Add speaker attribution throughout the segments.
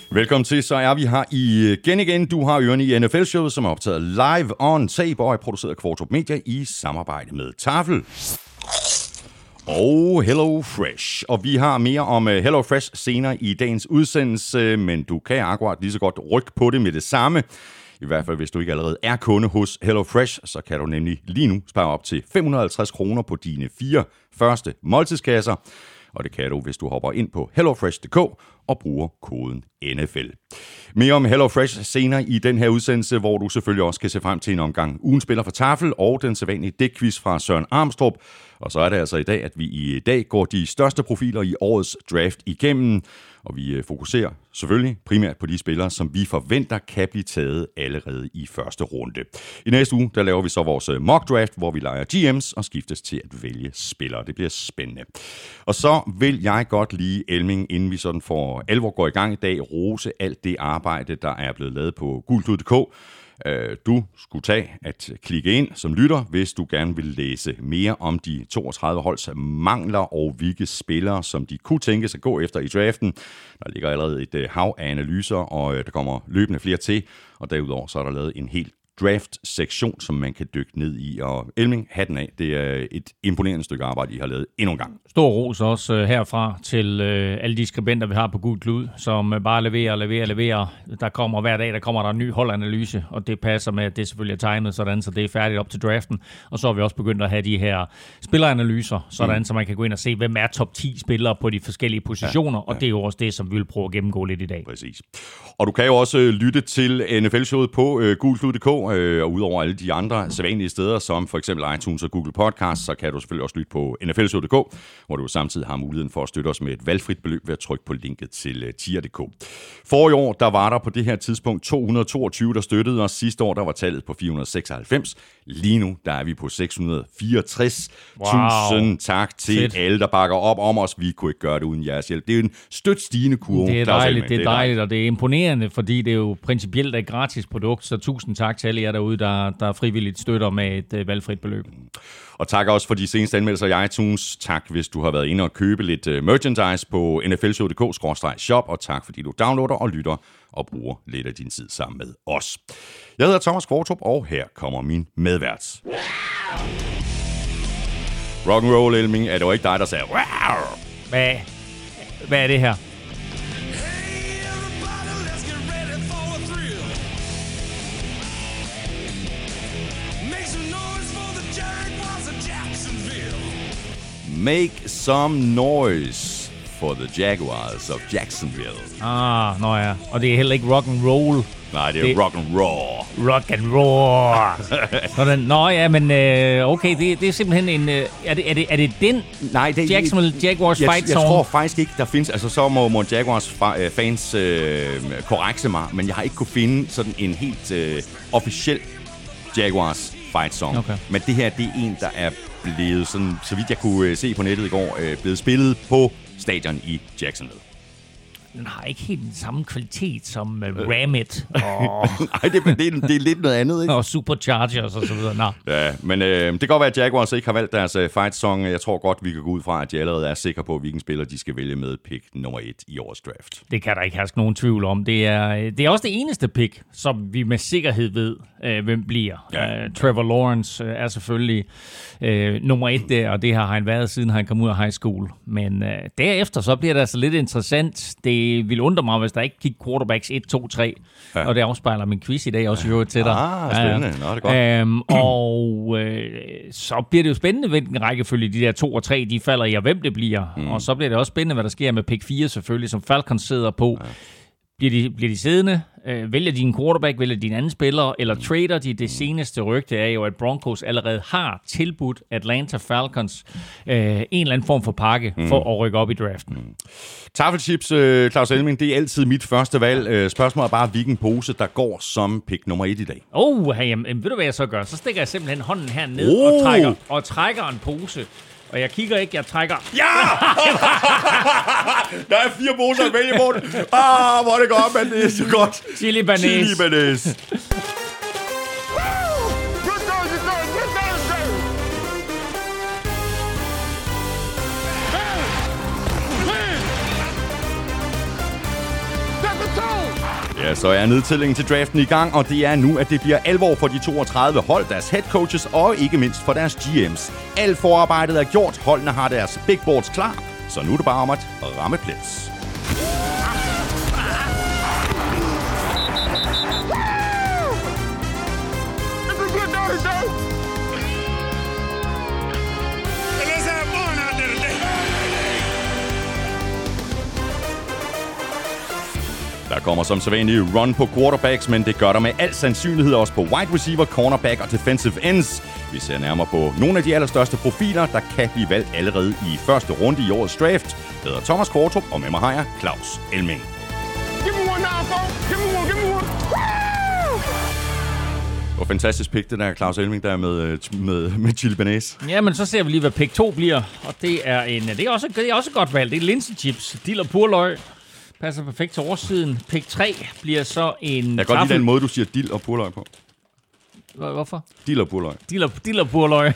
Speaker 1: Velkommen til, så er vi her igen. Du har ørerne i NFL-showet, som er optaget live on tape og er produceret af Kvartrup Media i samarbejde med Tafel. Og Hello Fresh. Og vi har mere om Hello Fresh senere i dagens udsendelse, men du kan akkurat lige så godt rykke på det med det samme. I hvert fald, hvis du ikke allerede er kunde hos Hello Fresh, så kan du nemlig lige nu spare op til 550 kroner på dine 4 første måltidskasser. Og det kan du, hvis du hopper ind på hellofresh.dk og bruger koden NFL. Mere om HelloFresh senere i den her udsendelse, hvor du selvfølgelig også kan se frem til en omgang ugen spiller for Tafel og den sædvanlige dækquiz fra Søren Armstrong. Og så er det altså i dag, at vi i dag går de største profiler i årets draft igennem. Og vi fokuserer selvfølgelig primært på de spillere, som vi forventer kan blive taget allerede i første runde. I næste uge, der laver vi så vores mock draft, hvor vi leger GM's og skiftes til at vælge spillere. Det bliver spændende. Og så vil jeg godt lige, Elming, inden vi sådan for alvor går i gang i dag, rose alt det arbejde, der er blevet lavet på gulklud.dk. Du skulle tage at klikke ind som lytter, hvis du gerne vil læse mere om de 32 holds mangler og hvilke spillere, som de kunne tænke sig at gå efter i draften. Der ligger allerede et hav af analyser, og der kommer løbende flere til, og derudover så er der lavet en helt draft-sektion, som man kan dykke ned i. Og Elming, hatten af, det er et imponerende stykke arbejde, I har lavet endnu en gang.
Speaker 2: Stor ros også herfra til alle de skribenter, vi har på Gul Klud, som bare leverer. Der kommer hver dag, der kommer en ny holdanalyse, og det passer med, at det selvfølgelig er timet sådan, så det er færdigt op til draften. Og så har vi også begyndt at have de her spilleranalyser, sådan så man kan gå ind og se, hvem er top 10 spillere på de forskellige positioner, og det er jo også det, som vi vil prøve at gennemgå lidt i dag.
Speaker 1: Præcis. Og du kan jo også lytte til NFL-showet på gulklud.dk, og udover alle de andre sædvanlige steder, som for eksempel iTunes og Google Podcasts, så kan du selvfølgelig også lytte på NFL-show.dk, hvor du samtidig har muligheden for at støtte os med et valgfrit beløb ved at trykke på linket til tier.dk. For i år, der var der på det her tidspunkt 222, der støttede os. Sidste år, der var tallet på 496. Lige nu, der er vi på 664. Wow. Tusind tak til alle, der bakker op om os. Vi kunne ikke gøre det uden jeres hjælp. Det er en stødt stigende kurve.
Speaker 2: Det er dejligt, og det er imponerende, fordi det er jo principielt et gratis produkt, så tusind tak til alle jer derude, der frivilligt støtter med et valgfrit beløb.
Speaker 1: Og tak også for de seneste anmeldelser i iTunes. Tak, hvis du har været inde og købe lidt merchandise på nflshow.dk/shop, og tak, fordi du downloader og lytter og bruger lidt af din tid sammen med os. Jeg hedder Thomas Kvartrup, og her kommer min medvært. Rock'n'roll, Elming, er det jo ikke dig, der sagde
Speaker 2: Hvad er det her?
Speaker 1: Make some noise for the Jaguars of Jacksonville.
Speaker 2: Nå ja. Og det er heller ikke rock and roll.
Speaker 1: Nej, det er rock and raw.
Speaker 2: Rock and raw. Sådan. Nå ja, men okay, det er simpelthen en... Er det den?
Speaker 1: Nej, det er
Speaker 2: Jacksonville Jaguars fight song?
Speaker 1: Jeg tror faktisk ikke, der findes... Altså, så må Jaguars fans korrekse mig, men jeg har ikke kunne finde sådan en helt officiel Jaguars fight song. Okay. Men det her, det er en, der er blevet sådan, så vidt jeg kunne se på nettet i går, blevet spillet på stadion i Jacksonville.
Speaker 2: Den har ikke helt den samme kvalitet som Ramit.
Speaker 1: Nej, det er lidt noget andet, ikke?
Speaker 2: Og Superchargers og så videre. Nå.
Speaker 1: Ja, men det kan godt være, at Jaguars ikke har valgt deres fight song. Jeg tror godt, vi kan gå ud fra, at de allerede er sikre på, hvilken spiller de skal vælge med pick nummer 1 i årets draft.
Speaker 2: Det kan der ikke herske nogen tvivl om. Det er også det eneste pick, som vi med sikkerhed ved, hvem bliver. Ja. Trevor Lawrence er selvfølgelig nummer 1 der, og det har han været, siden han kom ud af high school. Men derefter, så bliver det altså lidt interessant. Det vil undre mig, hvis der ikke gik quarterbacks 1, 2, 3. Ja. Og det afspejler min quiz i dag også i øvrigt til dig.
Speaker 1: Spændende. Nå, det er godt.
Speaker 2: Så bliver det jo spændende, hvilken rækkefølge de der 2 og 3, de falder i, og hvem det bliver. Og så bliver det også spændende, hvad der sker med pick 4 selvfølgelig, som Falcons sidder på. Ja. Bliver de siddende? Vælger de en quarterback, vælger de en anden spiller, eller trader de? Det seneste rygte er jo, at Broncos allerede har tilbudt Atlanta Falcons en eller anden form for pakke for at rykke op i draften.
Speaker 1: Tafelchips, Claus Elming, det er altid mit første valg. Spørgsmålet er bare, hvilken pose, der går som pick nummer 1 i dag.
Speaker 2: Ved du, hvad jeg så gør? Så stikker jeg simpelthen hånden her ned og trækker en pose. Og jeg kigger ikke, jeg trækker.
Speaker 1: Ja! Der er 4 poser at vælge på. Hvor er det godt, men det er så godt.
Speaker 2: Chili banæs.
Speaker 1: Ja, så er nedtællingen til draften i gang, og det er nu, at det bliver alvor for de 32 hold, deres head coaches og ikke mindst for deres GM's. Alt forarbejdet er gjort, holdene har deres big boards klar, så nu er det bare om at ramme plads. Der kommer som sædvanligt run på quarterbacks, men det gør der med al sandsynlighed også på wide receiver, cornerback og defensive ends. Vi ser nærmere på nogle af de allerstørste profiler, der kan blive valgt allerede i første runde i årets draft. Jeg hedder Thomas Kvartrup, og med mig har jeg Claus Elming. Og fantastisk pick, det der Claus Elming, der er med chili banæs.
Speaker 2: Ja, men så ser vi lige, hvad pick 2 bliver, og det er også et godt valg. Det er linsechips, dill og purløg. Passer perfekt til oversiden. Pick 3 bliver så en...
Speaker 1: Jeg kan godt lide den måde, du siger dill og purløg på.
Speaker 2: Hvorfor?
Speaker 1: Dill og purløg.
Speaker 2: Dill og purløg.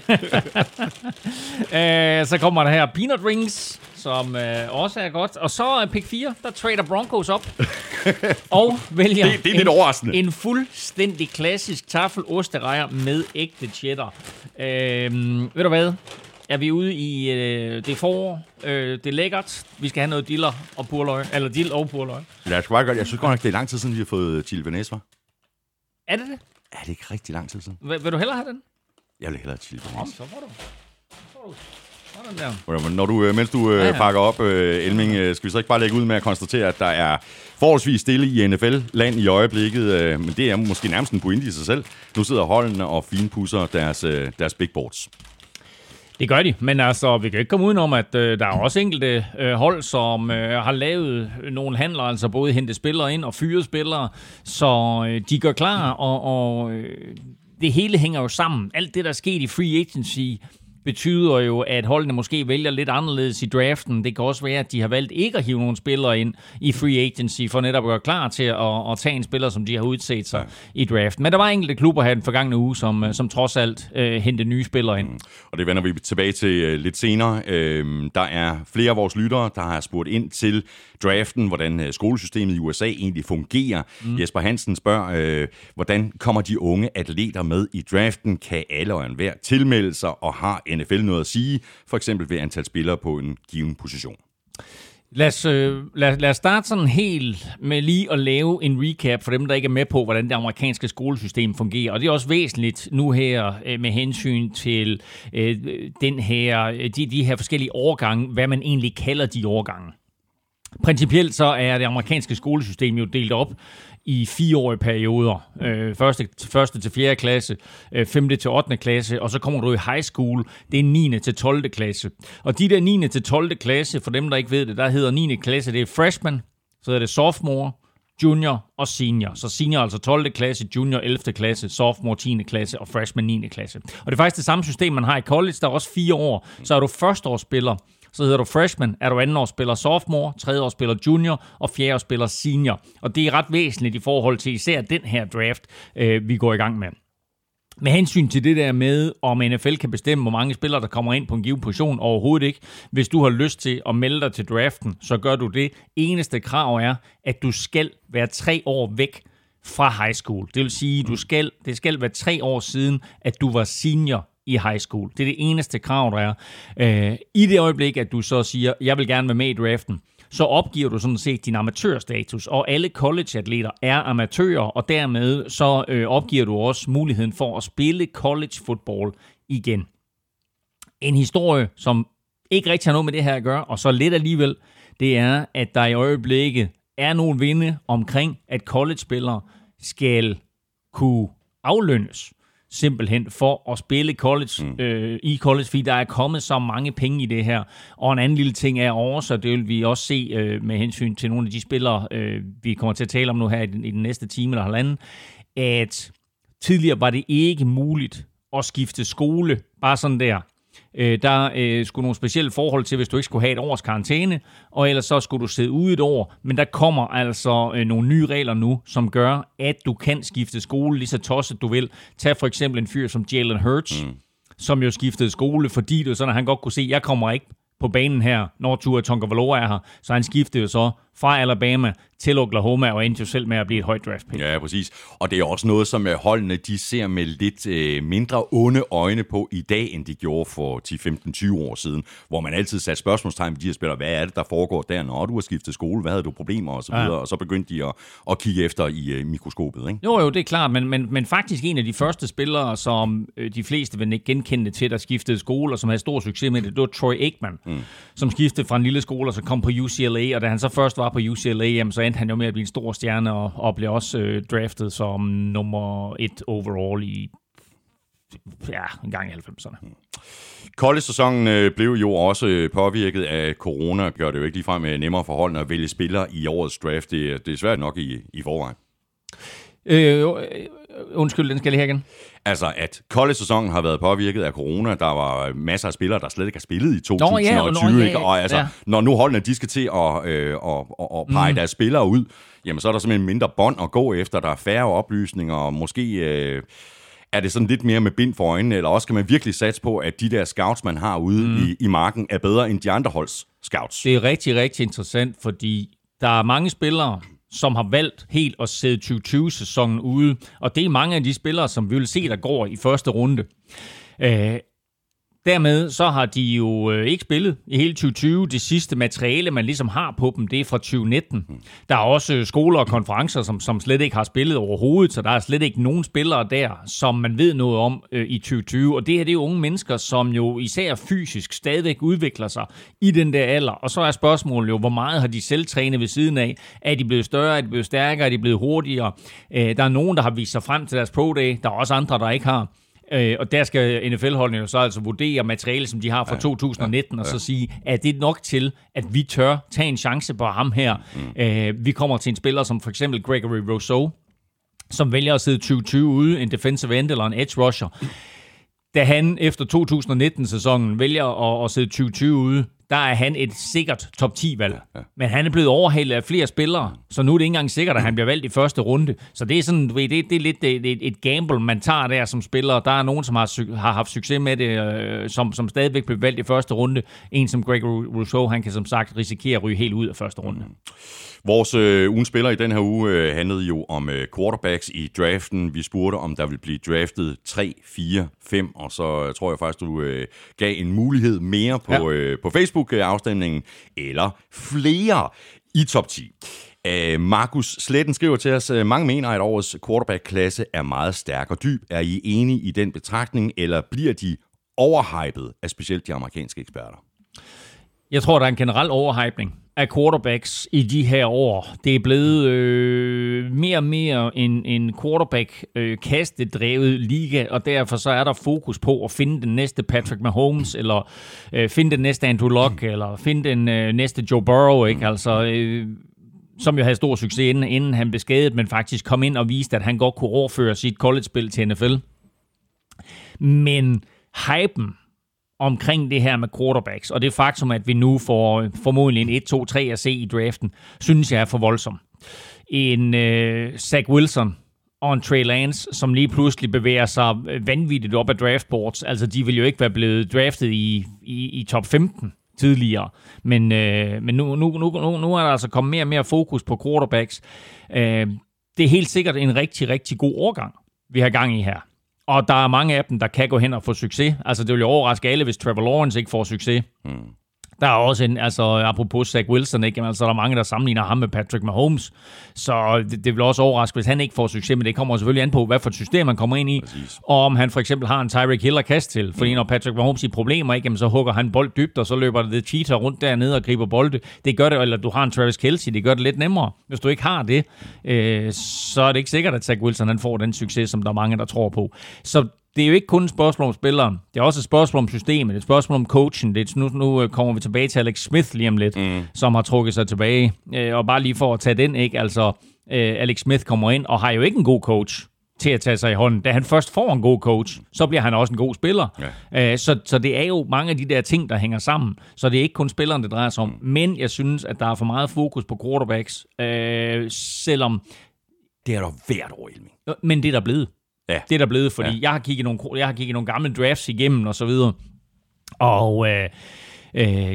Speaker 2: Så kommer der her peanut rings, som også er godt. Og så pick 4, der trader Broncos op. Og vælger
Speaker 1: det er lidt overraskende.
Speaker 2: En fuldstændig klassisk taffelosterejer med ægte cheddar. Ved du hvad? Er vi ude i det forår? Det er lækkert. Vi skal have noget diller og purløg. Eller dill og purløg.
Speaker 1: Ja, jeg synes godt nok, det er lang tid siden, vi har fået chili banæs, hva'?
Speaker 2: Er det det?
Speaker 1: Ja, det er ikke rigtig lang tid siden.
Speaker 2: Vil du hellere have den?
Speaker 1: Jeg vil hellere have chili banæs.
Speaker 2: Så får du. Sådan der.
Speaker 1: Når du, mens du pakker op, Elming, skal vi så ikke bare lægge ud med at konstatere, at der er forholdsvis stille i NFL-land i øjeblikket, men det er måske nærmest en pointe i sig selv. Nu sidder holdene og finpudser deres big boards.
Speaker 2: Det gør de, men altså, vi kan ikke komme udenom, at der er også enkelte hold, som har lavet nogle handler, altså både hente spillere ind og fyre spillere, så de gør klar, og det hele hænger jo sammen. Alt det, der er sket i free agency, betyder jo, at holdene måske vælger lidt anderledes i draften. Det kan også være, at de har valgt ikke at hive nogle spillere ind i free agency, for netop at gøre klar til at tage en spiller, som de har udset sig i draften. Men der var enkelte klubber her den forgangne uge, som trods alt hentede nye spillere ind. Og
Speaker 1: det vender vi tilbage til lidt senere. Der er flere af vores lyttere, der har spurgt ind til draften, hvordan skolesystemet i USA egentlig fungerer. Jesper Hansen spørger, hvordan kommer de unge atleter med i draften? Kan alle og enhver tilmelde sig, og har NFL noget at sige, for eksempel ved antal spillere på en given position?
Speaker 2: Lad os starte sådan helt med lige at lave en recap for dem, der ikke er med på, hvordan det amerikanske skolesystem fungerer. Og det er også væsentligt nu her med hensyn til de her forskellige årgange, hvad man egentlig kalder de årgange. Principielt så er det amerikanske skolesystem jo delt op i 4-årige perioder. Første til 4. klasse, 5. til 8. klasse, og så kommer du i high school, det er 9. til 12. klasse. Og de der 9. til 12. klasse, for dem, der ikke ved det, der hedder 9. klasse, det er freshman, så hedder det sophomore, junior og senior. Så senior altså 12. klasse, junior 11. klasse, sophomore 10. klasse og freshman 9. klasse. Og det er faktisk det samme system, man har i college, der er også 4 år. Så er du førsteårsspiller, så hedder du freshman, er du andenårsspiller sophomore, tredjeårsspiller junior og fjerdeårsspiller senior. Og det er ret væsentligt i forhold til især den her draft, vi går i gang med. Med hensyn til det der med, om NFL kan bestemme, hvor mange spillere, der kommer ind på en given position, overhovedet ikke. Hvis du har lyst til at melde dig til draften, så gør du det. Eneste krav er, at du skal være 3 år væk fra high school. Det vil sige, det skal være 3 år siden, at du var senior i high school. Det er det eneste krav, der er. I det øjeblik, at du så siger, jeg vil gerne være med i draften, så opgiver du sådan set din amatørstatus, og alle college-atleter er amatører, og dermed så opgiver du også muligheden for at spille college football igen. En historie, som ikke rigtig har noget med det her at gøre, og så lidt alligevel, det er, at der i øjeblikket er nogle vinde omkring, at college-spillere skal kunne aflønnes simpelthen for at spille college, i college, fordi der er kommet så mange penge i det her. Og en anden lille ting er også, og det vil vi også se med hensyn til nogle af de spillere, vi kommer til at tale om nu her i den næste time eller halvanden, at tidligere var det ikke muligt at skifte skole, bare sådan der. Der skulle nogle specielle forhold til, hvis du ikke skulle have et års karantæne, og ellers så skulle du sidde ude et år. Men der kommer altså nogle nye regler nu, som gør, at du kan skifte skole lige så tosset du vil. Tag for eksempel en fyr som Jalen Hurts, som jo skiftede skole, fordi det sådan, at han godt kunne se, at jeg kommer ikke på banen her, når Tua Tagovailoa er her. Så han skiftede jo så fra Alabama til Oklahoma, og endte jo selv med at blive et højt draft pick.
Speaker 1: Ja, præcis. Og det er også noget, som holdene de ser med lidt mindre onde øjne på i dag, end de gjorde for 10-15-20 år siden, hvor man altid satte spørgsmålstegn ved de her spillere. Hvad er det, der foregår der, når du har skiftet skole? Hvad havde du problemer? Og så videre. Og så begyndte de at kigge efter i mikroskopet, ikke?
Speaker 2: Jo, det er klart, men faktisk en af de første spillere, som de fleste vil ikke genkende til, der skiftede skole, og som havde stor succes med det var Troy Aikman, som skiftede fra en lille skole, og så kom på UCLA, og da han så først var på UCLA, jamen, så endte han jo med at blive en stor stjerne, og blev også draftet som nummer 1 overall en gang i 90'erne.
Speaker 1: College-sæsonen blev jo også påvirket af corona, gør det jo ikke ligefrem nemmere for holdene at vælge spillere i årets draft. Det er svært nok i forvejen.
Speaker 2: Undskyld, den skal jeg lige have igen.
Speaker 1: Altså, at college-sæsonen har været påvirket af corona. Der var masser af spillere, der slet ikke har spillet i 2020. Ikke? Og altså, når nu holdene de skal til at pege deres spillere ud, jamen så er der simpelthen mindre bånd at gå efter. Der er færre oplysninger, og måske er det sådan lidt mere med bind for øjnene, eller også kan man virkelig satse på, at de der scouts, man har ude i marken, er bedre end de andre holds scouts.
Speaker 2: Det er rigtig, rigtig interessant, fordi der er mange spillere, som har valgt helt at sætte 2020-sæsonen ude. Og det er mange af de spillere, som vi vil se, der går i første runde. Dermed så har de jo ikke spillet i hele 2020. Det sidste materiale, man ligesom har på dem, det er fra 2019. Der er også skoler og konferencer, som slet ikke har spillet overhovedet, så der er slet ikke nogen spillere der, som man ved noget om i 2020. Og det her, det er jo unge mennesker, som jo især fysisk stadigvæk udvikler sig i den der alder. Og så er spørgsmålet jo, hvor meget har de selv trænet ved siden af? Er de blevet større? Er de blevet stærkere? Er de blevet hurtigere? Der er nogen, der har vist sig frem til deres pro day. Der er også andre, der ikke har. Og der skal NFL-holdene jo så altså vurdere materiale, som de har fra 2019, og så sige, er det nok til, at vi tør tage en chance på ham her? Vi kommer til en spiller som for eksempel Gregory Rousseau, som vælger at sidde 2020 ude, en defensive end eller en edge rusher. Da han efter 2019-sæsonen vælger at sidde 2020 ude, der er han et sikkert top 10-valg. Men han er blevet overhalet af flere spillere, så nu er det ikke engang sikkert, at han bliver valgt i første runde. Så det er sådan, det er lidt et gamble, man tager der som spiller. Der er nogen, som har haft succes med det, som stadigvæk bliver valgt i første runde. En som Gregory Rousseau, han kan som sagt risikere at ryge helt ud af første runde.
Speaker 1: Vores ugens spiller i den her uge handlede jo om quarterbacks i draften. Vi spurgte, om der ville blive draftet 3, 4, 5, og så tror jeg faktisk, du gav en mulighed mere på Facebook-afstemningen, eller flere i top 10. Markus Sletten skriver til os, mange mener, at årets quarterback-klasse er meget stærk og dyb. Er I enige i den betragtning, eller bliver de overhypet af specielt de amerikanske eksperter?
Speaker 2: Jeg tror, der er en generel overhypning af quarterbacks i de her år. Det er blevet mere og mere en quarterback-kastedrevet liga, og derfor så er der fokus på at finde den næste Patrick Mahomes, eller finde den næste Andrew Luck, eller finde den næste Joe Burrow, ikke? Altså, som jo havde stor succes inden han blev skadet, men faktisk kom ind og viste, at han godt kunne overføre sit college-spil til NFL. Men hypen omkring det her med quarterbacks, og det faktum, at vi nu får formodentlig en 1, 2, 3 at se i draften, synes jeg er for voldsom. En Zach Wilson og en Trey Lance, som lige pludselig bevæger sig vanvittigt op ad draftboards. Altså, de vil jo ikke være blevet draftet i top 15 tidligere. Men nu er der altså kommet mere og mere fokus på quarterbacks. Det er helt sikkert en rigtig, rigtig god årgang, vi har gang i her. Og der er mange af dem, der kan gå hen og få succes. Altså, det vil jo overraske alle, hvis Trevor Lawrence ikke får succes. Der er også apropos Zach Wilson, ikke? Altså, der er mange, der sammenligner ham med Patrick Mahomes. Så det vil også overraske, hvis han ikke får succes, men det kommer selvfølgelig an på, hvad for et system man kommer ind i. Præcis. Og om han for eksempel har en Tyreek Hill at kaste til. Fordi når Patrick Mahomes i problemer, ikke? Jamen, så hugger han bold dybt, og så løber det cheater rundt dernede og griber bolde. Det gør det, eller du har en Travis Kelce, det gør det lidt nemmere. Hvis du ikke har det, så er det ikke sikkert, at Zach Wilson han får den succes, som der er mange, der tror på. Så det er jo ikke kun et spørgsmål om spilleren. Det er også et spørgsmål om systemet. Det er et spørgsmål om coachen. Nu kommer vi tilbage til Alex Smith lige om lidt, som har trukket sig tilbage. Og bare lige for at tage den, ikke? Altså, Alex Smith kommer ind og har jo ikke en god coach til at tage sig i hånden. Da han først får en god coach, så bliver han også en god spiller. Ja. Så det er jo mange af de der ting, der hænger sammen. Så det er ikke kun spilleren, det drejer sig om. Men jeg synes, at der er for meget fokus på quarterbacks, selvom
Speaker 1: det er der hvert år, Elming.
Speaker 2: Men det er der blevet.
Speaker 1: Ja.
Speaker 2: Det er der blevet, fordi jeg har kigget nogle gamle drafts igennem og så videre. Og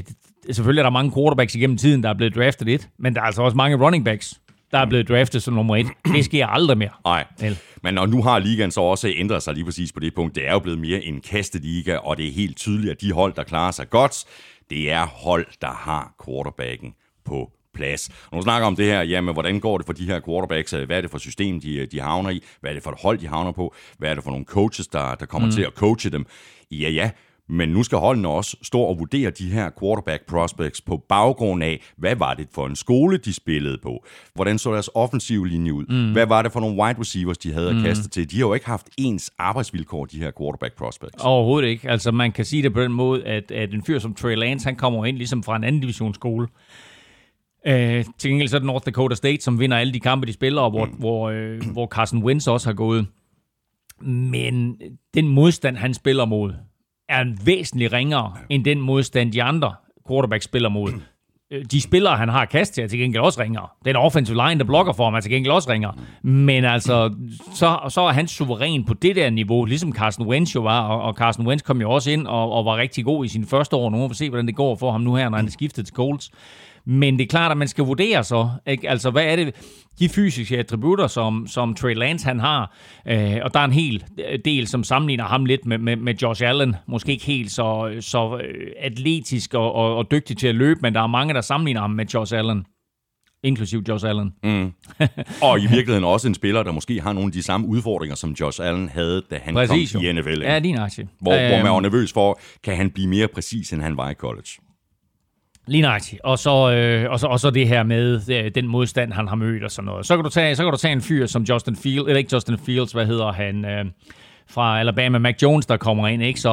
Speaker 2: selvfølgelig er der mange quarterbacks igennem tiden, der er blevet draftet 1, men der er altså også mange running backs, der er blevet draftet som nummer 1. Det sker aldrig mere.
Speaker 1: Nej, men og nu har ligaen så også ændret sig lige præcis på det punkt. Det er jo blevet mere en kasteliga, og det er helt tydeligt, at de hold, der klarer sig godt, det er hold, der har quarterbacken på plads. Og nu snakker om det her, jamen hvordan går det for de her quarterbacks? Hvad er det for system, de havner i? Hvad er det for et hold, de havner på? Hvad er det for nogle coaches, der kommer til at coache dem? Ja, men nu skal holdene også stå og vurdere de her quarterback prospects på baggrund af, hvad var det for en skole, de spillede på? Hvordan så deres offensive linje ud? Hvad var det for nogle wide receivers, de havde at kaste til? De har jo ikke haft ens arbejdsvilkår, de her quarterback prospects.
Speaker 2: Overhovedet ikke. Altså man kan sige det på den måde, at en fyr som Trey Lance, han kommer ind ligesom fra en anden divisionsskole. Til gengæld så er det North Dakota State, som vinder alle de kampe, de spiller, og hvor Carson Wentz også har gået. Men den modstand, han spiller mod, er væsentligt ringere end den modstand, de andre quarterbacks spiller mod. De spillere, han har kast til, er til gengæld også ringere. Den offensive line, der blokker for ham, er til gengæld også ringere. Men altså, så er han suveræn på det der niveau, ligesom Carson Wentz jo var, og Carson Wentz kom jo også ind og var rigtig god i sine første år. Nu må vi se, hvordan det går for ham nu her, når han er skiftet til Colts. Men det er klart, at man skal vurdere så, ikke? Altså, hvad er det, de fysiske attributter, som Trey Lance han har, og der er en hel del, som sammenligner ham lidt med Josh Allen, måske ikke helt så atletisk og dygtig til at løbe, men der er mange, der sammenligner ham med Josh Allen, inklusiv Josh Allen.
Speaker 1: Og i virkeligheden også en spiller, der måske har nogle af de samme udfordringer, som Josh Allen havde, da han kom i NFL.
Speaker 2: Ja, lige nøjagtigt.
Speaker 1: Hvor man var nervøs for, kan han blive mere præcis, end han var i college?
Speaker 2: Lige nøjagtigt. Og så det her med den modstand, han har mødt og sådan noget. Så kan du tage en fyr som Justin Fields, eller ikke Justin Fields, hvad hedder han, fra Alabama, Mac Jones, der kommer ind, ikke,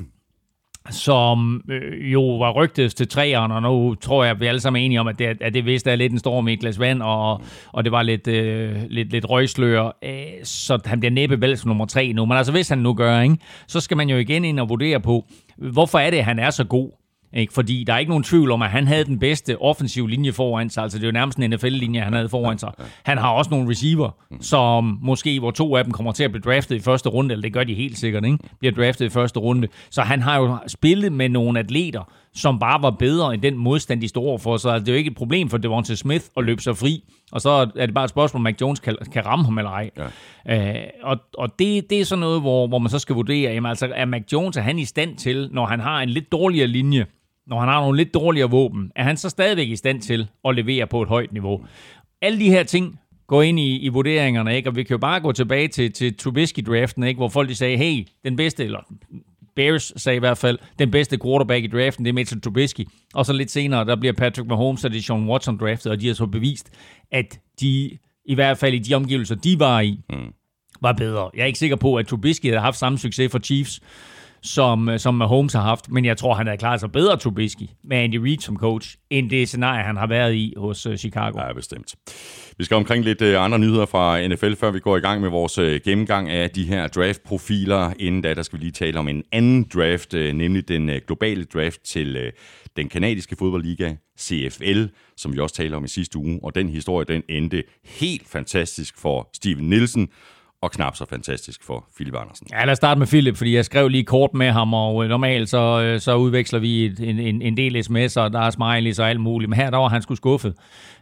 Speaker 2: som jo var rygtet til 3'eren, og nu tror jeg, at vi alle sammen er enige om, at det vist er lidt en storm i et glas vand, og det var lidt røgslør, så han bliver næppe valgt som nummer 3 nu. Men altså, hvis han nu gør, ikke, så skal man jo igen ind og vurdere på, hvorfor er det, at han er så god? Ikke? Fordi der er ikke nogen tvivl om, at han havde den bedste offensive linje foran sig. Altså det er jo nærmest en NFL-linje, han havde foran sig. Han har også nogle receiver, som måske, hvor 2 af dem kommer til at blive draftet i første runde, eller det gør de helt sikkert, ikke? Bliver draftet i første runde. Så han har jo spillet med nogle atleter, som bare var bedre end den modstand, de stod overfor. Så altså, det er jo ikke et problem for Devonta Smith at løbe sig fri. Og så er det bare et spørgsmål, om Mac Jones kan ramme ham eller ej. Ja. Og det er sådan noget, hvor man så skal vurdere, jamen, altså, er Mac Jones, er han i stand til, når han har en lidt dårligere linje, når han har nogle lidt dårligere våben, er han så stadigvæk i stand til at levere på et højt niveau? Alle de her ting går ind i vurderingerne, ikke? Og vi kan jo bare gå tilbage til Trubisky-draften, ikke? Hvor folk de sagde, hey, den bedste, eller Bears sagde i hvert fald, den bedste quarterback i draften, det er Mitchell Trubisky. Og så lidt senere, der bliver Patrick Mahomes og Deshaun Watson draftet, og de har så bevist, at de, i hvert fald i de omgivelser, de var i, var bedre. Jeg er ikke sikker på, at Trubisky havde haft samme succes for Chiefs, som Mahomes har haft, men jeg tror, han havde klaret sig bedre, Trubisky, med Andy Reid som coach, end det scenarie, han har været i hos Chicago.
Speaker 1: Ja, bestemt. Vi skal omkring lidt andre nyheder fra NFL, før vi går i gang med vores gennemgang af de her draft-profiler. Inden da, der skal vi lige tale om en anden draft, nemlig den globale draft til den kanadiske fodboldliga, CFL, som vi også talte om i sidste uge, og den historie, den endte helt fantastisk for Steven Nielsen, og knap så fantastisk for Philip Andersen.
Speaker 2: Ja, lad os starte med Philip, fordi jeg skrev lige kort med ham, og normalt så udveksler vi en del sms'er, og der er smileys og alt muligt, men her der var han sgu skuffet.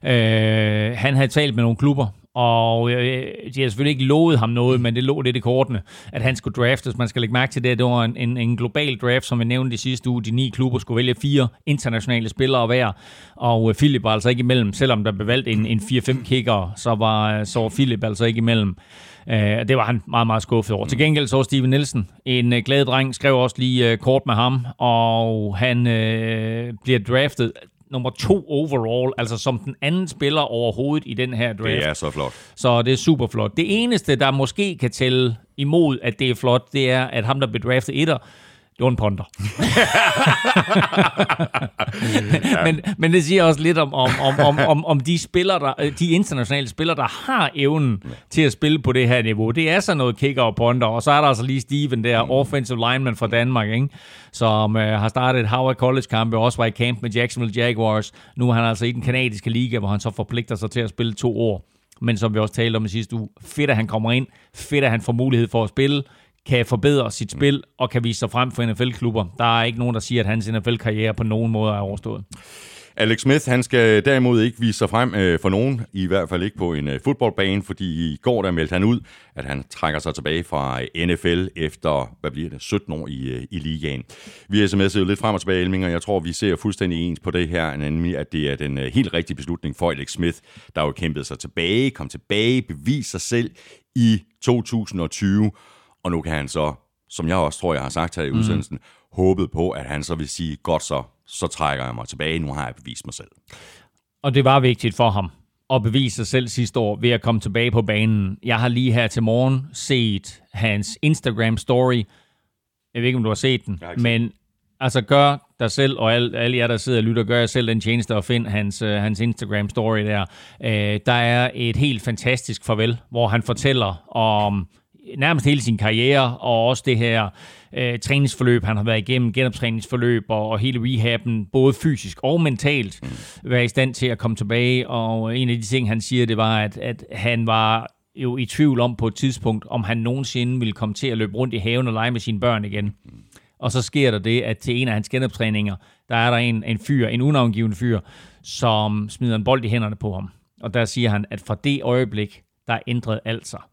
Speaker 2: Han havde talt med nogle klubber, og de har selvfølgelig ikke lovet ham noget, men det lå lidt i kortene, at han skulle draftes. Man skal lægge mærke til det, at det var en global draft, som vi nævnte i sidste uge. De 9 klubber skulle vælge 4 internationale spillere hver, og Philip var altså ikke imellem. Selvom der blev valgt en 4-5 kicker, så var Philip altså ikke imellem. Det var han meget, meget skuffet over. Til gengæld så Steven Nielsen, en glad dreng, skrev også lige kort med ham, og han bliver draftet nummer 2 overall, altså som den anden spiller overhovedet i den her draft.
Speaker 1: Det er så flot.
Speaker 2: Så det er super flot. Det eneste, der måske kan tælle imod, at det er flot, det er, at ham, der blev draftet etter, det var en punter. men det siger også lidt om de spillere, de internationale spillere, der har evnen til at spille på det her niveau. Det er så noget kicker og punter, og så er der altså lige Steven der, offensive lineman fra Danmark, ikke? Som har startet et Howard College-kamp, og også var i camp med Jacksonville Jaguars. Nu er han altså i den kanadiske liga, hvor han så forpligter sig til at spille 2 år. Men som vi også talte om i sidste uge, fedt at han kommer ind, fedt at han får mulighed for at spille. kan forbedre sit spil og kan vise sig frem for NFL-klubber. Der er ikke nogen, der siger, at hans NFL-karriere på nogen måde er overstået.
Speaker 1: Alex Smith, han skal derimod ikke vise sig frem for nogen, i hvert fald ikke på en fodboldbane, fordi i går der meldte han ud, at han trækker sig tilbage fra NFL efter, 17 år i ligaen. Vi har sms'et jo lidt frem og tilbage, Elming, og jeg tror, vi ser fuldstændig ens på det her, nemlig at det er den helt rigtige beslutning for Alex Smith, der jo kæmpede sig tilbage, kom tilbage, beviste sig selv i 2020, og nu kan han så, som jeg også tror, jeg har sagt her i udsendelsen, håbet på, at han så vil sige, godt så trækker jeg mig tilbage, nu har jeg bevist mig selv.
Speaker 2: Og det var vigtigt for ham at bevise sig selv sidste år ved at komme tilbage på banen. Jeg har lige her til morgen set hans Instagram-story. Jeg ved ikke, om du har set den, men altså gør dig selv, og alle jer, der sidder og lytter, gør jer selv den tjeneste og find hans Instagram-story der. Der er et helt fantastisk farvel, hvor han fortæller om nærmest hele sin karriere, og også det her træningsforløb, han har været igennem, genoptræningsforløb og hele rehaben, både fysisk og mentalt, være i stand til at komme tilbage. Og en af de ting, han siger, det var, at han var jo i tvivl om på et tidspunkt, om han nogensinde ville komme til at løbe rundt i haven og lege med sine børn igen. Og så sker der det, at til en af hans genoptræninger, der er der en unavngiven fyr, som smider en bold i hænderne på ham. Og der siger han, at fra det øjeblik, der ændrede alt sig.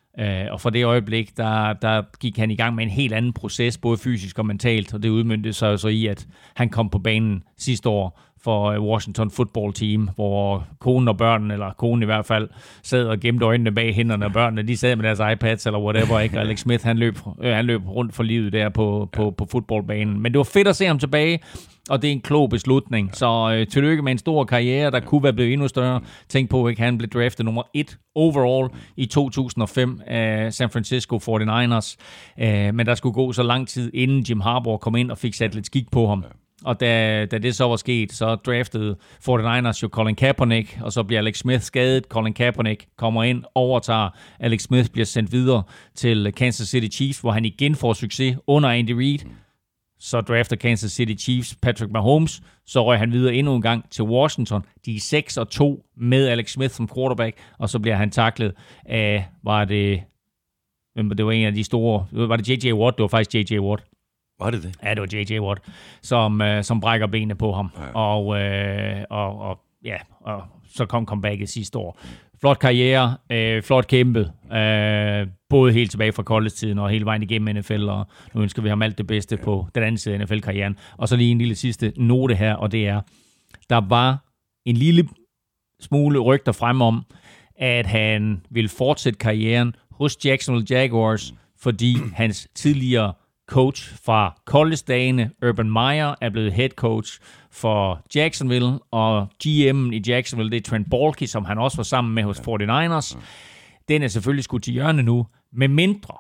Speaker 2: Og fra det øjeblik, der gik han i gang med en helt anden proces, både fysisk og mentalt, og det udmøntede sig så i, at han kom på banen sidste år for Washington Football Team, hvor konen og børnene, eller konen i hvert fald, sad og gemte øjnene bag hænderne, og børnene, de sad med deres iPads eller whatever, ikke? Og Alex Smith, han løb rundt for livet der på fodboldbanen. Men det var fedt at se ham tilbage, og det er en klog beslutning. Så tillykke med en stor karriere, der kunne være blevet endnu større. Tænk på, at han blev draftet nummer 1 overall i 2005 af San Francisco 49ers. Men der skulle gå så lang tid, inden Jim Harbaugh kom ind og fik sat lidt skik på ham. Og da det så var sket, så draftede 49ers jo Colin Kaepernick, og så bliver Alex Smith skadet. Colin Kaepernick kommer ind, overtager. Alex Smith bliver sendt videre til Kansas City Chiefs, hvor han igen får succes under Andy Reid. Så drafter Kansas City Chiefs Patrick Mahomes, så røg han videre endnu en gang til Washington. De er 6-2 med Alex Smith som quarterback, og så bliver han tacklet af, det var en af de store, var det J.J. Watt? Det var faktisk J.J. Watt.
Speaker 1: Var det?
Speaker 2: Ja, det var J.J. Watt, som brækker benene på ham. Ja. Og så kom comebacket sidste år. Flot karriere, flot kæmpet, både helt tilbage fra college-tiden og hele vejen igennem NFL, og nu ønsker vi ham alt det bedste på den anden side af NFL-karrieren. Og så lige en lille sidste note her, og det er, der var en lille smule rygter frem om, at han ville fortsætte karrieren hos Jacksonville Jaguars, fordi hans tidligere coach fra college-dagene, Urban Meyer, er blevet head coach for Jacksonville, og GM'en i Jacksonville, det er Trent Baalke, som han også var sammen med hos 49ers. Den er selvfølgelig skudt til hjørne nu, med mindre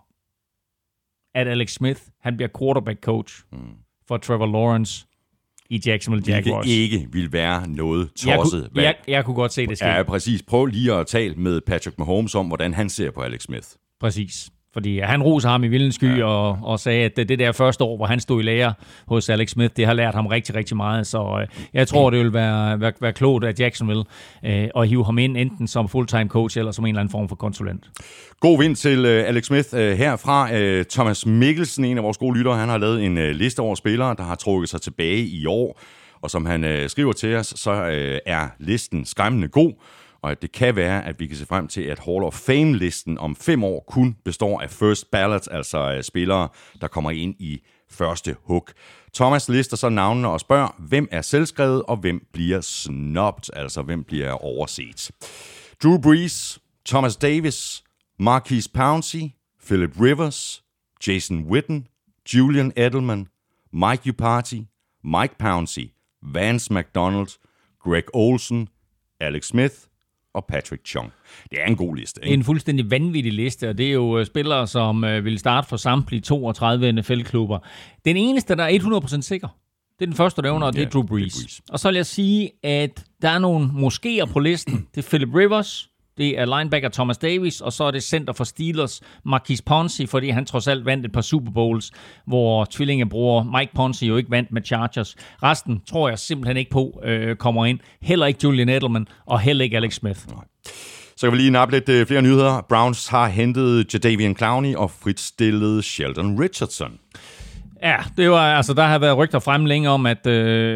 Speaker 2: at Alex Smith, han bliver quarterback coach for Trevor Lawrence i Jacksonville Jaguars.
Speaker 1: Det ikke vil være noget tosset.
Speaker 2: Jeg kunne godt se det ske.
Speaker 1: Ja, præcis. Prøv lige at tale med Patrick Mahomes om, hvordan han ser på Alex Smith.
Speaker 2: Præcis. Fordi han roser ham i vildens sky og sagde, at det der første år, hvor han stod i lære hos Alex Smith, det har lært ham rigtig, rigtig meget. Så jeg tror, det vil være klogt af Jacksonville at hive ham ind, enten som fulltime coach eller som en eller anden form for konsulent.
Speaker 1: God vind til Alex Smith herfra. Thomas Mikkelsen, en af vores gode lyttere, han har lavet en liste over spillere, der har trukket sig tilbage i år. Og som han skriver til os, så er listen skræmmende god. Og at det kan være, at vi kan se frem til, at Hall of Fame-listen om 5 år kun består af first ballot, altså spillere, der kommer ind i første hug. Thomas lister så navnene og spørger, hvem er selvskrevet, og hvem bliver snubbed, altså hvem bliver overset. Drew Brees, Thomas Davis, Marquise Pouncey, Philip Rivers, Jason Witten, Julian Edelman, Mike Upati, Mike Pouncey, Vance McDonald, Greg Olsen, Alex Smith og Patrick Chung. Det er en god liste, ikke?
Speaker 2: En fuldstændig vanvittig liste, og det er jo spillere, som vil starte for samtlige 32 NFL-klubber. Den eneste, der er 100% sikker, det er den første, der nævner, og det er Drew Brees. Og så vil jeg sige, at der er nogle moskéer på listen. Det er Philip Rivers, det er linebacker Thomas Davis, og så er det center for Steelers, Marquise Pouncey, fordi han trods alt vandt et par Super Bowls, hvor tvillingebror Mike Pouncey jo ikke vandt med Chargers. Resten tror jeg simpelthen ikke på kommer ind. Heller ikke Julian Edelman, og heller ikke Alex Smith.
Speaker 1: Nej. Så kan vi lige nappe lidt flere nyheder. Browns har hentet Jadeveon Clowney og fritstillet Sheldon Richardson.
Speaker 2: Ja, det var, altså, der har været rygter frem længe om, at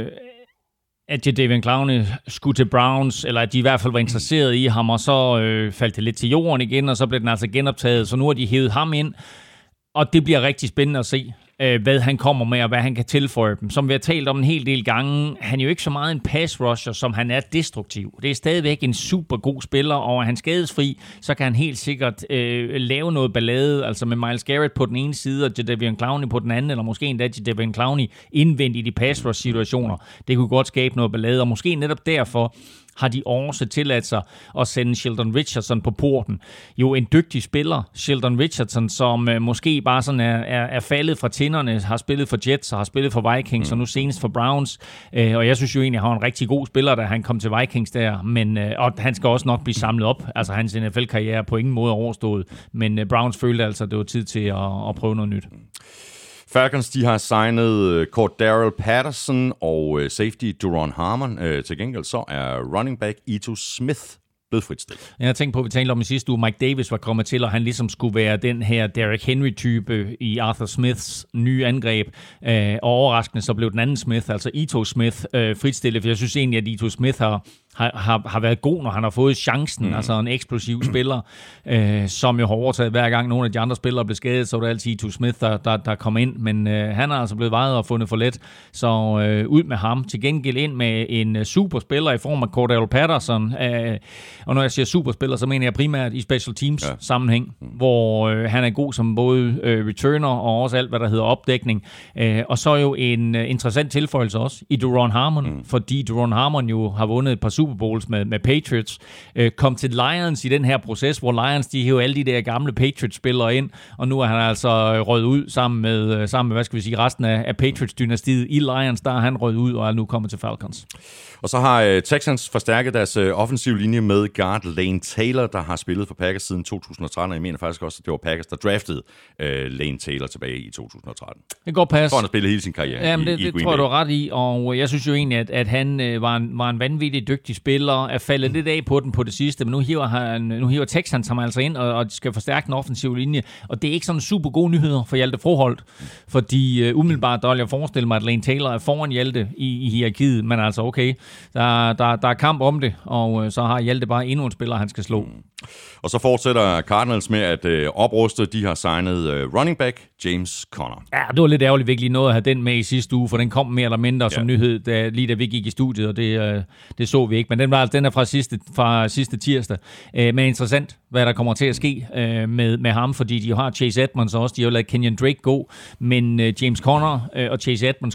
Speaker 2: Jadeveon Clowney skulle til Browns, eller at de i hvert fald var interesseret i ham, og så faldt det lidt til jorden igen, og så blev den altså genoptaget, så nu har de hævet ham ind, og det bliver rigtig spændende at se, hvad han kommer med, og hvad han kan tilføje dem. Som vi har talt om en hel del gange, han er jo ikke så meget en pass rusher, som han er destruktiv. Det er stadigvæk en super god spiller, og er han skadesfri, så kan han helt sikkert lave noget ballade, altså med Myles Garrett på den ene side, og Jadeveon Clowney på den anden, eller måske endda Jadeveon Clowney indvendigt i de pass rush situationer. Det kunne godt skabe noget ballade, og måske netop derfor har de også tilladt sig at sende Sheldon Richardson på porten. Jo, en dygtig spiller, Sheldon Richardson, som måske bare sådan er faldet fra tinderne, har spillet for Jets og har spillet for Vikings, og nu senest for Browns. Og jeg synes jo egentlig, at han var en rigtig god spiller, da han kom til Vikings der, men og han skal også nok blive samlet op. Altså, hans NFL-karriere er på ingen måde overstået, men Browns følte altså, at det var tid til at prøve noget nyt.
Speaker 1: Falcons, de har signet Cordarrelle Patterson og safety Duron Harmon. Til gengæld så er running back Ito Smith blevet fritstillet.
Speaker 2: Jeg tænkte på, at vi talte om i sidste uge, Mike Davis var kommet til, og han ligesom skulle være den her Derrick Henry-type i Arthur Smiths nye angreb. Og overraskende så blev den anden Smith, altså Ito Smith, fritstillet, for jeg synes egentlig, at Ito Smith har været god, når han har fået chancen, altså en eksplosiv spiller, som jo har overtaget hver gang nogle af de andre spillere blev skadet, så var det altid Ito Smith, der kom ind, men han er altså blevet vejet og fundet for let, så ud med ham. Til gengæld ind med en superspiller i form af Cordarrelle Patterson, og når jeg siger superspiller, så mener jeg primært i special teams sammenhæng, hvor han er god som både returner og også alt, hvad der hedder opdækning, og så jo en interessant tilføjelse også i Duron Harmon, fordi Duron Harmon jo har vundet et par Super Bowls med Patriots, kom til Lions i den her proces, hvor Lions, de hæver alle de der gamle Patriots-spillere ind, og nu er han altså røget ud sammen med hvad skal vi sige, resten af Patriots-dynastiet i Lions, der er han røget ud og er nu kommet til Falcons.
Speaker 1: Og så har Texans forstærket deres offensive linje med guard Lane Taylor, der har spillet for Packers siden 2013, og jeg mener faktisk også, at det var Packers, der draftede Lane Taylor tilbage i 2013.
Speaker 2: Det går pas.
Speaker 1: For han har spillet hele sin karriere.
Speaker 2: Jamen, det tror jeg, du er ret i, og jeg synes jo egentlig, at han var en vanvittig dygtig spiller, er faldet lidt af på den på det sidste, men nu hiver Texans ham altså ind, og skal forstærke den offensive linje, og det er ikke sådan super gode nyheder for Hjalte Froholt, fordi umiddelbart, der vil jeg forestille mig, at Lane Taylor er foran Hjalte i hierarkiet, men altså okay, der er kamp om det, og så har Hjalte bare endnu en spiller, han skal slå.
Speaker 1: Og så fortsætter Cardinals med at opruste. De har signet running back James Conner.
Speaker 2: Ja, det var lidt ærgerligt, vi ikke lige nåede at have den med i sidste uge, for den kom mere eller mindre som nyhed, lige da vi gik i studiet, og det så vi ikke. Men den er fra sidste tirsdag. Men interessant, hvad der kommer til at ske med ham, fordi de har Chase Edmonds også. De har jo ladet Kenyon Drake gå, men James Conner og Chase Edmonds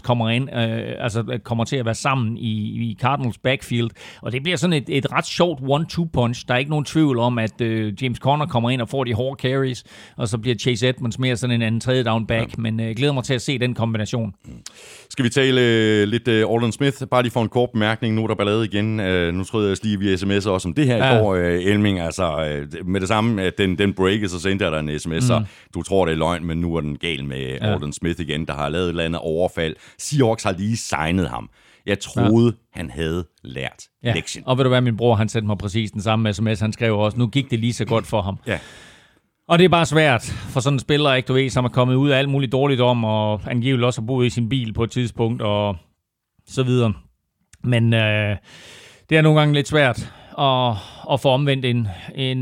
Speaker 2: kommer til at være sammen i Cardinals backfield, og det bliver sådan et ret sjovt 1-2 punch. Der er ikke nogen tvivl om, at James Conner kommer ind og får de hårde carries, og så bliver Chase Edmonds mere sådan en anden tredje down back, men jeg glæder mig til at se den kombination.
Speaker 1: Skal vi tale lidt Aldon Smith? Bare lige for en kort bemærkning. Nu er der ballade igen. Nu troede jeg lige via sms'er også om det her i går, Elming. Altså, med det samme, at den breakede, så sendte jeg dig en sms, så du tror, det er løgn, men nu er den gal med Aldon Smith igen, der har lavet et eller andet overfald. Seahawks har lige signet ham. Jeg troede, han havde lært lektien.
Speaker 2: Og ved du hvad, min bror, han sendte mig præcis den samme sms, han skrev også, nu gik det lige så godt for ham.
Speaker 1: Ja.
Speaker 2: Og det er bare svært for sådan en spiller, ikke, du ved, som er kommet ud af alt muligt dårligdom, og angiveligt også har boet i sin bil på et tidspunkt, og så videre. Men det er nogle gange lidt svært at få omvendt en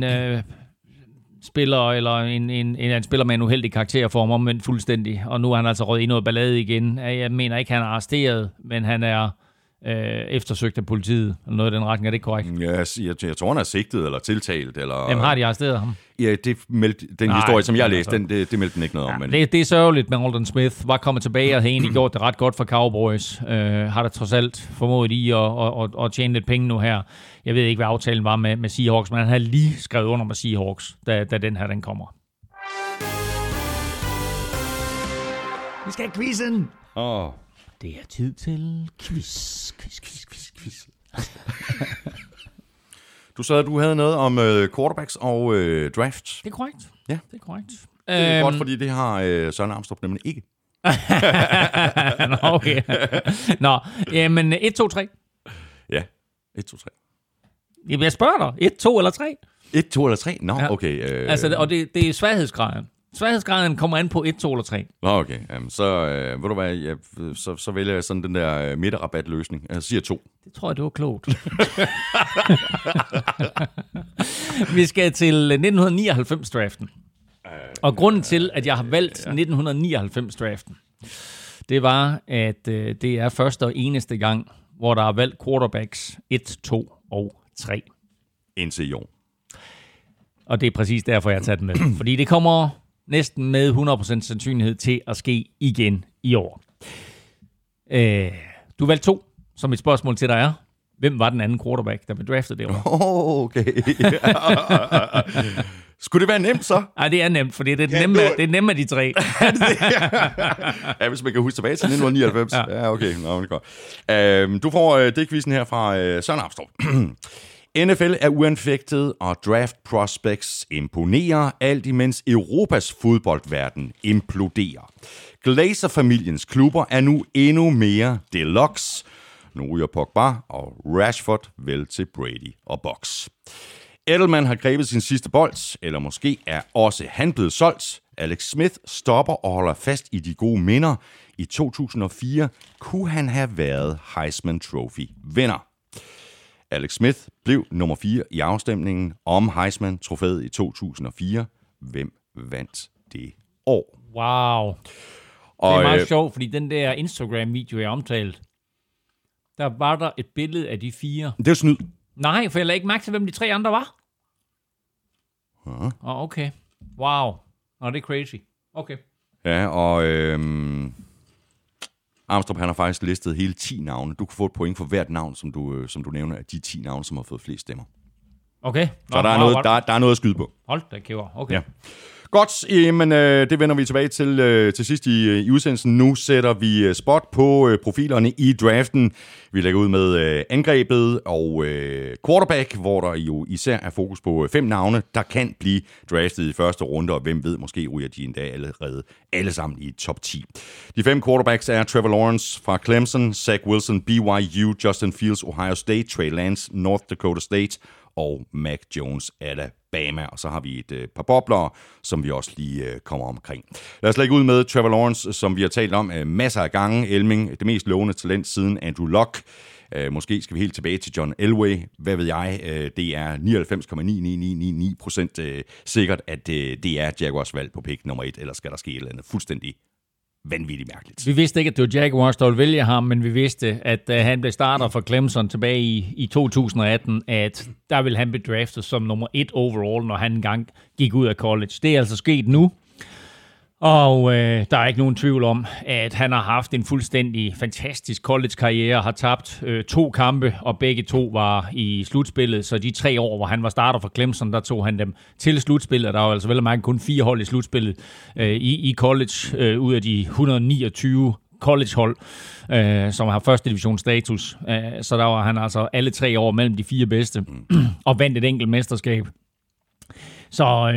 Speaker 2: spiller, eller en spiller med en uheldig karakter for ham omvendt fuldstændig. Og nu er han altså røget i noget ballade igen. Jeg mener ikke, han er arresteret, men han er eftersøgt af politiet, eller noget i den retning. Er det ikke korrekt?
Speaker 1: Ja, jeg tror, han er sigtet eller tiltalt. Eller...
Speaker 2: Jamen, har de arresteret ham?
Speaker 1: Ja, det meldte den historie, som jeg læste, det meldte den ikke noget om. Men...
Speaker 2: Det er sørgeligt, men Aldon Smith var kommet tilbage og havde egentlig gjort det ret godt for Cowboys. Har der trods alt formået i at tjene lidt penge nu her. Jeg ved ikke, hvad aftalen var med Seahawks, men han havde lige skrevet under med Seahawks, da den her den kommer. Vi skal have quizzen! Det er tid til quiz.
Speaker 1: Du sagde, at du havde noget om quarterbacks og drafts.
Speaker 2: Det er korrekt.
Speaker 1: Ja.
Speaker 2: Det er korrekt.
Speaker 1: Det er godt, fordi det har Søren Armstrong nemlig ikke.
Speaker 2: Nå, okay. Nå, jamen 1, 2, 3.
Speaker 1: Ja, 1, 2, 3.
Speaker 2: Jamen, jeg spørger dig. 1, 2 eller 3?
Speaker 1: 1, 2 eller 3? Nå, okay.
Speaker 2: Altså, og det er sværhedsgraden. Sværhedsgraden kommer an på 1, 2 eller 3.
Speaker 1: Nå, okay. Så, ved du hvad, så vælger jeg sådan den der midterrabatløsning. Jeg siger 2.
Speaker 2: Det tror jeg, det var klogt. Vi skal til 1999-draften. Og grunden til, at jeg har valgt 1999-draften, det var, at det er første og eneste gang, hvor der er valgt quarterbacks 1, 2 og 3.
Speaker 1: Indtil i år. Og
Speaker 2: det er præcis derfor, jeg har taget den med. Fordi det kommer næsten med 100% sandsynlighed til at ske igen i år. Du valgte 2, så mit spørgsmål til dig er, hvem var den anden quarterback, der blev draftet det år?
Speaker 1: Okay. Skulle det være nemt så?
Speaker 2: Nej, det er nemt, fordi det er nemt af de 3.
Speaker 1: Ja, hvis man kan huske tilbage til 1999. Ja, okay. Nå, det er godt. Du får det quizzen her fra Søren Abstrup. NFL er uanfægtet, og draft prospects imponerer, alt imens Europas fodboldverden imploderer. Glazer-familiens klubber er nu endnu mere deluxe. Nu ryger Pogba og Rashford vel til Brady og Bucks. Edelman har grebet sin sidste bold, eller måske er også han blevet solgt. Alex Smith stopper og holder fast i de gode minder. I 2004 kunne han have været Heisman Trophy-vinder. Alex Smith blev nummer 4 i afstemningen om Heisman-trofæet i 2004. Hvem vandt det år?
Speaker 2: Wow. Og det er meget sjovt, fordi den der Instagram-video, jeg omtalte, der var der et billede af de 4.
Speaker 1: Det er snyd.
Speaker 2: Nej, for jeg lagde ikke mærke til, hvem de 3 andre var. Okay. Wow. Det er crazy. Okay.
Speaker 1: Ja, og Armstrong, han har faktisk listet hele 10 navne. Du kan få et point for hvert navn, som du nævner, af de 10 navne, som har fået flest stemmer.
Speaker 2: Okay.
Speaker 1: Så der er noget at skyde på.
Speaker 2: Hold da kæver. Okay. Ja.
Speaker 1: Godt, men det vender vi tilbage til sidst i udsendelsen. Nu sætter vi spot på profilerne i draften. Vi lægger ud med angrebet og quarterback, hvor der jo især er fokus på 5 navne, der kan blive draftet i første runde, og hvem ved, måske ryger de endda allerede alle sammen i top 10. De 5 quarterbacks er Trevor Lawrence fra Clemson, Zach Wilson, BYU, Justin Fields, Ohio State, Trey Lance, North Dakota State og Mac Jones, Alabama. Og så har vi et par bobler, som vi også lige kommer omkring. Lad os lægge ud med Trevor Lawrence, som vi har talt om masser af gange. Elming, det mest lovende talent siden Andrew Luck. Måske skal vi helt tilbage til John Elway. Hvad ved jeg? Det er 99,9999% sikkert, at det er Jaguars valg på pick nummer 1, eller skal der ske et eller andet fuldstændig vanvittigt mærkeligt.
Speaker 2: Vi vidste ikke, at det var Jaguars, der ville vælge ham, men vi vidste, at han blev starter for Clemson tilbage i 2018, at der ville han blive draftet som nummer 1 overall, når han engang gik ud af college. Det er altså sket nu, og der er ikke nogen tvivl om, at han har haft en fuldstændig fantastisk college-karriere, har tabt 2 kampe, og begge 2 var i slutspillet, så de 3 år, hvor han var starter for Clemson, der tog han dem til slutspillet, og der var altså vel og mærke kun 4 hold i slutspillet i college, ud af de 129 college-hold, som har første division status. Så der var han altså alle 3 år mellem de 4 bedste, og vandt et enkelt mesterskab. Så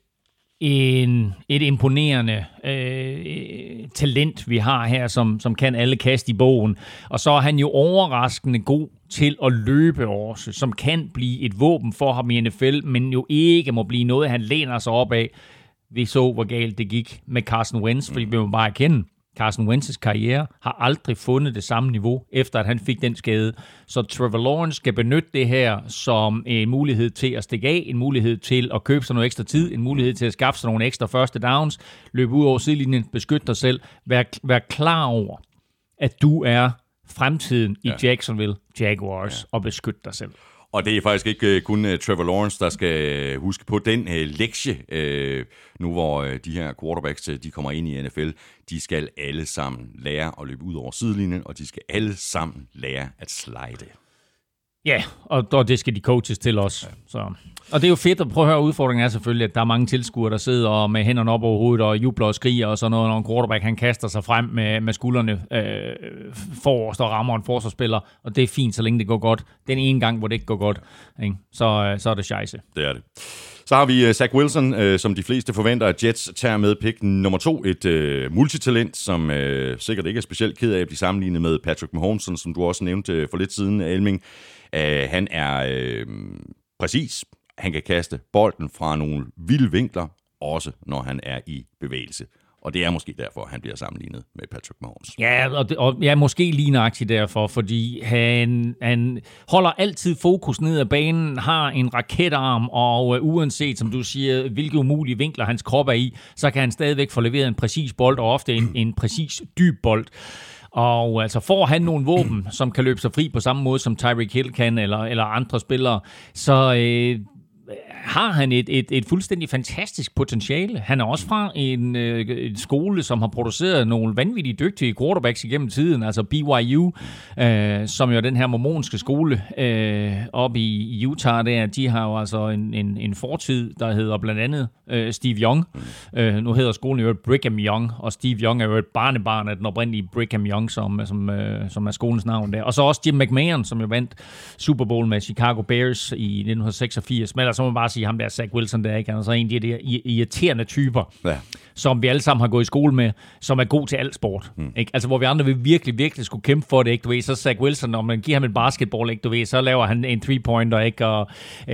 Speaker 2: et imponerende talent, vi har her, som kan alle kaste i bogen. Og så er han jo overraskende god til at løbe også, som kan blive et våben for ham i NFL, men jo ikke må blive noget, han læner sig op af. Vi så, hvor galt det gik med Carson Wentz, fordi vi må bare erkende, Carson Wentz's karriere har aldrig fundet det samme niveau, efter at han fik den skade. Så Trevor Lawrence skal benytte det her som en mulighed til at stikke af, en mulighed til at købe sig noget ekstra tid, en mulighed til at skaffe sig nogle ekstra første downs, løbe ud over sidelinjen, beskytte dig selv, vær klar over, at du er fremtiden i Jacksonville Jaguars, og beskytte dig selv.
Speaker 1: Og det er faktisk ikke kun Trevor Lawrence, der skal huske på den lektie, nu hvor de her quarterbacks de kommer ind i NFL. De skal alle sammen lære at løbe ud over sidelinjen, og de skal alle sammen lære at slide.
Speaker 2: Ja, og det skal de coaches til også. Så. Og det er jo fedt at prøve at høre. Udfordringen er selvfølgelig, at der er mange tilskuere, der sidder med hænderne op over hovedet og jubler og skriger og sådan noget, når en quarterback han kaster sig frem med skuldrene forrest og rammer en forsvarsspiller, og det er fint, så længe det går godt. Den ene gang, hvor det ikke går godt, ikke? Så er det scheisse.
Speaker 1: Det er det. Så har vi Zach Wilson, som de fleste forventer, at Jets tager med pick nummer 2. Et multitalent, som sikkert ikke er specielt ked af at blive sammenlignet med Patrick Mahomes, som du også nævnte for lidt siden, Elming. Han er præcis Han kan kaste bolden fra nogle vilde vinkler, også når han er i bevægelse. Og det er måske derfor, han bliver sammenlignet med Patrick Mahomes.
Speaker 2: Ja, måske lige nøjagtigt derfor, fordi han holder altid fokus ned ad banen, har en raketarm, og uanset, som du siger, hvilke umulige vinkler hans krop er i, så kan han stadigvæk få leveret en præcis bold, og ofte en præcis dyb bold. Og altså får han nogle våben, som kan løbe sig fri på samme måde, som Tyreek Hill kan, eller andre spillere, så har han et fuldstændig fantastisk potentiale. Han er også fra en skole, som har produceret nogle vanvittigt dygtige quarterbacks igennem tiden, altså BYU, som jo er den her mormonske skole oppe i Utah der. De har jo altså en fortid, der hedder blandt andet Steve Young. Nu hedder skolen jo Brigham Young, og Steve Young er jo et barnebarn af den oprindelige Brigham Young, som er skolens navn der. Og så også Jim McMahon, som jo vandt Super Bowl med Chicago Bears i 1986. Men så må man bare sige ham der, Zach Wilson, der ikke. Han er så en af de der irriterende typer, som vi alle sammen har gået i skole med, som er god til alt sport. Ikke? Altså, hvor vi andre vil virkelig skulle kæmpe for det, ikke? Du ved, så Zach Wilson, når man giver ham en basketball, ikke? Du ved, så laver han en 3-pointer, ikke? Og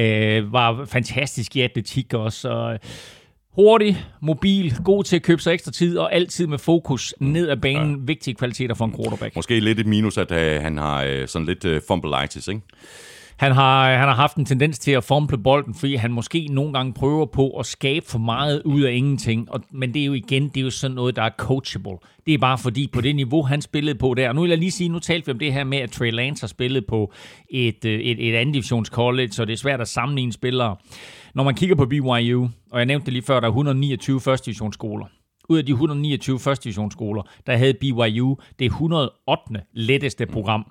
Speaker 2: var fantastisk i atletik også, og hurtig, mobil, god til at købe sig ekstra tid, og altid med fokus ned ad banen. Ja. Vigtige kvaliteter for en quarterback.
Speaker 1: Måske lidt et minus, at han har sådan lidt fumbleitis, ikke?
Speaker 2: Han har haft en tendens til at fumble bolden, fordi han måske nogle gange prøver på at skabe for meget ud af ingenting. Men det er jo sådan noget, der er coachable. Det er bare fordi, på det niveau, han spillede på der. Og nu vil jeg lige sige, nu talte vi om det her med, at Trey Lance har spillet på et anden divisions college, så det er svært at sammenligne spillere. Når man kigger på BYU, og jeg nævnte det lige før, der er 129 første divisionsskoler. Ud af de 129 første divisionsskoler, der havde BYU det 108. letteste program.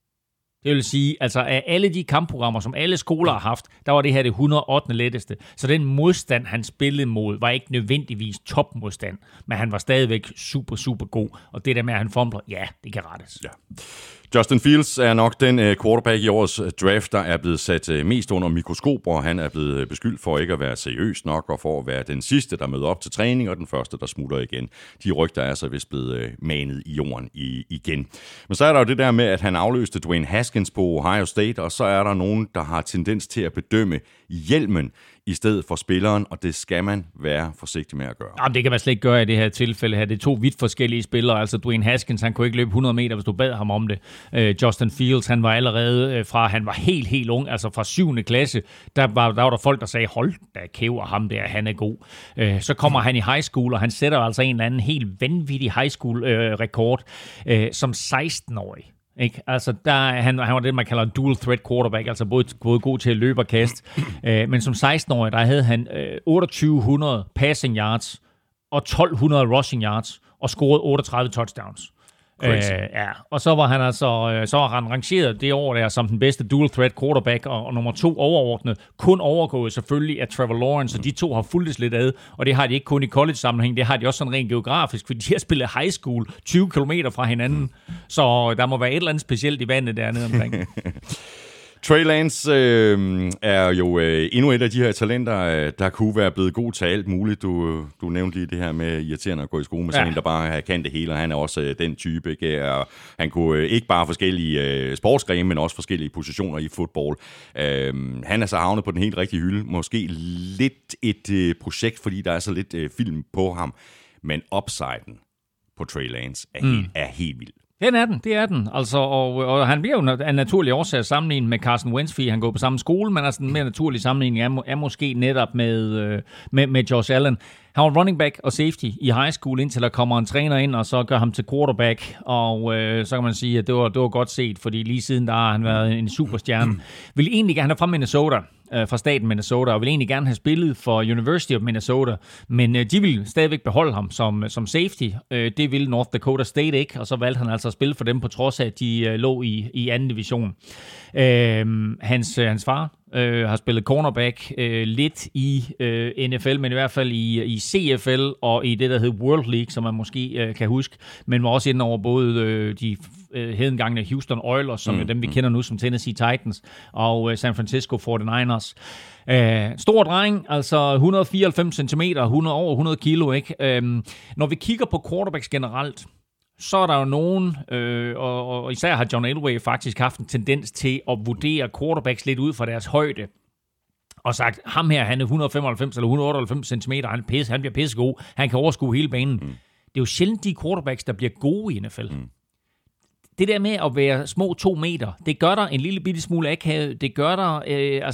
Speaker 2: Det vil sige, altså af alle de kampprogrammer, som alle skoler har haft, der var det her det 108. letteste. Så den modstand, han spillede mod, var ikke nødvendigvis topmodstand, men han var stadigvæk super god. Og det der med, at han fumbler, ja, det kan rettes. Ja.
Speaker 1: Justin Fields er nok den quarterback i årets draft, der er blevet sat mest under mikroskop, og han er blevet beskyldt for ikke at være seriøs nok, og for at være den sidste, der møder op til træning, og den første, der smutter igen. De rygter er så vist blevet manet i jorden igen. Men så er der jo det der med, at han afløste Dwayne Haskins på Ohio State, og så er der nogen, der har tendens til at bedømme hjelmen i stedet for spilleren, og det skal man være forsigtig med at gøre.
Speaker 2: Jamen, det kan man slet ikke gøre i det her tilfælde her. Det er to vidt forskellige spillere. Altså Dwayne Haskins, han kunne ikke løbe 100 meter, hvis du bad ham om det. Justin Fields, han var allerede fra, han var helt ung, altså fra 7. klasse, der var der folk, der sagde, hold da kæver ham der, han er god. Så kommer han i high school, og han sætter altså en eller anden helt vanvittig high school rekord som 16-årig. Ikke? Altså, han var det, man kalder en dual threat quarterback, altså både god til at løbe og kaste. Men som 16-årig, der havde han 2800 passing yards og 1200 rushing yards og scorede 38 touchdowns. Ja. Og så var han rangeret det år der som den bedste dual threat quarterback, og nummer 2 overordnet, kun overgået selvfølgelig af Trevor Lawrence, og de to har fulgtes lidt ad, og det har de ikke kun i college-sammenhæng, det har de også sådan rent geografisk, fordi de har spillet high school 20 kilometer fra hinanden, så der må være et eller andet specielt i vandet dernede omkring.
Speaker 1: Trey Lance er jo endnu et af de her talenter, der kunne være blevet god til alt muligt. Du nævnte lige det her med irriterende at gå i skole med sådan en, der bare kan det hele, og han er også den type. Ikke? Og han kunne ikke bare forskellige sportsgrene, men også forskellige positioner i fodbold. Han er så havnet på den helt rigtige hylde. Måske lidt et projekt, fordi der er så lidt film på ham. Men upsiden på Trey Lance er helt vild.
Speaker 2: Det er den. Altså, og han bliver jo en naturlig årsag sammenlignet med Carson Wentz, fordi han går på samme skole, men altså en mere naturlig sammenligning er måske netop med Josh Allen. Han var running back og safety i high school, indtil der kommer en træner ind, og så gør ham til quarterback, og så kan man sige, at det var godt set, fordi lige siden der har han været en superstjerne. Han er fra Minnesota, fra staten Minnesota, og vil egentlig gerne have spillet for University of Minnesota, men de vil stadigvæk beholde ham som safety. Det ville North Dakota State ikke, og så valgte han altså at spille for dem, på trods af, at de lå i anden division. Hans far har spillet cornerback lidt i NFL, men i hvert fald i CFL og i det, der hedder World League, som man måske kan huske, men var også inde over både de hedengangne Houston Oilers, som er dem, vi kender nu som Tennessee Titans, og San Francisco 49ers. Stor dreng, altså 194 cm, over 100 kilo, ikke? Når vi kigger på quarterbacks generelt, så er der jo nogen, og især har John Elway faktisk haft en tendens til at vurdere quarterbacks lidt ud fra deres højde. og sagt, ham her, han er 195 eller 198 cm, han bliver pissegod, han kan overskue hele banen. Det er jo sjældent de quarterbacks, der bliver gode i NFL. Det der med at være små 2 meter, det gør der en lille bitte smule akavet. Det gør der,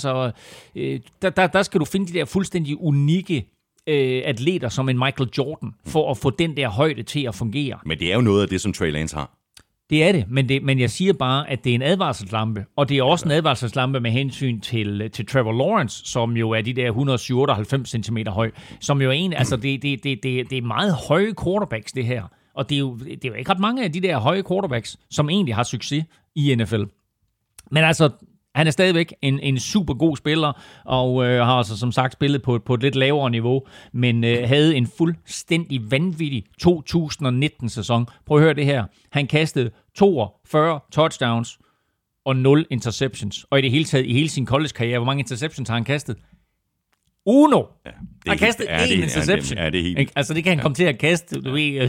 Speaker 2: der skal du finde de der fuldstændig unikke atleter som en Michael Jordan, for at få den der højde til at fungere.
Speaker 1: Men det er jo noget af det, som Trey Lance har.
Speaker 2: Det er det, men jeg siger bare, at det er en advarselslampe, og det er også en advarselslampe med hensyn til Trevor Lawrence, som jo er de der 197 cm høj, som jo er en, altså det er meget høje quarterbacks, det her. Og det er jo ikke ret mange af de der høje quarterbacks, som egentlig har succes i NFL. Men altså, han er stadigvæk en super god spiller, og har altså som sagt spillet på et lidt lavere niveau, men havde en fuldstændig vanvittig 2019-sæson. Prøv at høre det her. Han kastede 42 touchdowns og 0 interceptions. Og i det hele taget, i hele sin college-karriere, hvor mange interceptions har han kastet? Uno! Ja, han kastede 1 interception.
Speaker 1: Det er helt.
Speaker 2: Altså, det kan han komme til at kaste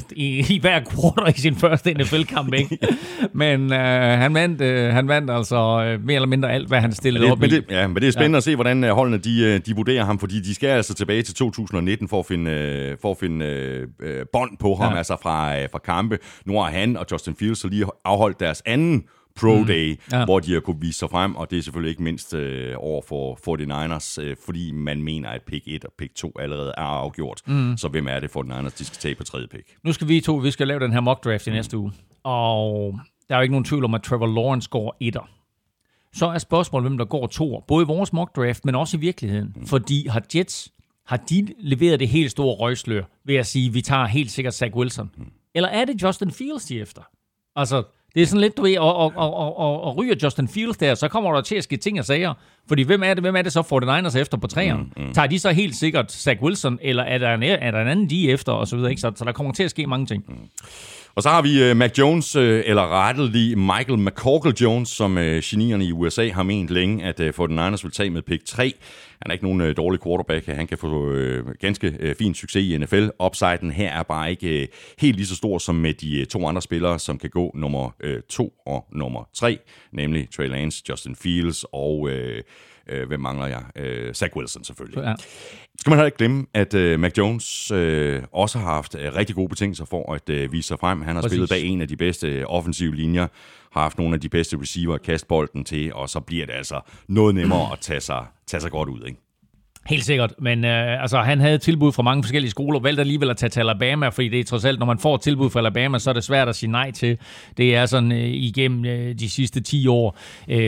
Speaker 2: i hver quarter i sin første NFL-kamp, ikke? Men han vandt altså mere eller mindre alt, hvad han stillede op i.
Speaker 1: Men det er spændende at se, hvordan holdene de vurderer ham, fordi de skal altså tilbage til 2019 for at finde bånd på ham, altså fra kampe. Nu har han og Justin Fields så lige afholdt deres anden Pro Day, hvor de har kunne vise sig frem, og det er selvfølgelig ikke mindst over for 49ers, fordi man mener, at pick 1 og pick 2 allerede er afgjort. Så hvem er det 49ers, de skal tage på tredje pick?
Speaker 2: Nu skal vi skal lave den her mock draft i næste uge, og der er jo ikke nogen tvivl om, at Trevor Lawrence går 1'er. Så er spørgsmålet, hvem der går 2'er, både i vores mock draft, men også i virkeligheden. Fordi har de leveret det helt store røgslør ved at sige, vi tager helt sikkert Zach Wilson? Eller er det Justin Fields, de efter? Altså, det er sådan lidt, du ved, og ryger Justin Fields der, så kommer der til at ske ting og sager. Fordi hvem er det så 49ers efter på 3'eren? Tager de så helt sikkert Zach Wilson, eller er der en anden de efter, og så videre, ikke? Så der kommer til at ske mange ting.
Speaker 1: Og så har vi Mac Jones, eller retteligt Michael McCorkle Jones, som genierne i USA har ment længe, at 49ers vil tage med pick 3. Han er ikke nogen dårlig quarterback. Han kan få ganske fin succes i NFL. Upsiden her er bare ikke helt lige så stor som med de 2 andre spillere, som kan gå nummer 2 og nummer 3, nemlig Trey Lance, Justin Fields og hvem mangler jeg? Zach Wilson selvfølgelig. Ja. Skal man heller ikke glemme, at Mac Jones også har haft rigtig gode betingelser for at vise sig frem. Han har spillet bag en af de bedste offensive linjer, har haft nogle af de bedste receiver at kaste bolden til, og så bliver det altså noget nemmere at tage sig godt ud, ikke?
Speaker 2: Helt sikkert, men han havde tilbud fra mange forskellige skoler, valgte alligevel at tage til Alabama, fordi det er trods alt, når man får et tilbud fra Alabama, så er det svært at sige nej til. Det er sådan igennem de sidste 10 år,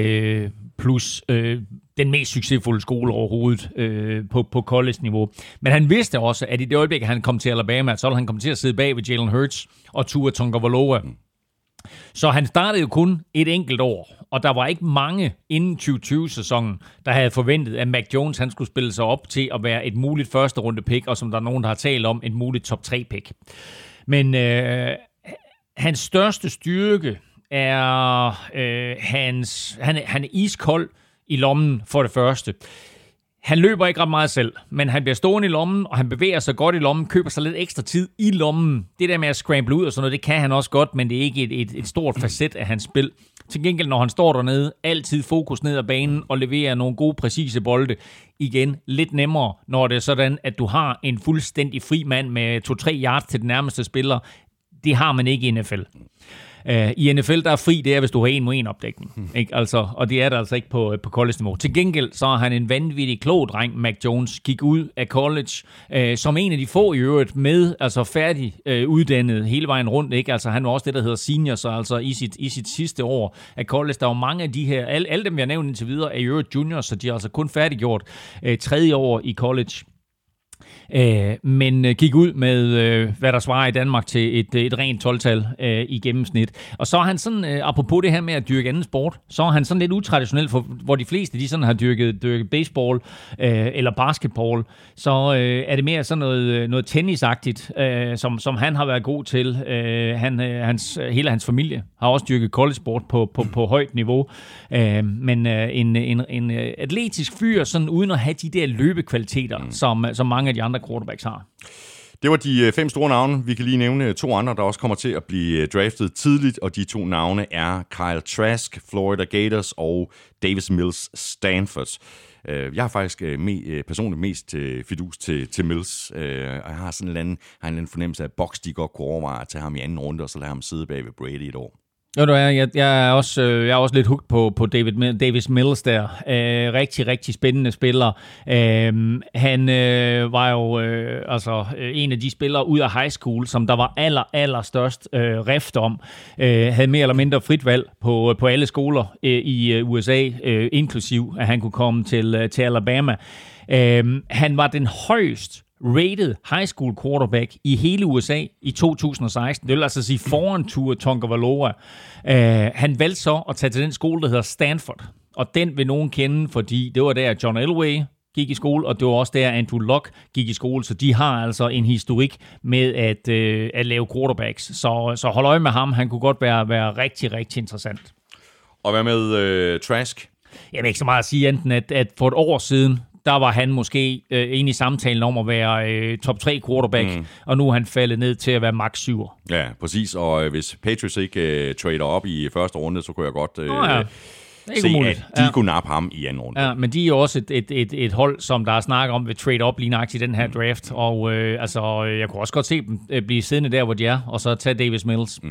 Speaker 2: plus den mest succesfulde skole overhovedet på college-niveau. Men han vidste også, at i det øjeblik, han kom til Alabama, så ville han komme til at sidde bag ved Jalen Hurts og Tua Tagovailoa. Så han startede jo kun et enkelt år, og der var ikke mange inden 2020-sæsonen, der havde forventet, at Mac Jones han skulle spille sig op til at være et muligt første runde pick, og som der er nogen, der har talt om, et muligt top 3 pick. Men hans største styrke er, han er iskold i lommen for det første. Han løber ikke ret meget selv, men han bliver stående i lommen, og han bevæger sig godt i lommen, køber sig lidt ekstra tid i lommen. Det der med at scramble ud og sådan noget, det kan han også godt, men det er ikke et stort facet af hans spil. Til gengæld, når han står dernede, altid fokus ned ad banen og leverer nogle gode, præcise bolde. Igen, lidt nemmere, når det er sådan, at du har en fuldstændig fri mand med 2-3 yards til den nærmeste spiller. Det har man ikke i NFL. I NFL, der er fri, det er, hvis du har 1-mod-1 opdækning. Ikke? Altså, og det er der altså ikke på college-niveau. Til gengæld, så er han en vanvittig klog dreng, Mac Jones. Gik ud af college som en af de få i øvrigt med, altså færdig uddannet hele vejen rundt. Ikke? Altså, han var også det, der hedder senior, så altså i sit sidste år af college. Der var mange af de her, alle dem, vi har nævnt indtil videre, er i øvrigt juniors, så de har altså kun færdiggjort 3. år i college. Men gik ud med, hvad der svarer i Danmark til et rent 12-tal i gennemsnit. Og så er han sådan, apropos det her med at dyrke anden sport, så er han sådan lidt utraditionel, for hvor de fleste de sådan har dyrket baseball eller basketball, så er det mere sådan noget tennisagtigt, som han har været god til. Hele hans familie har også dyrket college-sport på højt niveau. Men en atletisk fyr, sådan uden at have de der løbekvaliteter, som mange af de andre quarterbacks har.
Speaker 1: Det var de 5 store navne. Vi kan lige nævne 2 andre, der også kommer til at blive draftet tidligt, og de 2 navne er Kyle Trask, Florida Gators, og Davis Mills, Stanford. Jeg har faktisk personligt mest fidus til Mills, og jeg har sådan en eller anden fornemmelse af, at Bucks de godt kunne overveje at tage ham i anden runde, og så lade ham sidde bag ved Brady et år.
Speaker 2: Jeg er også lidt hooked på Davis Mills der. Rigtig, rigtig spændende spiller. Han var jo en af de spillere ud af high school, som der var allerstørst rift om. Havde mere eller mindre frit valg på alle skoler i USA, inklusiv at han kunne komme til Alabama. Han var den højst rated high school quarterback i hele USA i 2016. Det vil altså sige foran Tua Tagovailoa. Han valgte så at tage til den skole, der hedder Stanford. Og den vil nogen kende, fordi det var der John Elway gik i skole, og det var også der Andrew Luck gik i skole. Så de har altså en historik med at lave quarterbacks. Så hold øje med ham. Han kunne godt være rigtig, rigtig interessant.
Speaker 1: Og hvad med Trask?
Speaker 2: Jeg vil ikke så meget at sige enten, at for et år siden, der var han måske inde i samtalen om at være top 3 quarterback, og nu er han faldet ned til at være max 7.
Speaker 1: Ja, præcis. Og hvis Patriots ikke trader op i første runde, så kunne jeg godt se, at de kunne nappe ham i anden runde.
Speaker 2: Ja, men de er jo også et hold, som der er snak om, vil trade op lige nøjagtigt i den her draft. Og jeg kunne også godt se dem blive siddende der, hvor de er, og så tage Davis Mills.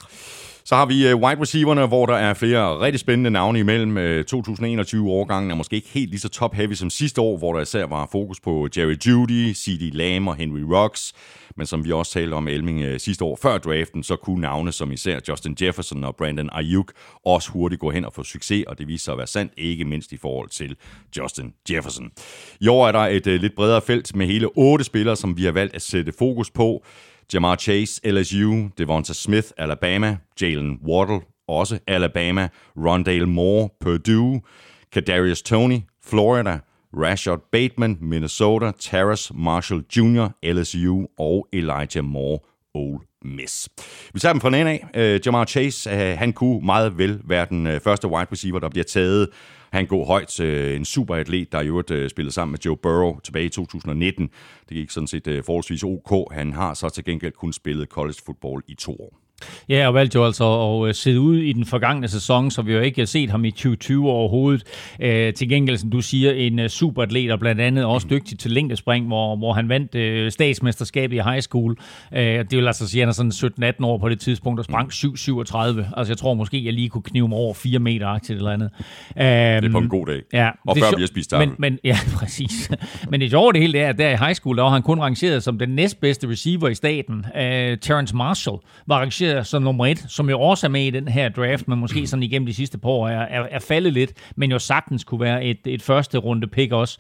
Speaker 1: Så har vi wide receiverne, hvor der er flere rigtig spændende navne imellem. 2021-årgangen er måske ikke helt lige så top-heavy som sidste år, hvor der især var fokus på Jerry Jeudy, CeeDee Lamb og Henry Ruggs. Men som vi også talte om Elming sidste år før draften, så kunne navne som især Justin Jefferson og Brandon Ayuk også hurtigt gå hen og få succes, og det viser sig at være sandt, ikke mindst i forhold til Justin Jefferson. I år er der et lidt bredere felt med hele 8 spillere, som vi har valgt at sætte fokus på. Ja'Marr Chase, LSU, Devonta Smith, Alabama, Jalen Waddle, også Alabama, Rondale Moore, Purdue, Kadarius Toney, Florida, Rashad Bateman, Minnesota, Terrace Marshall Jr., LSU og Elijah Moore, Ole Miss. Vi tager dem fra den ende af. Ja'Marr Chase, han kunne meget vel være den første wide receiver, der bliver taget. Han går højt, en superatlet, der i øvrigt spillede sammen med Joe Burrow tilbage i 2019. Det gik sådan set forholdsvis ok. Han har så til gengæld kun spillet college football i 2 år.
Speaker 2: Ja, og valgte jo altså at sidde ud i den forgangne sæson, så vi har jo ikke set ham i 2020 overhovedet. Til gengæld, som du siger, en superatlet og blandt andet også dygtig til længdespring, hvor han vandt statsmesterskabet i high school. Det vil altså sige, at han er sådan 17-18 år på det tidspunkt og sprang 7,37. Altså jeg tror måske, jeg lige kunne knive mig over 4 meter til eller andet.
Speaker 1: Det er på en god dag.
Speaker 2: Ja,
Speaker 1: og før vi har spist tafel.
Speaker 2: Men ja, præcis. Men det sjove det hele er, at der i high school, der var han kun rangeret som den næstbedste receiver i staten. Terrence Marshall var rangeret som nummer 1, som jo også er med i den her draft, men måske sådan igennem de sidste par år er faldet lidt, men jo sagtens kunne være et første runde pick også.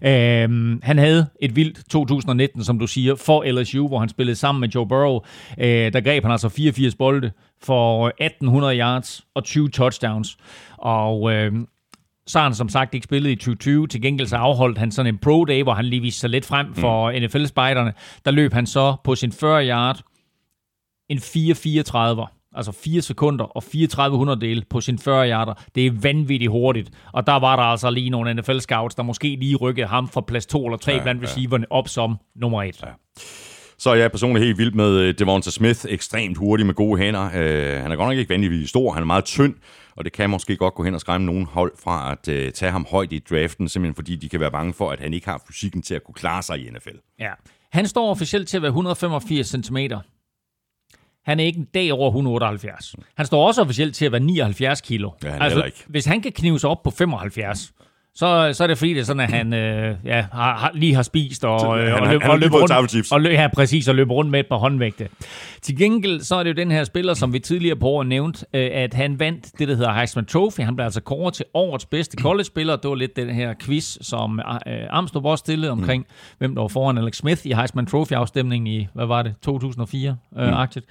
Speaker 2: Han havde et vildt 2019, som du siger, for LSU, hvor han spillede sammen med Joe Burrow. Der greb han altså 84 bolde for 1800 yards og 20 touchdowns. Og så har han som sagt ikke spillet i 2020. Til gengæld så afholdt han sådan en pro day, hvor han lige viste sig lidt frem for NFL-spejderne. Der løb han så på sin 40 yard en 4.34, altså 4 sekunder og 3400 del på sin 40 yarder. Det er vanvittigt hurtigt. Og der var der altså lige nogle NFL-scouts, der måske lige rykkede ham fra plads 2 eller 3 blandt receiverne op som nummer 1. Ja.
Speaker 1: Så er jeg personligt helt vild med Devonta Smith. Ekstremt hurtig med gode hænder. Han er godt nok ikke vanvittigt stor. Han er meget tynd, og det kan måske godt gå hen og skræmme nogen hold fra at tage ham højt i draften, simpelthen fordi de kan være bange for, at han ikke har fysikken til at kunne klare sig i NFL.
Speaker 2: Ja. Han står officielt til at være 185 cm. Han er ikke en dag over 178. Han står også officielt til at være 79 kilo.
Speaker 1: Ja, han altså, ikke.
Speaker 2: Hvis han kan knive sig op på 75, så er det fordi, det er sådan, at han lige har spist og løber rundt med et par håndvægte. Til gengæld så er det jo den her spiller, som vi tidligere på året nævnte, at han vandt det, der hedder Heisman Trophy. Han blev altså kåret til årets bedste college-spiller. Det var lidt den her quiz, som Armstrong også stillede omkring, hvem der var foran Alex Smith i Heisman Trophy-afstemningen i, 2004-agtigt.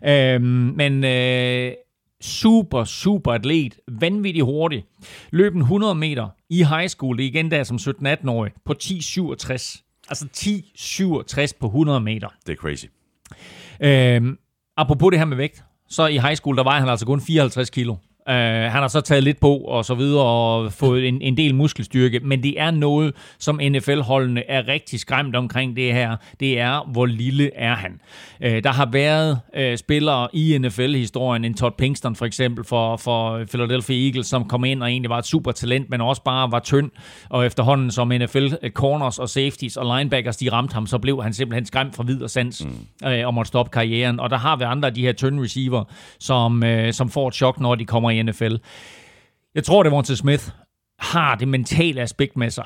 Speaker 2: Super atlet, vanvittigt hurtig. Løb en 100 meter i high school, det er igen der som 17-18-årig, på 10.67. Altså 10.67 på 100 meter.
Speaker 1: Det er crazy.
Speaker 2: Apropos det her med vægt, så i high school, der var han altså kun 54 kilo. Han har så taget lidt på og så videre og fået en del muskelstyrke, men det er noget, som NFL-holdene er rigtig skræmt omkring det her. Det er, hvor lille er han. Der har været spillere i NFL-historien, en Todd Pinkston for eksempel for Philadelphia Eagles, som kom ind og egentlig var et super talent, men også bare var tynd, og efterhånden som NFL-corners og safeties og linebackers, de ramte ham, så blev han simpelthen skræmt fra vid og sans og måtte stoppe karrieren. Og der har vi andre af de her tynde receiver, som får et chok, når de kommer i NFL. Jeg tror, det Devonta Smith har det mentale aspekt med sig.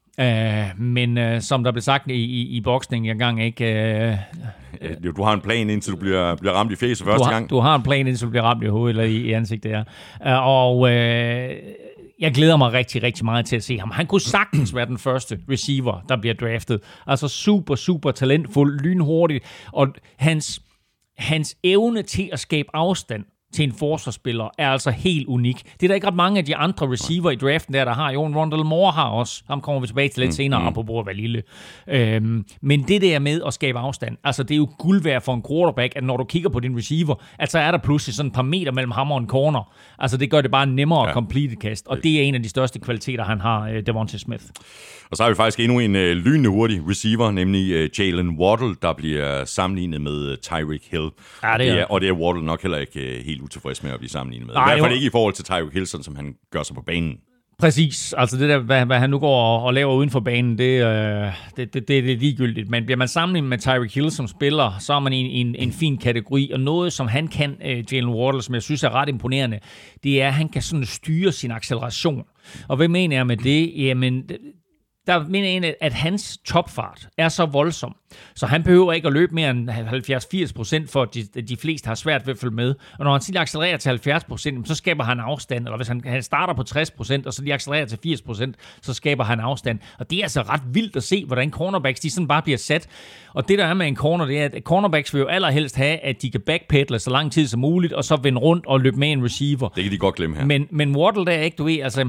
Speaker 2: Men som der blev sagt i boksning engang, ikke...
Speaker 1: Du har en plan, indtil du bliver ramt i fjeset første gang.
Speaker 2: Du har en plan, indtil du bliver ramt i hovedet eller i ansigtet, ja. Og jeg glæder mig rigtig, rigtig meget til at se ham. Han kunne sagtens være den første receiver, der bliver draftet. Altså super, super talentfuld, lynhurtigt. Og hans evne til at skabe afstand til en forsvarsspiller er altså helt unik. Det er der ikke ret mange af de andre receiver i draften der har. Jo, Rondale Moore har også. Ham kommer vi tilbage til lidt senere, apropos at være lille. Men det der med at skabe afstand, altså det er jo guld værd for en quarterback, at når du kigger på din receiver, at så er der pludselig sådan et par meter mellem ham og en corner. Altså det gør det bare nemmere at complete et kast, og det er en af de største kvaliteter, han har, Devonta Smith.
Speaker 1: Og så har vi faktisk endnu en lynende hurtig receiver, nemlig Jalen Waddle, der bliver sammenlignet med Tyreek Hill. Ja, og det er Waddle nok heller ikke helt utilfreds med at blive sammenlignet med. I hvert fald ikke i forhold til Tyreek Hill, som han gør sig på banen.
Speaker 2: Præcis. Altså det der, hvad han nu går og laver uden for banen, det er ligegyldigt. Men bliver man sammenlignet med Tyreek Hill som spiller, så er man i en fin kategori. Og noget, som han kan, Jalen Waddle, som jeg synes er ret imponerende, det er, at han kan sådan styre sin acceleration. Og hvad mener jeg med det? Jamen... Der mener jeg, at hans topfart er så voldsom, så han behøver ikke at løbe mere end 70-80%, for at de fleste har svært ved at følge med. Og når han lige accelererer til 70%, så skaber han afstand. Eller hvis han starter på 60%, og så lige accelererer til 80%, så skaber han afstand. Og det er altså ret vildt at se, hvordan cornerbacks de sådan bare bliver sat. Og det der er med en corner, det er, at cornerbacks vil jo allerhelst have, at de kan backpedale så lang tid som muligt, og så vende rundt og løbe med en receiver.
Speaker 1: Det kan de godt glemme her.
Speaker 2: Men Waddle der ikke, du ved, altså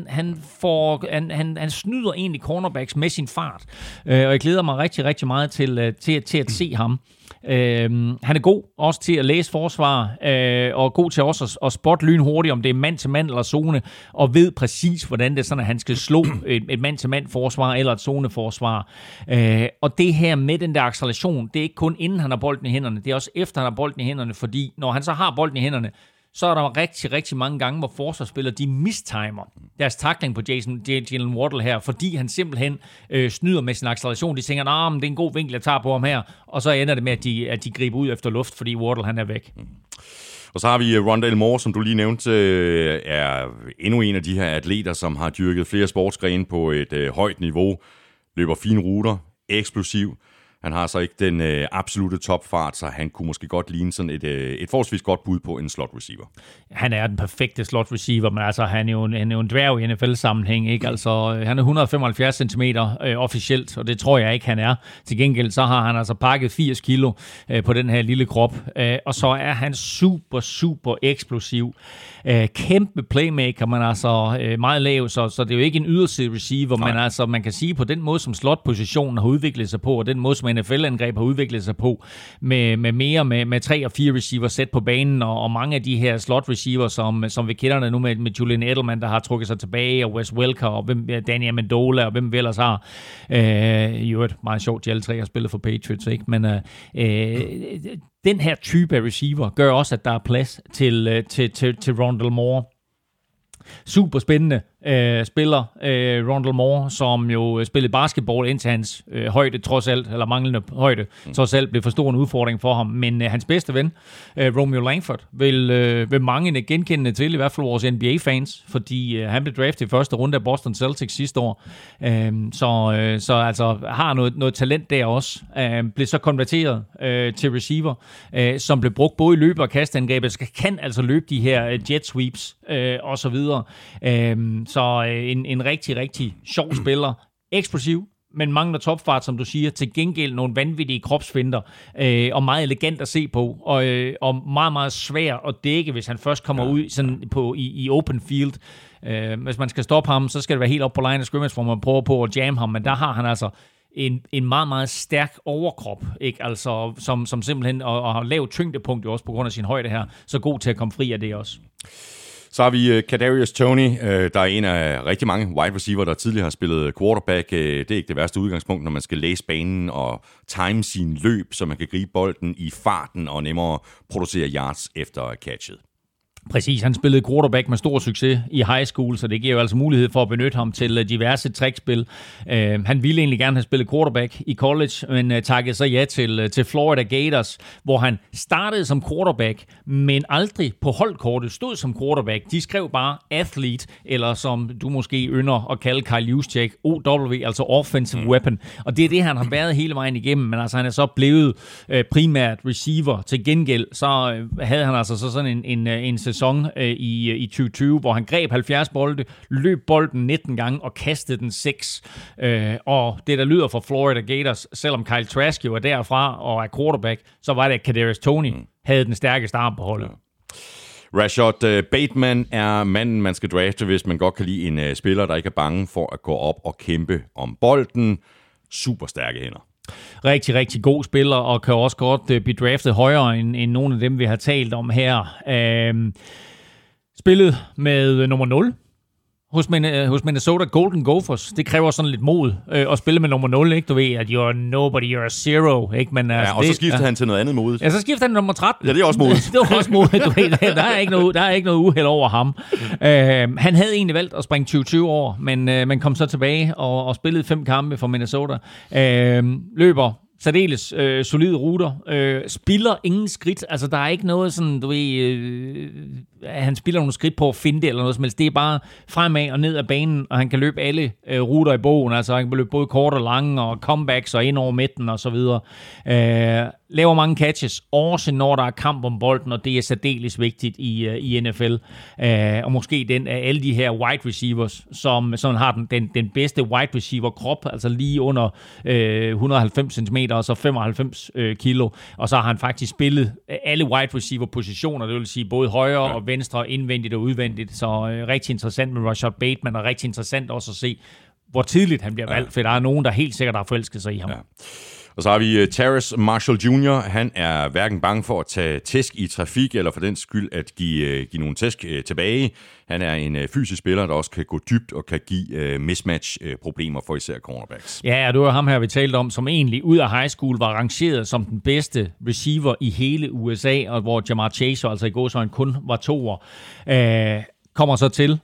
Speaker 2: han snyder egentlig cornerbacks med sin fart. Og jeg glæder mig rigtig, rigtig meget til at se ham. Han er god også til at læse forsvar, og god til også at spotte lynhurtigt, om det er mand til mand eller zone, og ved præcis, hvordan det er sådan, at han skal slå et mand til mand forsvar eller et zoneforsvar. Og det her med den der acceleration, det er ikke kun inden han har bolden i hænderne, det er også efter han har bolden i hænderne, fordi når han så har bolden i hænderne, så er der rigtig, rigtig mange gange, hvor forsvarsspillere, de mistimer deres tackling på Jalen Waddle her, fordi han simpelthen snyder med sin acceleration. De tænker, men det er en god vinkel, jeg tager på ham her, og så ender det med, at de griber ud efter luft, fordi Waddle han er væk.
Speaker 1: Og så har vi Rondale Moore, som du lige nævnte, er endnu en af de her atleter, som har dyrket flere sportsgrene på et højt niveau, løber fine ruter, eksplosiv. Han har så ikke den absolute topfart, så han kunne måske godt ligne sådan et forholdsvis godt bud på en slot receiver.
Speaker 2: Han er den perfekte slot receiver, men altså han er jo en dværg i NFL-sammenhæng, ikke? Altså han er 175 cm officielt, og det tror jeg ikke, han er. Til gengæld så har han altså pakket 80 kilo på den her lille krop, og så er han super, super eksplosiv. Kæmpe playmaker, men altså meget lav, så det er jo ikke en yderside receiver, men altså man kan sige på den måde, som slot-positionen har udviklet sig på, og den måde, som NFL-angreb har udviklet sig på, med 3 og 4 receiver sæt på banen, og mange af de her slot-receiver, som vi kender nu med Julian Edelman, der har trukket sig tilbage, og Wes Welker, og Danny Amendola, og hvem vi ellers har. I øvrigt meget sjovt, de alle tre har spillet for Patriots, ikke? Men den her type af receiver gør også, at der er plads til Rondale Moore. Super spændende spiller Rondale Moore, som jo spillede basketball indtil hans højde trods alt, eller manglende højde, trods alt blev for stor en udfordring for ham. Men hans bedste ven, Romeo Langford, vil mange genkende til, i hvert fald vores NBA-fans, fordi han blev draftet i første runde af Boston Celtics sidste år. Så altså har noget talent der også. Blev så konverteret til receiver, som blev brugt både i løbe- og kastangrebet, kan altså løbe de her jet sweeps og så videre. Så en rigtig, rigtig sjov spiller. Eksplosiv, men mangler topfart, som du siger. Til gengæld nogle vanvittige kropsfinter, og meget elegant at se på, og meget, meget svær at dække, hvis han først kommer ud sådan i open field. Hvis man skal stoppe ham, så skal det være helt op på line of scrimmage, hvor man prøver på at jamme ham, men der har han altså en meget, meget stærk overkrop, ikke? Altså, som simpelthen, og har lavt tyngdepunkt jo også på grund af sin højde her, så god til at komme fri af det også.
Speaker 1: Så har vi Kadarius Toney, der er en af rigtig mange wide receiver, der tidligere har spillet quarterback. Det er ikke det værste udgangspunkt, når man skal læse banen og time sin løb, så man kan gribe bolden i farten og nemmere producere yards efter catchet.
Speaker 2: Præcis, han spillede quarterback med stor succes i high school, så det giver jo altså mulighed for at benytte ham til diverse trickspil. Han ville egentlig gerne have spillet quarterback i college, men takkede så ja til Florida Gators, hvor han startede som quarterback, men aldrig på holdkortet stod som quarterback. De skrev bare athlete, eller som du måske ynder at kalde Kyle Juszczyk, OW, altså offensive weapon. Og det er det, han har været hele vejen igennem, men altså han er så blevet primært receiver. Til gengæld så havde han altså så sådan en sæson i 2020, hvor han greb 70 bolde, løb bolden 19 gange og kastede den 6. Og det, der lyder fra Florida Gators, selvom Kyle Trask jo er derfra og er quarterback, så var det, at Kadarius Toney havde den stærkeste arm på holdet.
Speaker 1: Rashad Bateman er manden, man skal drafte, hvis man godt kan lide en spiller, der ikke er bange for at gå op og kæmpe om bolden. Super stærke hænder.
Speaker 2: Rigtig, rigtig god spiller, og kan også godt blive draftet højere end nogle af dem, vi har talt om her. Spillet med nummer 0 hos Minnesota Golden Gophers. Det kræver sådan lidt mod at spille med nummer 0, ikke? Du ved, at you're nobody, you're a zero, ikke? Men,
Speaker 1: altså, og så skiftede han til noget andet mod.
Speaker 2: Ja, så skiftede han nummer 13.
Speaker 1: Ja, det er også mod.
Speaker 2: Det var også mod, du ved. Der er ikke noget uheld over ham. Han havde egentlig valgt at springe 2020 over, men kom så tilbage og spillede 5 kampe for Minnesota. Løber særdeles solide ruter. Spiller ingen skridt. Altså, der er ikke noget sådan, du ved, han spiller nogle skridt på at finde det eller noget som helst. Det er bare fremad og ned ad banen, og han kan løbe alle ruter i bogen. Altså, han kan løbe både kort og lange, og comebacks og ind over midten og så videre. Laver mange catches, også når der er kamp om bolden, og det er særdeles vigtigt i NFL. Og måske den af alle de her wide receivers, som sådan har den bedste wide receiver krop, altså lige under 190 cm og så 95 kilo. Og så har han faktisk spillet alle wide receiver positioner, det vil sige både højre og venstre, indvendigt og udvendigt. Så rigtig interessant med Rashad Bateman, og rigtig interessant også at se, hvor tidligt han bliver valgt, for der er nogen, der helt sikkert har forelsket sig i ham. Ja.
Speaker 1: Og så har vi Terrace Marshall Jr. Han er hverken bange for at tage tæsk i trafik, eller for den skyld at give nogle tæsk tilbage. Han er en fysisk spiller, der også kan gå dybt og kan give mismatch-problemer for især cornerbacks.
Speaker 2: Ja, det var ham her, vi talte om, som egentlig ud af high school var rangeret som den bedste receiver i hele USA, og hvor Jamar Chase altså i gåseøjne kun var 2'er. Kommer så til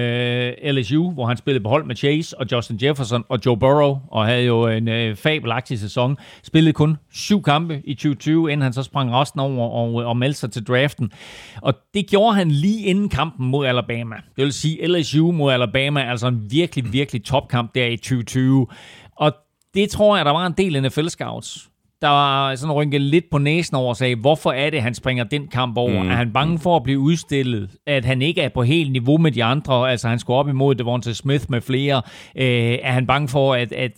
Speaker 2: LSU, hvor han spillede på hold med Chase og Justin Jefferson og Joe Burrow, og havde jo en fabelagtig sæson. Spillede kun 7 kampe i 2020, inden han så sprang resten over og meldte sig til draften. Og det gjorde han lige inden kampen mod Alabama. Det vil sige LSU mod Alabama, altså en virkelig, virkelig topkamp der i 2020. Og det tror jeg, der var en del NFL-scouts, der var sådan rynket lidt på næsen over og sagde, hvorfor er det, han springer den kamp over? Er han bange for at blive udstillet? At han ikke er på helt niveau med de andre? Altså, han skulle op imod Devonta Smith med flere. Er han bange for,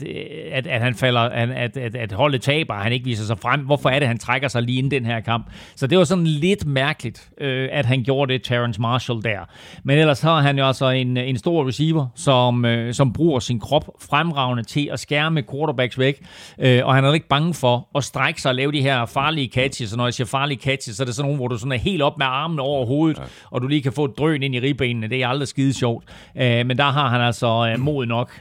Speaker 2: at han falder, at holdet taber, han ikke viser sig frem? Hvorfor er det, han trækker sig lige inden den her kamp? Så det var sådan lidt mærkeligt, at han gjorde det, Terrace Marshall der. Men ellers har han jo altså en stor receiver, som bruger sin krop fremragende til at skærme quarterbacks væk. Og han er ikke bange for at strække sig og lave de her farlige catches. Og når jeg siger farlige catches, så er det sådan nogle, hvor du sådan er helt op med armene over hovedet, og du lige kan få et drøn ind i ribbenene. Det er aldrig skide sjovt. Men der har han altså mod nok.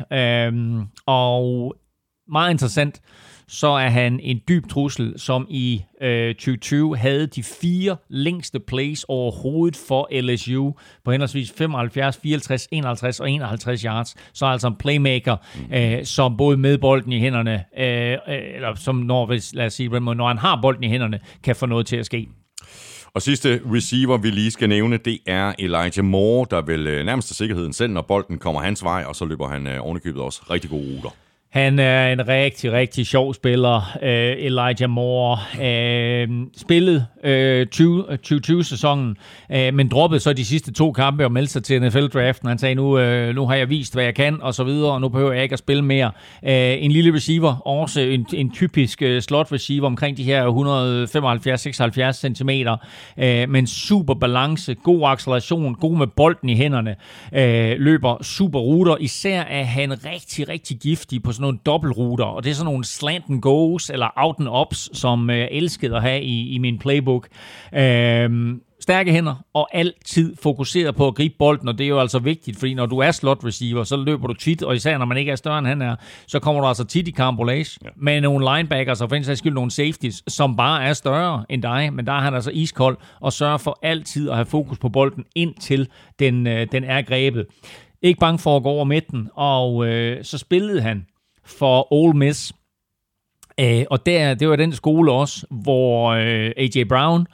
Speaker 2: Og meget interessant, så er han en dyb trussel, som i 2020 havde de 4 længste plays overhovedet for LSU på henholdsvis 75, 54, 51 og 51 yards. Så altså en playmaker, som både med bolden i hænderne, eller som når han har bolden i hænderne, kan få noget til at ske.
Speaker 1: Og sidste receiver, vi lige skal nævne, det er Elijah Moore, der vil nærmest til sikkerheden selv, når bolden kommer hans vej, og så løber han ovenikøbet også rigtig gode ruter.
Speaker 2: Han er en rigtig, rigtig sjov spiller, Elijah Moore. Spillede 2020-sæsonen, men droppede så de sidste 2 kampe og meldte sig til NFL-draften. Han sagde, nu har jeg vist, hvad jeg kan, og så videre, og nu behøver jeg ikke at spille mere. En lille receiver, også en typisk slot receiver, omkring de her 175-76 centimeter, men super balance, god acceleration, god med bolden i hænderne, løber super ruter. Især er han rigtig, rigtig giftig på sådan nogle dobbeltruter, og det er sådan nogle slant and goes, eller out and ups, som jeg elskede at have i min playbook. stærke hænder og altid fokuseret på at gribe bolden, og det er jo altså vigtigt, fordi når du er slot receiver, så løber du tit, og især når man ikke er større end han er, så kommer du altså tit i karambolage med nogle linebackers og for en sags skyld nogle safeties, som bare er større end dig, men der er han altså iskold og sørger for altid at have fokus på bolden, indtil den er grebet. Ikke bange for at gå over midten, og så spillede han for Ole Miss. Og det var den skole også, hvor A.J. Brown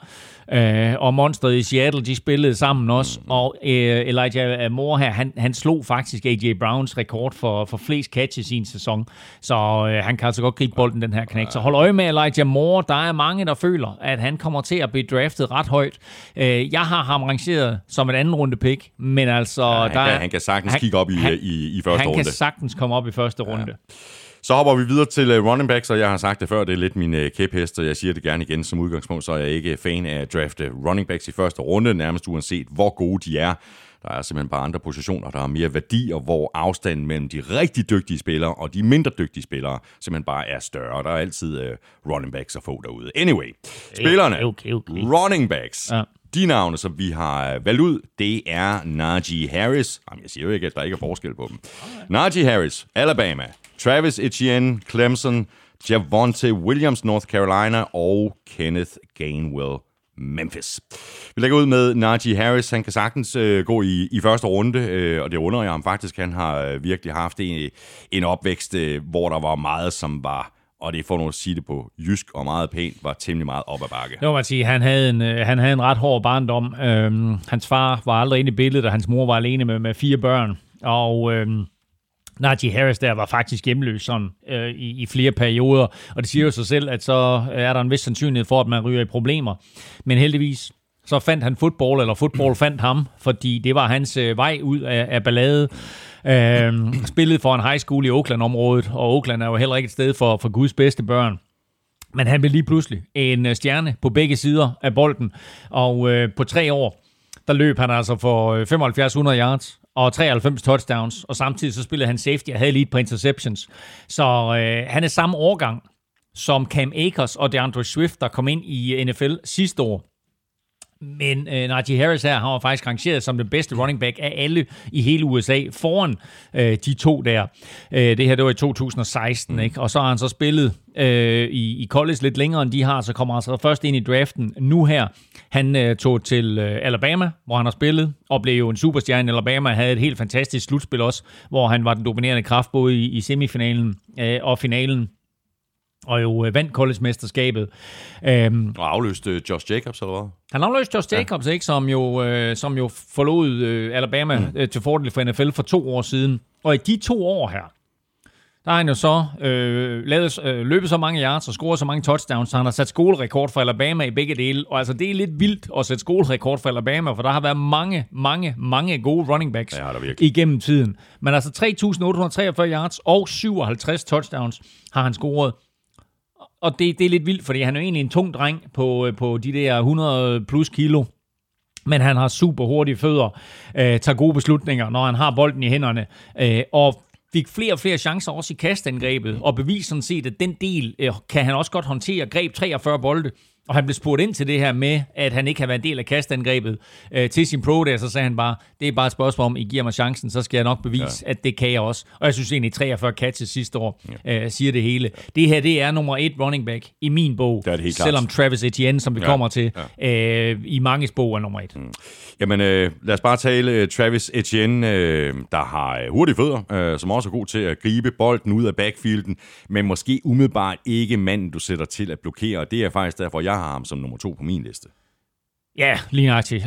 Speaker 2: og monsteret i Seattle, de spillede sammen også, og Elijah Moore her, han slog faktisk A.J. Browns rekord for flest catches i en sæson, så han kan altså godt gribe bolden, den her knægt. Så hold øje med Elijah Moore, der er mange, der føler, at han kommer til at blive draftet ret højt. Jeg har ham rangeret som et anden runde pick, men altså...
Speaker 1: Han kan sagtens kigge op i første runde.
Speaker 2: Han kan sagtens komme op i første runde.
Speaker 1: Så hopper vi videre til running backs, og jeg har sagt det før, det er lidt min kæphest, og jeg siger det gerne igen som udgangspunkt, så er jeg ikke fan af at drafte running backs i første runde, nærmest uanset hvor gode de er. Der er simpelthen bare andre positioner, der har mere værdi, og hvor afstanden mellem de rigtig dygtige spillere og de mindre dygtige spillere simpelthen bare er større. Der er altid running backs at få derude. Anyway, spillerne, okay. Running backs. Ja. De navne, som vi har valgt ud, det er Najee Harris. Jamen, jeg siger jo ikke, at der ikke er forskel på dem. Najee Harris, Alabama. Travis Etienne, Clemson. Javonte Williams, North Carolina. Og Kenneth Gainwell, Memphis. Vi lægger ud med Najee Harris. Han kan sagtens gå i første runde, og det undrer jeg ham faktisk. Han har virkelig haft en opvækst, hvor der var meget, som var... og det er for nu at sige det på jysk og meget pænt, var temmelig meget op ad bakke.
Speaker 2: Det må man sige, han havde en ret hård barndom. Hans far var aldrig inde i billedet, og hans mor var alene med 4 børn. Og Najee Harris der var faktisk hjemløs sådan, i flere perioder. Og det siger jo sig selv, at så er der en vis sandsynlighed for, at man ryger i problemer. Men heldigvis, så fandt han fodbold fandt ham, fordi det var hans vej ud af ballade. Spillede for en high school i Oakland-området, og Oakland er jo heller ikke et sted for Guds bedste børn. Men han blev lige pludselig en stjerne på begge sider af bolden, og på 3 år, der løb han altså for 7500 yards og 93 touchdowns, og samtidig så spillede han safety og havde lige et par interceptions. Så han er samme årgang som Cam Akers og DeAndre Swift, der kom ind i NFL sidste år. Men Najee Harris her, han var faktisk rangeret som den bedste running back af alle i hele USA, foran de 2 der. Det her, det var i 2016, ikke? Og så har han så spillet i college lidt længere, end de har, så kommer han så først ind i draften nu her. Han tog til Alabama, hvor han har spillet, og blev jo en superstjerne i Alabama, havde et helt fantastisk slutspil også, hvor han var den dominerende kraft både i semifinalen og finalen. Og jo vandt college-mesterskabet.
Speaker 1: Og afløste Josh Jacobs, eller hvad?
Speaker 2: Han afløste Josh Jacobs, ikke, som jo forlod Alabama til fordel for NFL for 2 år siden. Og i de 2 år her, der har han jo så løbet så mange yards og scoret så mange touchdowns, så han har sat skolerekord for Alabama i begge dele. Og altså, det er lidt vildt at sætte skolerekord for Alabama, for der har været mange gode running backs igennem tiden. Men altså 3.843 yards og 57 touchdowns har han scoret. Og det er lidt vildt, fordi han er jo egentlig en tung dreng på de der 100 plus kilo. Men han har super hurtige fødder, tager gode beslutninger, når han har bolden i hænderne. Og fik flere og flere chancer også i kastangrebet, og beviser sådan set, at den del kan han også godt håndtere. Greb 43 bolde, og han blev spurgt ind til det her med, at han ikke har været en del af kastangrebet til sin pro der, så sagde han bare, det er bare et spørgsmål om, I giver mig chancen, så skal jeg nok bevise, at det kan jeg også. Og jeg synes egentlig, 43 catches sidste år siger det hele. Det her, det er nummer 1 running back i min bog, selvom Travis Etienne, som vi kommer til, i manges bog er nummer 1.
Speaker 1: Jamen, lad os bare tale Travis Etienne, der har hurtige fødder, som også er god til at gribe bolden ud af backfielden, men måske umiddelbart ikke manden, du sætter til at blokere, og det er faktisk derfor, jeg har ham som nummer 2 på min liste.
Speaker 2: Ja, lige nøjagtigt.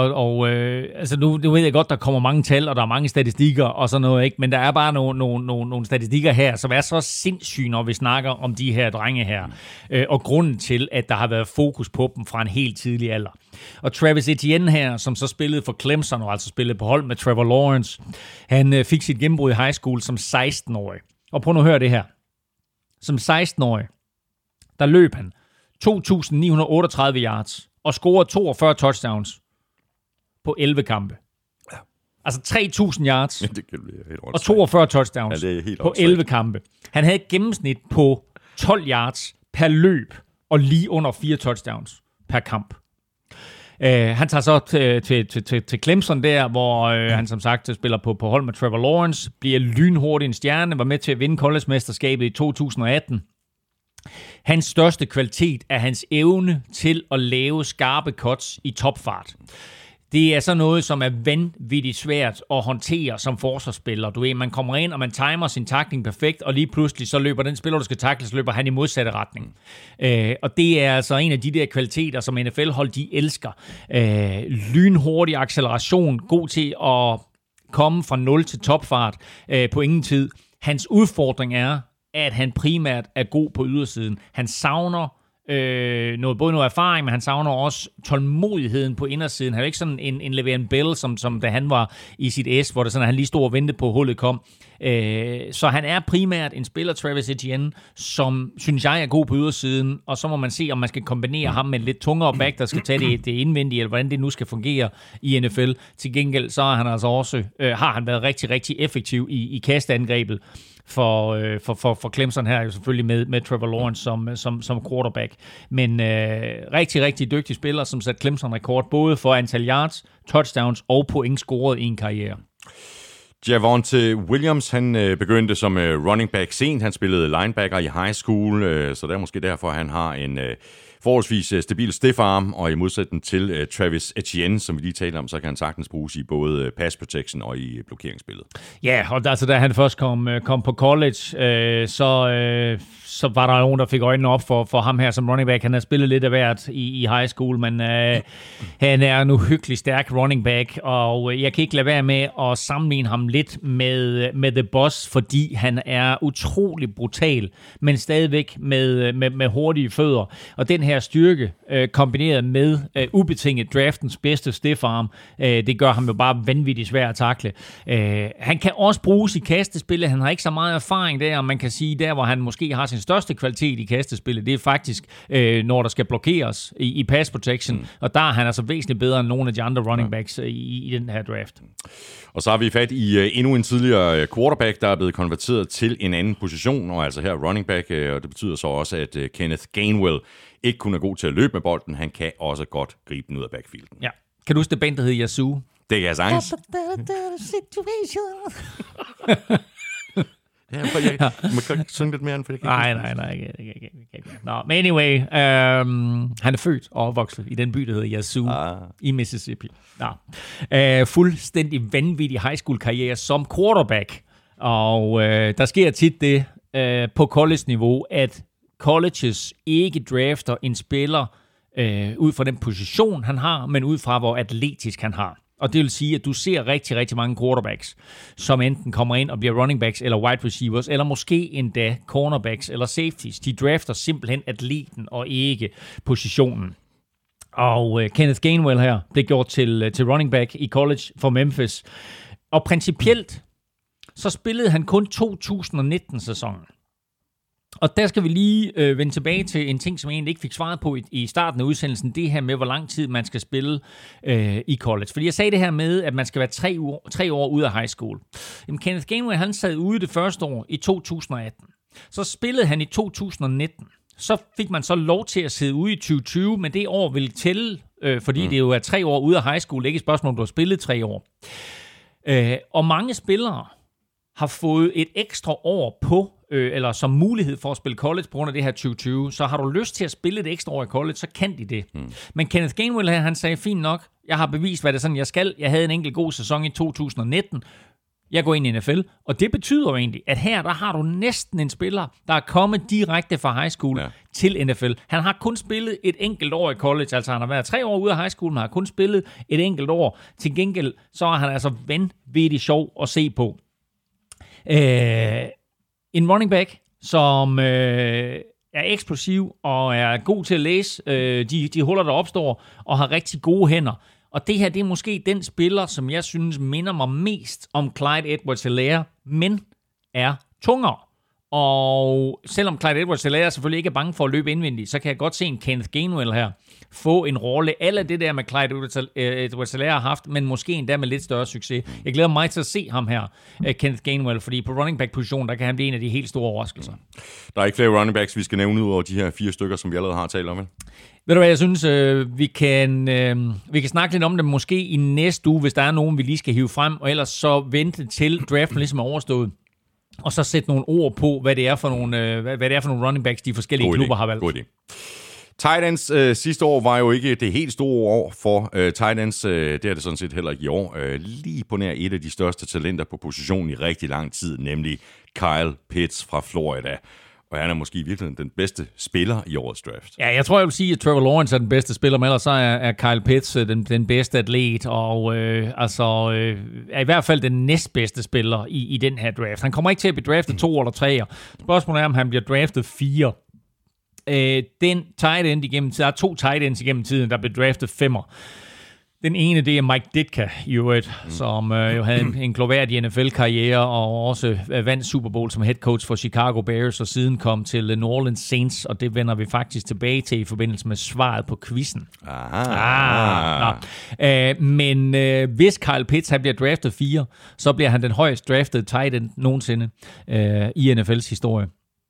Speaker 2: Altså nu ved jeg godt, der kommer mange tal, og der er mange statistikker og sådan noget, ikke? Men der er bare nogle statistikker her, som er så sindssyge, når vi snakker om de her drenge her. Og grunden til, at der har været fokus på dem fra en helt tidlig alder. Og Travis Etienne her, som så spillede for Clemson, og altså spillede på hold med Trevor Lawrence, han fik sit gennembrud i high school som 16-årig. Og prøv nu at høre det her. Som 16-årig, der løb han 2.938 yards og scorede 42 touchdowns på 11 kampe. Ja. Altså 3.000 yards
Speaker 1: det kan blive helt
Speaker 2: og 42 touchdowns på 11 kampe. Han havde et gennemsnit på 12 yards per løb og lige under 4 touchdowns per kamp. Han tager så til Clemson der, hvor han som sagt spiller på hold med Trevor Lawrence, bliver lynhurtig en stjerne, var med til at vinde college-mesterskabet i 2018. Hans største kvalitet er hans evne til at lave skarpe cuts i topfart. Det er så noget, som er vanvittigt svært at håndtere som forsvarsspiller. Du ved, man kommer ind, og man timer sin tackling perfekt, og lige pludselig så løber den spiller, du skal tackle, så løber han i modsatte retning. Og det er altså en af de der kvaliteter, som NFL-hold de elsker. Lynhurtig acceleration, god til at komme fra 0 til topfart på ingen tid. Hans udfordring er, at han primært er god på ydersiden. Han savner både noget erfaring, men han savner også tålmodigheden på indersiden. Han er jo ikke sådan en Le'Veon Bell, som da han var i sit S, hvor det sådan, at han lige stod og ventede på, at hullet kom. Så han er primært en spiller, Travis Etienne, som synes jeg er god på ydersiden, og så må man se, om man skal kombinere ham med en lidt tungere back, der skal tage det indvendige, eller hvordan det nu skal fungere i NFL. Til gengæld så er han altså også, har han været rigtig, rigtig effektiv i kastangrebet for Clemson her, jo selvfølgelig med Trevor Lawrence som quarterback. Men rigtig, rigtig dygtig spiller, som satte Clemson-rekord både for antal yards, touchdowns og point scoret i en karriere.
Speaker 1: Javonte Williams, han begyndte som running back sent. Han spillede linebacker i high school, så det er måske derfor, han har en forholdsvis stabil stiff arm, og i modsætning til Travis Etienne, som vi lige talte om, så kan han sagtens bruges i både pass protection og i blokeringsspillet. Ja,
Speaker 2: og altså, da han først kom på college, så var der nogen, der fik øjnene op for ham her som running back. Han har spillet lidt af hvert i high school, men han er en uhyggelig stærk running back, og jeg kan ikke lade være med at sammenligne ham lidt med The Boss, fordi han er utrolig brutal, men stadigvæk med hurtige fødder. Og den her styrke, kombineret med ubetinget draftens bedste stiff arm, det gør ham jo bare vanvittigt svær at takle. Han kan også bruges i kastespillet. Han har ikke så meget erfaring der, og man kan sige, der hvor han måske har sin største kvalitet i kastespillet, det er faktisk, når der skal blokeres i pass protection, og der er han altså væsentligt bedre end nogle af de andre running backs i den her draft.
Speaker 1: Og så har vi fat i endnu en tidligere quarterback, der er blevet konverteret til en anden position, og altså her running back, og det betyder så også, at Kenneth Gainwell ikke kun er god til at løbe med bolden, han kan også godt gribe den ud af backfielden.
Speaker 2: Ja. Kan du huske det band, der hedder Yazoo?
Speaker 1: Det kan jeg sagtens. Ja, man kan ikke synge lidt mere end, for det kan
Speaker 2: ikke. Nå, men anyway, han er født og opvokset i den by, der hedder Yazoo i Mississippi. Fuldstændig vanvittig high school karriere som quarterback. Og der sker tit det på college-niveau, at colleges ikke drafter en spiller ud fra den position, han har, men ud fra, hvor atletisk han har. Og det vil sige, at du ser rigtig, rigtig mange quarterbacks, som enten kommer ind og bliver running backs eller wide receivers, eller måske endda cornerbacks eller safeties. De drafter simpelthen atleten og ikke positionen. Og Kenneth Gainwell her blev gjort til running back i college for Memphis. Og principielt, så spillede han kun 2019-sæsonen. Og der skal vi lige vende tilbage til en ting, som jeg egentlig ikke fik svaret på i starten af udsendelsen. Det her med, hvor lang tid man skal spille i college. Fordi jeg sagde det her med, at man skal være 3 år ude af high school. Jamen, Kenneth Gainwell, han sad ude det første år i 2018. Så spillede han i 2019. Så fik man så lov til at sidde ude i 2020, men det år ville tælle, fordi det jo er 3 år ude af high school. Det er ikke et spørgsmål, om du har spillet 3 år. Og mange spillere har fået et ekstra år på, eller som mulighed for at spille college på grund af det her 2020, så har du lyst til at spille et ekstra år i college, så kan de det. Men Kenneth Gainwell her, han sagde, fint nok, jeg har bevist, hvad det er sådan, jeg skal. Jeg havde en enkelt god sæson i 2019. Jeg går ind i NFL, og det betyder jo egentlig, at her, der har du næsten en spiller, der er kommet direkte fra high school til NFL. Han har kun spillet et enkelt år i college, altså han har været 3 år ude af high school, men har kun spillet et enkelt år. Til gengæld, så er han altså vanvittigt sjov at se på. En running back, som er eksplosiv og er god til at læse de huller, der opstår, og har rigtig gode hænder. Og det her, det er måske den spiller, som jeg synes minder mig mest om Clyde Edwards-Helaire, men er tungere Og selvom Clyde Edwards-Helaire selvfølgelig ikke er bange for at løbe indvendigt, så kan jeg godt se en Kenneth Gainwell her få en rolle. Alle det der med Clyde Edwards-Helaire har haft, men måske endda med lidt større succes. Jeg glæder mig til at se ham her, Kenneth Gainwell, fordi på running back-positionen, der kan han blive en af de helt store overraskelser.
Speaker 1: Der er ikke flere running backs, vi skal nævne ud over de her 4 stykker, som vi allerede har talt om, vel?
Speaker 2: Ved du hvad, jeg synes, vi kan snakke lidt om det måske i næste uge, hvis der er nogen, vi lige skal hive frem, og ellers så vente til draften ligesom er overstået. Og så sætte nogle ord på, hvad det er for nogle running backs, de forskellige klubber har valgt.
Speaker 1: God idé. Tight ends sidste år var jo ikke det helt store år for tight ends. Det er det sådan set heller ikke i år. Lige på nær et af de største talenter på positionen i rigtig lang tid, nemlig Kyle Pitts fra Florida. Og han er måske i virkeligheden den bedste spiller i årets draft.
Speaker 2: Ja, jeg tror, jeg vil sige, at Trevor Lawrence er den bedste spiller, men ellers så er Kyle Pitts den bedste atlet, og er i hvert fald den næstbedste spiller i den her draft. Han kommer ikke til at blive draftet 2 eller 3. Spørgsmålet er, om han bliver draftet 4. Den tight end igennem tiden, der er 2 tight ends igennem tiden, der blev draftet 5'er. Den ene, det er Mike Ditka, som jo havde en gloværdig NFL-karriere og også vandt Super Bowl som head coach for Chicago Bears og siden kom til New Orleans Saints, og det vender vi faktisk tilbage til i forbindelse med svaret på quizzen. Men hvis Kyle Pitts han bliver draftet 4, så bliver han den højst draftede tight end nogensinde i NFL's historie.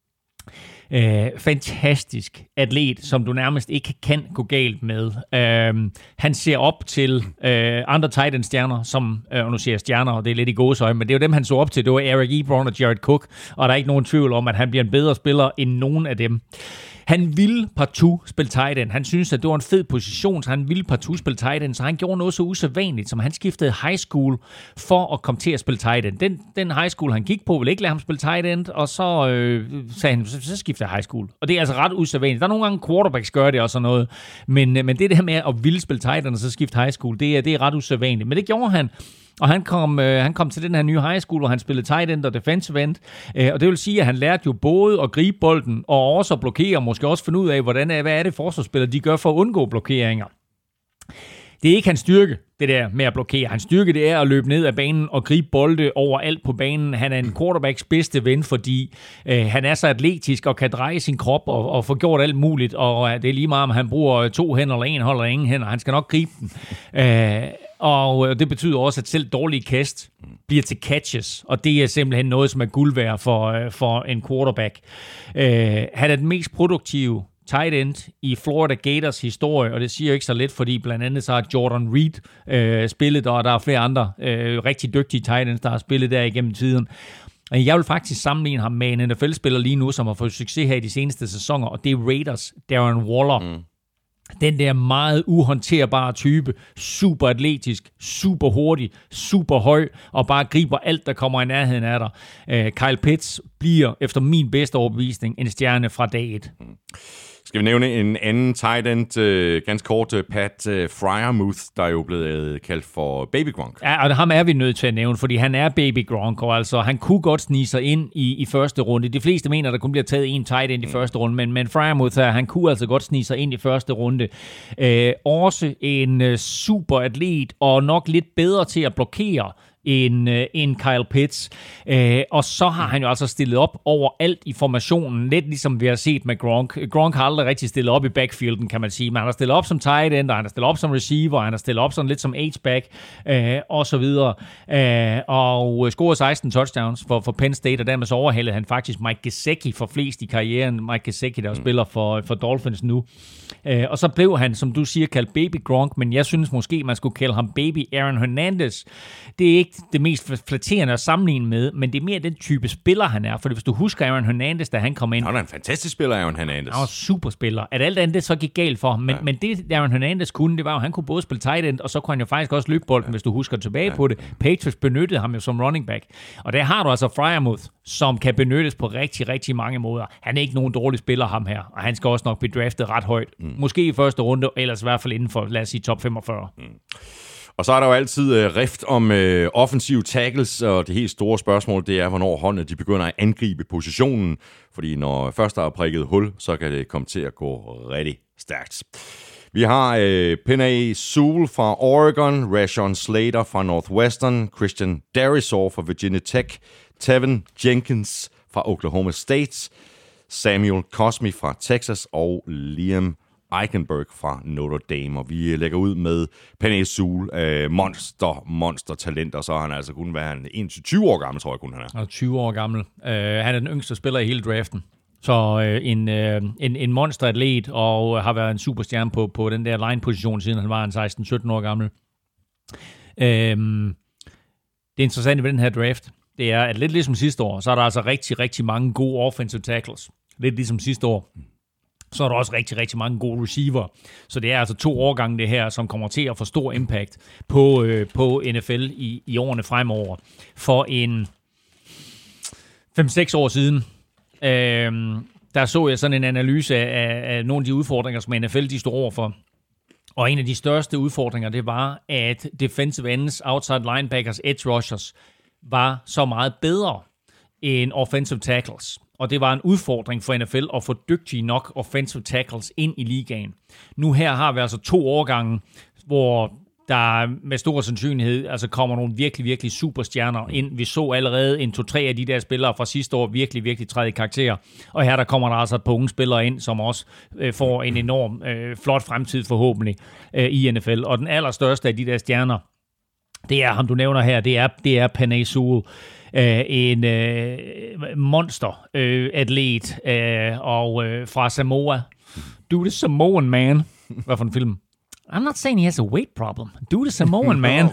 Speaker 2: Fantastisk atlet, som du nærmest ikke kan gå galt med. Han ser op til andre tight end stjerner, som, og nu siger jeg stjerner, og det er lidt i gåseøjne, men det er jo dem, han så op til. Det var Eric Ebron og Jared Cook, og der er ikke nogen tvivl om, at han bliver en bedre spiller end nogen af dem. Han ville partout spille tight end. Han synes, at det var en fed position, så han ville partout spille tight end. Så han gjorde noget så usædvanligt, som han skiftede high school for at komme til at spille tight end. Den high school, han gik på, ville ikke lade ham spille tight end, og så sagde han, så skifter jeg high school. Og det er altså ret usædvanligt. Der er nogle gange quarterbacks gør det og sådan noget. Men det der med at ville spille tight end og så skifte high school, det er ret usædvanligt. Men det gjorde han. Og han kom til den her nye high school, hvor han spillede tight end og defensive end. Og det vil sige, at han lærte jo både at gribe bolden og også at blokere, og måske også finde ud af, hvad er det forsvarsspillere, de gør for at undgå blokeringer. Det er ikke hans styrke, det der med at blokere. Hans styrke, det er at løbe ned ad banen og gribe bolde overalt på banen. Han er en quarterbacks bedste ven, fordi han er så atletisk og kan dreje sin krop og få gjort alt muligt. Og det er lige meget, om han bruger 2 hænder eller 1 hånd eller ingen hænder. Han skal nok gribe den. Og det betyder også, at selv dårlige kast bliver til catches. Og det er simpelthen noget, som er guld værd for en quarterback. Han er den mest produktive tight end i Florida Gators historie, og det siger jo ikke så lidt, fordi blandt andet så har Jordan Reed spillet, og der er flere andre rigtig dygtige tight ends, der har spillet der igennem tiden. Og jeg vil faktisk sammenligne ham med en NFL-spiller lige nu, som har fået succes her i de seneste sæsoner, og det er Raiders Darren Waller. Den der meget uhåndterbare type, super atletisk, super hurtig, super høj, og bare griber alt, der kommer i nærheden af dig. Kyle Pitts bliver, efter min bedste overbevisning, en stjerne fra dag 1.
Speaker 1: Skal vi nævne en anden tight end, ganske kort, Pat Freiermuth, der er jo blevet kaldt for Baby Gronk.
Speaker 2: Ja, og ham er vi nødt til at nævne, fordi han er Baby Gronk, og altså han kunne godt snige sig ind i første runde. De fleste mener, der kun bliver taget en tight end i første runde, men Freiermuth, han kunne altså godt snige sig ind i første runde. Også en super atlet, og nok lidt bedre til at blokere end Kyle Pitts. Og så har han jo altså stillet op overalt i formationen, lidt ligesom vi har set med Gronk. Gronk har aldrig rigtig stillet op i backfielden, kan man sige, men han har stillet op som tight end, og han har stillet op som receiver, og han har stillet op sådan lidt som H-back, og så videre. Og scorede 16 touchdowns for Penn State, og dermed så overhalede han faktisk Mike Gesicki for flest i karrieren. Mike Gesicki, der spiller for Dolphins nu. Og så blev han, som du siger, kaldt Baby Gronk, men jeg synes måske, man skulle kalde ham Baby Aaron Hernandez. Det er ikke det mest flatterende at sammenligne med, men det er mere den type spiller, han er. For hvis du husker Aaron Hernandez, da han kom ind...
Speaker 1: Han er en fantastisk spiller, Aaron Hernandez.
Speaker 2: Han var superspiller. At alt andet så gik galt for ham. Men det, Aaron Hernandez kunne, det var jo, han kunne både spille tight end, og så kunne han jo faktisk også løbe bolden, hvis du husker tilbage på det. Patriots benyttede ham jo som running back. Og der har du altså Freiermuth, som kan benyttes på rigtig, rigtig mange måder. Han er ikke nogen dårlig spiller, ham her. Og han skal også nok blive draftet ret højt. Måske i første runde, ellers i hvert fald inden for, lad os sige, top 45.
Speaker 1: Og så er der jo altid rift om offensive tackles, og det helt store spørgsmål, det er, hvornår holdene de begynder at angribe positionen. Fordi når først der er prikket hul, så kan det komme til at gå rigtig stærkt. Vi har Penei Sewell fra Oregon, Rashawn Slater fra Northwestern, Christian Darrisaw fra Virginia Tech, Tevin Jenkins fra Oklahoma State, Samuel Cosmi fra Texas og Liam Eichenberg fra Notre Dame. Og vi lægger ud med Penei Sewell, monster-talent, og så har han altså kun været 21 år gammel, tror jeg kun han er.
Speaker 2: Og 20 år gammel. Han er den yngste spiller i hele draften. Så en monsteratlet, og har været en superstjerne på den der line-position, siden han var en 16-17 år gammel. Det interessante ved den her draft, det er, at lidt ligesom sidste år, så er der altså rigtig, rigtig mange gode offensive tackles. Lidt ligesom sidste år. Så er der også rigtig, rigtig mange gode receiver. Så det er altså 2 årgange det her, som kommer til at få stor impact på NFL i årene fremover. For en 5-6 år siden, der så jeg sådan en analyse af nogle af de udfordringer, som NFL de stod overfor. Og en af de største udfordringer, det var, at defensive ends, outside linebackers, edge rushers, var så meget bedre end offensive tackles. Og det var en udfordring for NFL at få dygtige nok offensive tackles ind i ligaen. Nu her har vi altså 2 årgange, hvor der med stor sandsynlighed altså kommer nogle virkelig, virkelig superstjerner ind. Vi så allerede en 2-3 af de der spillere fra sidste år virkelig, virkelig træde i karakter. Og her der kommer der altså et par unge spillere ind, som også får en enorm flot fremtid forhåbentlig i NFL. Og den allerstørste af de der stjerner, det er ham du nævner her, det er Penei Sewell. En monster-atlet og fra Samoa. Do the Samoan Man. Hvad for en film? I'm not saying he has a weight problem. Do the Samoan Man.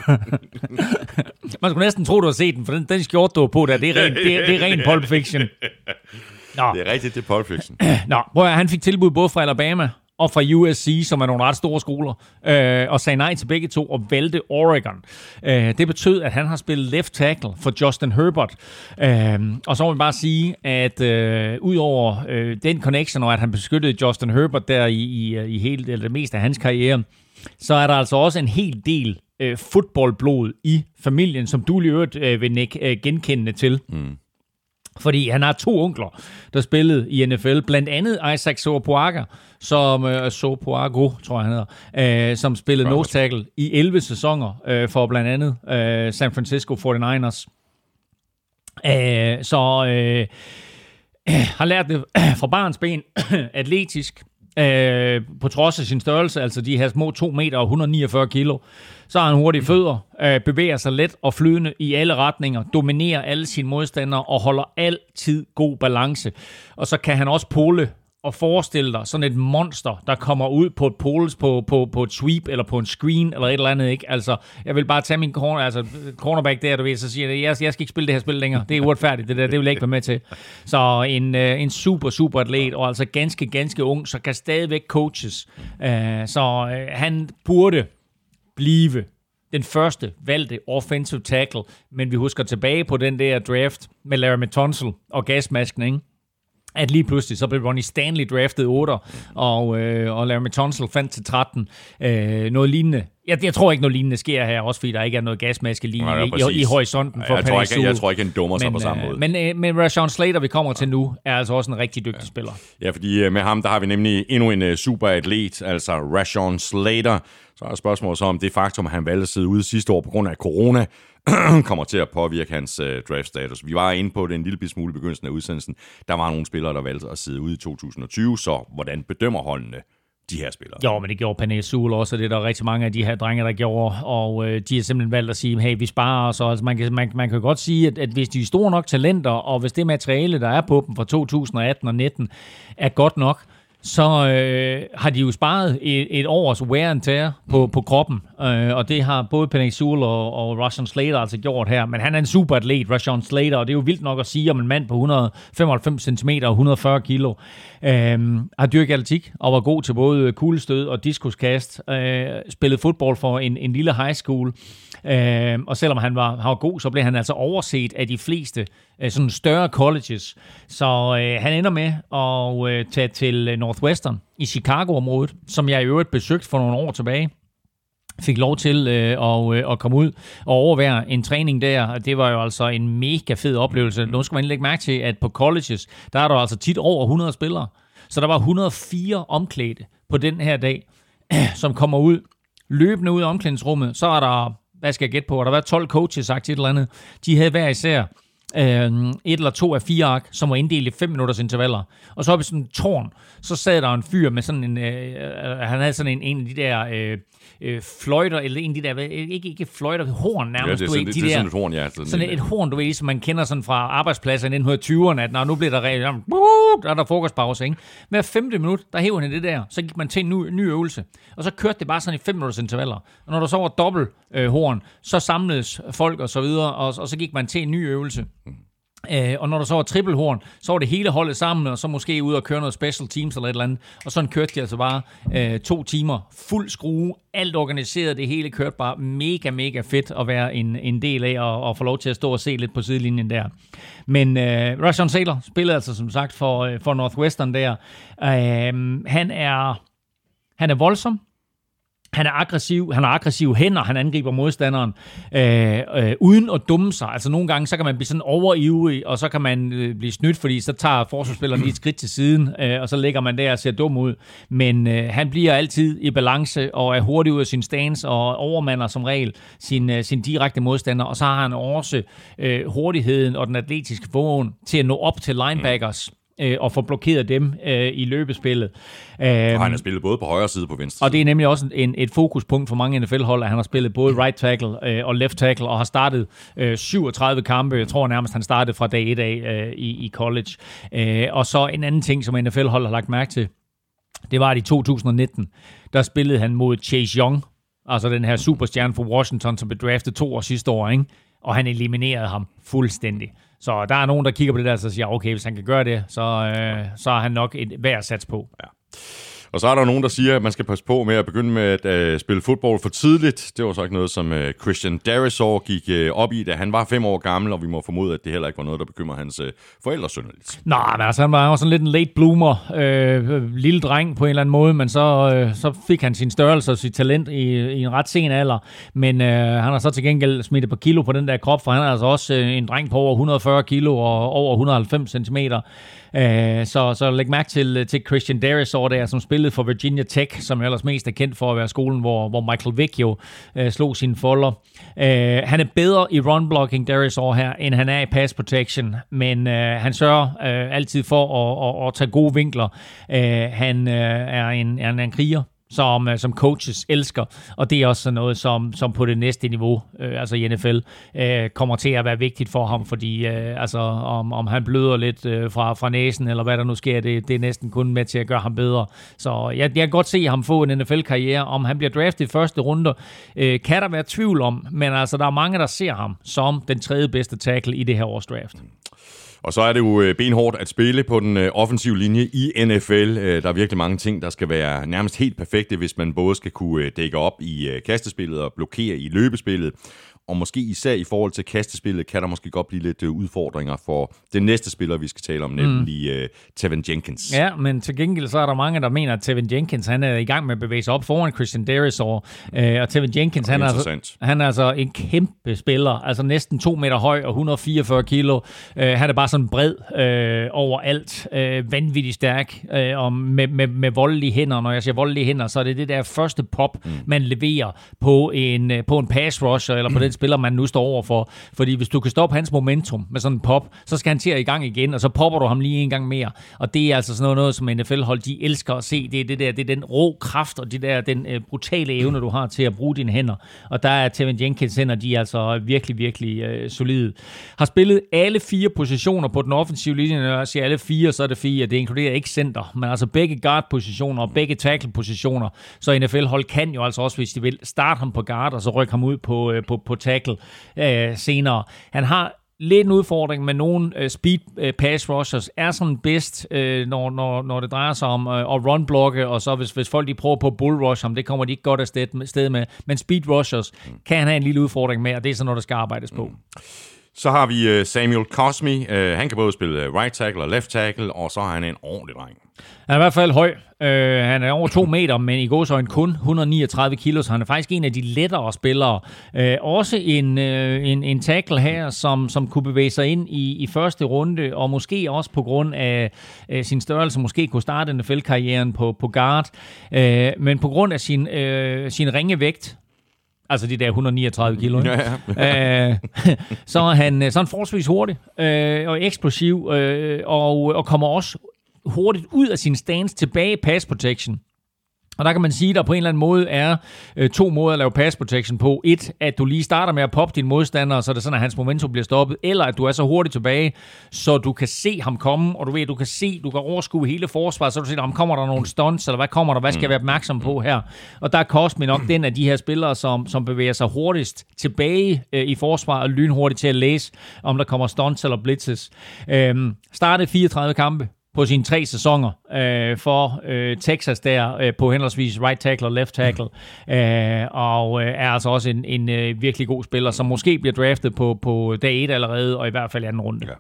Speaker 2: Man skulle næsten tro, du har set den, for den skjorte, du har på der, det er ren Pulp Fiction.
Speaker 1: Nå. Det er rigtigt, det er Pulp Fiction.
Speaker 2: Nå, han fik tilbud både fra Alabama og fra USC, som er nogle ret store skoler, og sagde nej til begge to og valgte Oregon. Det betød, at han har spillet left tackle for Justin Herbert. Og så må vi bare sige, at udover den connection, og at han beskyttede Justin Herbert der i hele det meste af hans karriere, så er der altså også en hel del fodboldblod i familien, som du lige vil nikke genkendende til. Fordi han har 2 onkler, der spillede i NFL. Blandt andet Isaac Sopoaga, Sopoago, tror jeg han hedder, som spillede nose tackle i 11 sæsoner for blandt andet San Francisco 49ers. Har lært det fra barns ben, atletisk, på trods af sin størrelse, altså de her små 2 meter og 149 kilo, så har han hurtige fødder, bevæger sig let og flydende i alle retninger, dominerer alle sine modstandere og holder altid god balance. Og så kan han også pole og forestille dig sådan et monster, der kommer ud på et poles på et sweep eller på en screen eller et eller andet, ikke? Altså, jeg vil bare tage min cornerback der, du ved, så siger jeg skal ikke spille det her spil længere. Det er uretfærdigt, det vil jeg ikke være med til. Så en super atlet, og altså ganske ung, så kan stadigvæk coaches. Så han burde blive den første valgte offensive tackle, men vi husker tilbage på den der draft med Laremy Tunsil og gasmasken, ikke? At lige pludselig, så blev Ronnie Stanley draftet 8, og Laremy Tunsil fandt til 13. Noget lignende. Jeg tror ikke, noget lignende sker her, også fordi der ikke er noget gasmaske i horisonten for Penei Sewell.
Speaker 1: Jeg tror ikke, han dummer sig på samme måde.
Speaker 2: Men Rashawn Slater, vi kommer til nu, er altså også en rigtig dygtig spiller.
Speaker 1: Ja, fordi med ham, der har vi nemlig endnu en superatlet, altså Rashawn Slater. Så er spørgsmålet så om det faktum, at han valgte at sidde ude sidste år på grund af corona, kommer til at påvirke hans draftstatus. Vi var inde på det en lille smule i begyndelsen af udsendelsen. Der var nogle spillere, der valgte at sidde ude i 2020, så hvordan bedømmer holdene de her spillere?
Speaker 2: Jo, men det gjorde Penei Sewell også, og det er der rigtig mange af de her drenge, der gjorde, og de har simpelthen valgt at sige, hey, vi sparer os. Altså, man kan godt sige, at hvis de er store nok talenter, og hvis det materiale, der er på dem fra 2018 og 19, er godt nok, så har de jo sparet et års wear and tear på kroppen, og det har både Penei Sewell og Rashawn Slater altså gjort her, men han er en superatlet, Rashawn Slater, og det er jo vildt nok at sige om en mand på 195 cm og 140 kilo. Har dyrket atletik og var god til både kuglestød og diskuskast, spillede fodbold for en lille high school, og selvom han var god, så blev han altså overset af de fleste sådan større colleges. Så han ender med at tage til Northwestern i Chicago-området, som jeg i øvrigt besøgte for nogle år tilbage. Fik lov til at komme ud og overvære en træning der. Det var jo altså en mega fed oplevelse. Nu skal man lægge mærke til, at på colleges, der er der altså tit over 100 spillere. Så der var 104 omklædte på den her dag, som kommer ud, løbende ud af omklædningsrummet. Så er der, hvad skal jeg gætte på, der var 12 coaches sagt et eller andet. De havde hver især et eller to af 4 ark, som var inddelt i 5 minutters intervaller. Og så oppe i sådan en tårn, så sad der en fyr med sådan en, han havde sådan en af de der fløjter, eller en af de der, ikke fløjter, horn nærmest.
Speaker 1: Ja, det er sådan et horn, ja.
Speaker 2: Sådan et horn, du ved, som man kender sådan fra arbejdspladser i 1920'erne, at når nu bliver der er der frokostpause, ikke? Hver 5. minut, der hæver han det der, så gik man til en ny øvelse. Og så kørte det bare sådan i 5 minutters intervaller. Og når der så var dobbelt horn, så samledes folk og så videre, og så gik man til en ny øvelse. Og når der så var trippelhorn, så var det hele holdet sammen, og så måske ud og køre noget special teams eller et eller andet. Og sådan kørte de altså bare 2 timer, fuld skrue, alt organiseret, det hele kørte bare mega, mega fedt at være en del af, og få lov til at stå og se lidt på sidelinjen der. Men Rashawn Slater spillede altså som sagt for Northwestern der. Han er voldsom. Han er aggressiv, han har aggressive hænder, han angriber modstanderen uden at dumme sig. Altså nogle gange, så kan man blive sådan overivrig, og så kan man blive snydt, fordi så tager forsvarsspilleren lige et skridt til siden, og så ligger man der og ser dum ud. Men han bliver altid i balance, og er hurtig ud af sin stance, og overmander som regel sin direkte modstander. Og så har han også hurtigheden og den atletiske formåen til at nå op til linebackers, og få blokeret dem i løbespillet.
Speaker 1: Og han har spillet både på højre side og på venstre side.
Speaker 2: Og det er nemlig også et fokuspunkt for mange NFL-hold, at han har spillet både right tackle og left tackle, og har startet 37 kampe. Jeg tror nærmest, han startede fra dag 1 af i college. Og så en anden ting, som NFL-hold har lagt mærke til, det var, at i 2019, der spillede han mod Chase Young, altså den her superstjerne for Washington, som blev draftet 2 år sidste år, ikke? Og han eliminerede ham fuldstændig. Så der er nogen, der kigger på det der, og siger, okay, hvis han kan gøre det, så er han nok et værd at satse på. Ja.
Speaker 1: Og så er der nogen, der siger, at man skal passe på med at begynde med at spille fodbold for tidligt. Det var så ikke noget, som Christian Darrisaw gik op i, da han var 5 år gammel, og vi må formode, at det heller ikke var noget, der bekymrer hans forældre synderligt.
Speaker 2: Nej, men altså, han var sådan lidt en late bloomer, lille dreng på en eller anden måde, men så fik han sin størrelse og sit talent i en ret sen alder. Men han har så til gengæld smidt et par kilo på den der krop, for han er altså også en dreng på over 140 kilo og over 190 centimeter. Så læg mærke til Christian Darrisaw der, som spillede for Virginia Tech, som ellers mest er kendt for at være skolen, hvor Michael Vick jo slog sine folder. Han er bedre i run blocking, Darrisaw her, end han er i pass protection, men han sørger altid for at tage gode vinkler. Han er en kriger, som coaches elsker, og det er også noget, som på det næste niveau, altså i NFL, kommer til at være vigtigt for ham, fordi om han bløder lidt fra næsen, eller hvad der nu sker, det er næsten kun med til at gøre ham bedre. Så jeg kan godt se ham få en NFL-karriere. Om han bliver draftet i første runde, kan der være tvivl om, men altså, der er mange, der ser ham som den 3. bedste tackle i det her års draft.
Speaker 1: Og så er det jo benhårdt at spille på den offensive linje i NFL. Der er virkelig mange ting, der skal være nærmest helt perfekte, hvis man både skal kunne dække op i kastespillet og blokere i løbespillet. Og måske især i forhold til kastespillet, kan der måske godt blive lidt udfordringer for den næste spiller, vi skal tale om, nemlig Tevin Jenkins.
Speaker 2: Ja, men til gengæld så er der mange, der mener, at Tevin Jenkins, han er i gang med at bevæge sig op foran Christian Darrisaw. Og Tevin Jenkins, han er altså en kæmpe spiller, altså næsten 2 meter høj og 144 kilo. Han er bare sådan bred overalt, vanvittigt stærk, og med voldelige hænder. Når jeg siger voldelige hænder, så er det der første pop, man leverer på en pass rusher, eller på den spiller, man nu står overfor. Fordi hvis du kan stoppe hans momentum med sådan en pop, så skal han til at i gang igen, og så popper du ham lige en gang mere. Og det er altså sådan noget som NFL-hold, de elsker at se. Det er den rå kraft, og den brutale evne, du har til at bruge dine hænder. Og der er Tevin Jenkins hænder, de er altså virkelig, virkelig solide. Har spillet alle 4 positioner på den offensive linje. Når jeg siger alle 4, så er det 4. Det inkluderer ikke center, men altså begge guard-positioner og begge tackle-positioner. Så NFL-hold kan jo altså også, hvis de vil, starte ham på guard, og så rykke ham ud på tackle senere. Han har lidt en udfordring med nogle speed pass rushers, er sådan bedst, når det drejer sig om at run blokke, og så hvis folk de prøver på bull rush ham, det kommer de ikke godt afsted med. Men speed rushers kan han have en lille udfordring med, og det er sådan noget, der skal arbejdes på.
Speaker 1: Så har vi Samuel Cosmi. Han kan både spille right tackle og left tackle, og så har han en ordentlig dreng.
Speaker 2: Han er i hvert fald høj. Han er over 2 meter, men i gåseøjne kun 139 kilo, så han er faktisk en af de lettere spillere. Også en tackle her, som kunne bevæge sig ind i første runde, og måske også på grund af sin størrelse, måske kunne starte NFL-karrieren på guard. Men på grund af sin ringe vægt, Altså de der 139 kilo. Ja. Så er han forholdsvis hurtig og eksplosiv og kommer også hurtigt ud af sin stance tilbage i pass protection. Og der kan man sige, at der på en eller anden måde er to måder at lave pass protection på. Et, at du lige starter med at poppe din modstander, så det er sådan, at hans momentum bliver stoppet. Eller at du er så hurtigt tilbage, så du kan se ham komme, og du kan overskue hele forsvaret, så du siger, kommer der nogle stunts, eller hvad kommer der, hvad skal jeg være opmærksom på her? Og der er Cosmi nok den af de her spillere, som bevæger sig hurtigst tilbage i forsvaret, og lynhurtigt til at læse, om der kommer stunts eller blitzes. Startede 34 kampe på sine 3 sæsoner for Texas der på henholdsvis right tackle og left tackle, og er altså også en virkelig god spiller, som måske bliver draftet på dag 1 allerede, og i hvert fald i anden runde. Ja.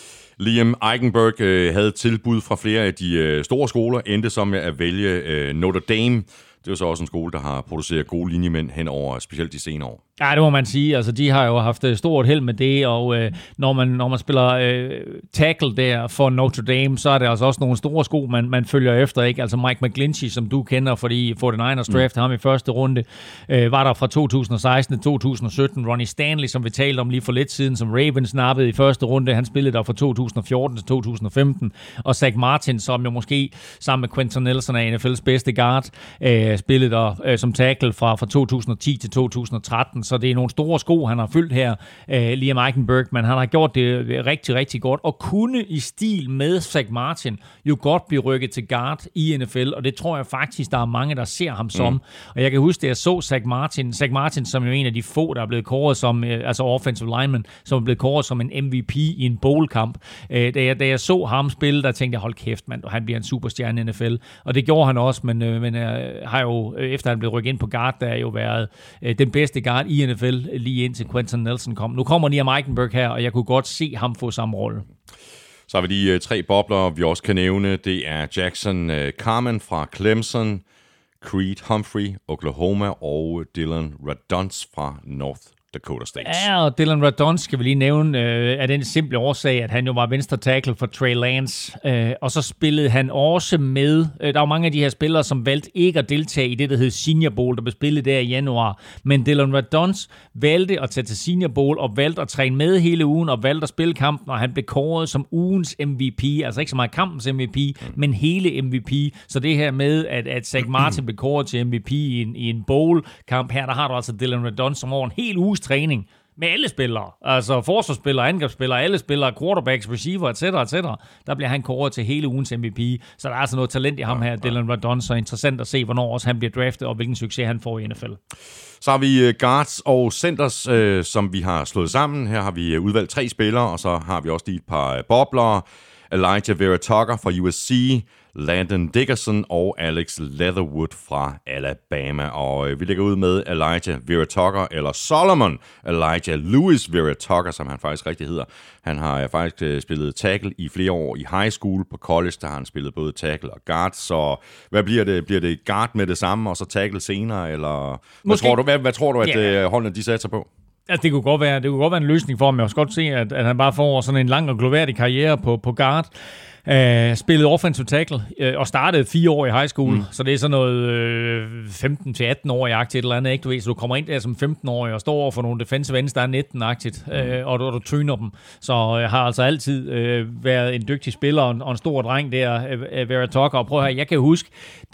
Speaker 1: Liam Eichenberg havde tilbud fra flere af de store skoler, endte så med at vælge Notre Dame. Det er jo så også en skole, der har produceret gode linjemænd hen over specielt de senere år.
Speaker 2: Ja, det må man sige. Altså, de har jo haft stort held med det, og når man spiller tackle der for Notre Dame, så er det altså også nogle store sko, man følger efter, ikke? Altså Mike McGlinchey, som du kender, fordi 49ers draft ham i første runde, var der fra 2016 til 2017. Ronnie Stanley, som vi talte om lige for lidt siden, som Ravens nappede i første runde, han spillede der fra 2014 til 2015. Og Zach Martin, som jo måske sammen med Quentin Nelson er NFL's bedste guard, spillede der som tackle fra 2010 til 2013. Så det er nogle store sko, han har fyldt her, Liam Eichenberg, men han har gjort det rigtig, rigtig godt, og kunne i stil med Zach Martin jo godt blive rykket til guard i NFL, og det tror jeg faktisk, der er mange, der ser ham som. Og jeg kan huske, at jeg så Zach Martin, som jo en af de få, der er blevet kåret som, altså offensive lineman, som er blevet kåret som en MVP i en bowl-kamp. Da jeg så ham spille, der tænkte jeg, hold kæft, mand, han bliver en superstjerne i NFL. Og det gjorde han også, men har jo, efter han blev rykket ind på guard, der har jo været den bedste guard i NFL lige indtil Quentin Nelson kom. Nu kommer Liam Eichenberg her, og jeg kunne godt se ham få samme rolle.
Speaker 1: Så har vi de 3 bobler, vi også kan nævne. Det er Jackson Carman fra Clemson, Creed Humphrey, Oklahoma og Dylan Radunz fra North Dakota State.
Speaker 2: Ja, og Dylan Radunz skal vi lige nævne af den simple årsag, at han jo var venstre tackle for Trey Lance, og så spillede han også med, der var mange af de her spillere, som valgte ikke at deltage i det, der hed Senior Bowl, der blev spillet der i januar, men Dylan Radunz valgte at tage til Senior Bowl, og valgte at træne med hele ugen, og valgte at spille kampen, og han blev kåret som ugens MVP, altså ikke så meget kampens MVP, men hele MVP, så det her med, at Zach Martin blev kåret til MVP i en bowl-kamp her, der har du altså Dylan Radunz som over en hel uges træning med alle spillere, altså forsvarsspillere, angrebsspillere, alle spillere, quarterbacks, receiver, etc., der bliver han kåret til hele ugens MVP, så der er altså noget talent i ham her, Dylan Radunz, så interessant at se, hvornår også han bliver draftet, og hvilken succes han får i NFL.
Speaker 1: Så har vi guards og centers, som vi har slået sammen. Her har vi udvalgt 3 spillere, og så har vi også lige et par bobler. Elijah Vera Tucker fra USC, Landon Dickerson og Alex Leatherwood fra Alabama. Og vi lægger ud med Elijah Vera Tucker, eller Solomon Elijah Lewis Vera Tucker, som han faktisk rigtig hedder. Han har faktisk spillet tackle i flere år i high school. På college, der har han spillet både tackle og guard. Så hvad bliver det? Bliver det guard med det samme, og så tackle senere? Eller hvad tror du, at holdene de satser på?
Speaker 2: Altså, det kunne godt være en løsning for ham. Jeg kan også godt se, at han bare får sådan en lang og gloværdig karriere på guard. Spillede offensive tackle og startede 4 år i high school, så det er sådan noget 15 til 18 år i aktivt eller andet, ikke? Du ved, så du kommer ind der som 15-årig og står over for nogle defensive ends, der er 19-agtigt, og du tryner dem. Så jeg har altså altid været en dygtig spiller og en stor dreng der, Vera Tucker. Og prøv at høre, jeg kan huske,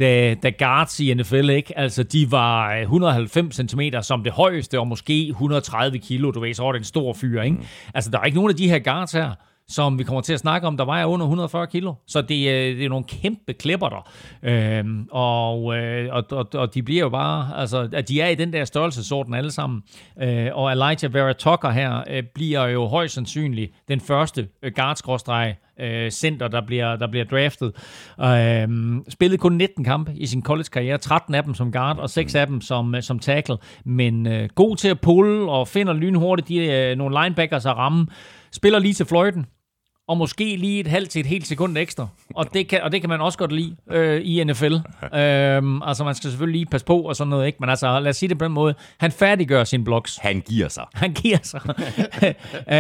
Speaker 2: da guards i NFL, ikke? Altså, de var 190 cm som det højeste, og måske 130 kilo, du ved, så var det en stor fyr, ikke? Altså, der er ikke nogen af de her guards her, som vi kommer til at snakke om, der vejer under 140 kilo. Så det er nogle kæmpe klipper der. Og de bliver jo bare, altså, at de er i den der størrelsesorden alle sammen. Og Elijah Vera Tucker her bliver jo højst sandsynligt den første guard-center, der bliver draftet. Spillede kun 19 kampe i sin college-karriere, 13 af dem som guard, og 6 af dem som tackle. Men god til at pulle og finder lynhurtigt nogle linebackers at ramme. Spiller lige til fløjten, og måske lige et halvt til et helt sekund ekstra. Og det kan man også godt lide i NFL. Altså, man skal selvfølgelig lige passe på og sådan noget, ikke? Men altså, lad os sige det på den måde. Han færdiggør sine blocks.
Speaker 1: Han giver sig.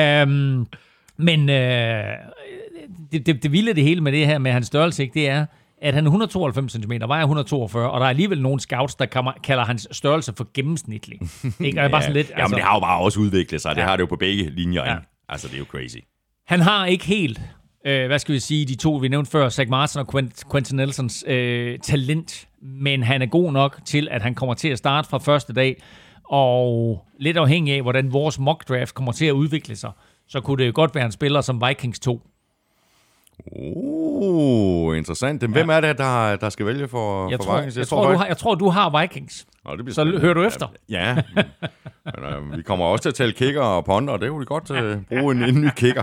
Speaker 2: Men det vilde det hele med det her med hans størrelse, ikke, det er, at han er 192 cm, vejer 142, og der er alligevel nogle scouts, der kalder hans størrelse for gennemsnitlig. Ikke? Og bare sådan lidt,
Speaker 1: Jamen, det har jo bare også udviklet sig. Det har det jo på begge linjer. Ja. Altså, det er jo crazy.
Speaker 2: Han har ikke helt, hvad skal vi sige, de to, vi nævnte før, Zach Martin og Quentin Nelsons talent, men han er god nok til, at han kommer til at starte fra første dag, og lidt afhængig af, hvordan vores mock draft kommer til at udvikle sig, så kunne det godt være en spiller som Vikings 2.
Speaker 1: Interessant. Hvem er det, der skal vælge for Vikings?
Speaker 2: Jeg tror, du har Vikings. Så hører du efter.
Speaker 1: Ja. Men, vi kommer også til at tale kicker og punter, og det vil vi godt bruge en ny kicker.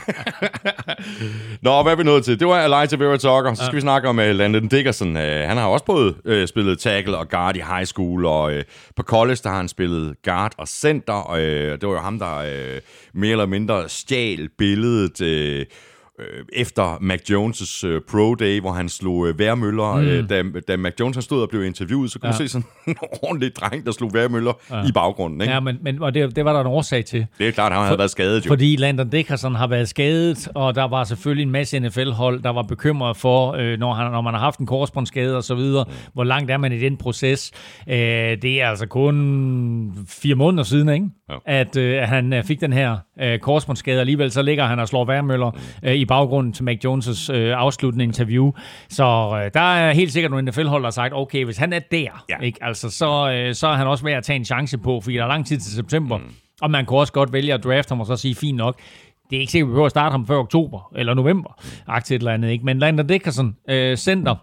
Speaker 1: Nå, hvad er vi nået til? Det var Elijah Vera Tucker. Så skal vi snakke om Landon Dickerson. Han har også både spillet tackle og guard i high school, og på college der har han spillet guard og center. Og det var jo ham, der mere eller mindre stjal billedet efter Mac Jones' Pro Day, hvor han slog vejrmøller. Da Mac Jones stod og blev interviewet, så kunne du se sådan en ordentlig dreng, der slog vejrmøller i baggrunden. Ikke?
Speaker 2: Ja, men og det var der en årsag til.
Speaker 1: Det er klart, han havde været skadet jo.
Speaker 2: Fordi Landon Dickerson har været skadet, og der var selvfølgelig en masse NFL-hold, der var bekymret for, når man har haft en korsbåndsskade og så videre, hvor langt er man i den proces. Det er altså kun 4 måneder siden, ikke? At han fik den her korsbåndsskade. Alligevel så ligger han og slår vejrmøller i baggrunden til Mac Jones' afsluttende interview. Så der er helt sikkert nogle NFL-hold, der har sagt, okay, hvis han er der, ikke? Altså, så er han også ved at tage en chance på, fordi der er lang tid til september, og man kunne også godt vælge at drafte ham og så sige, fint nok, det er ikke sikkert, at vi behøver at starte ham før oktober eller november, aktivt eller andet, ikke? Men Landon Dickerson center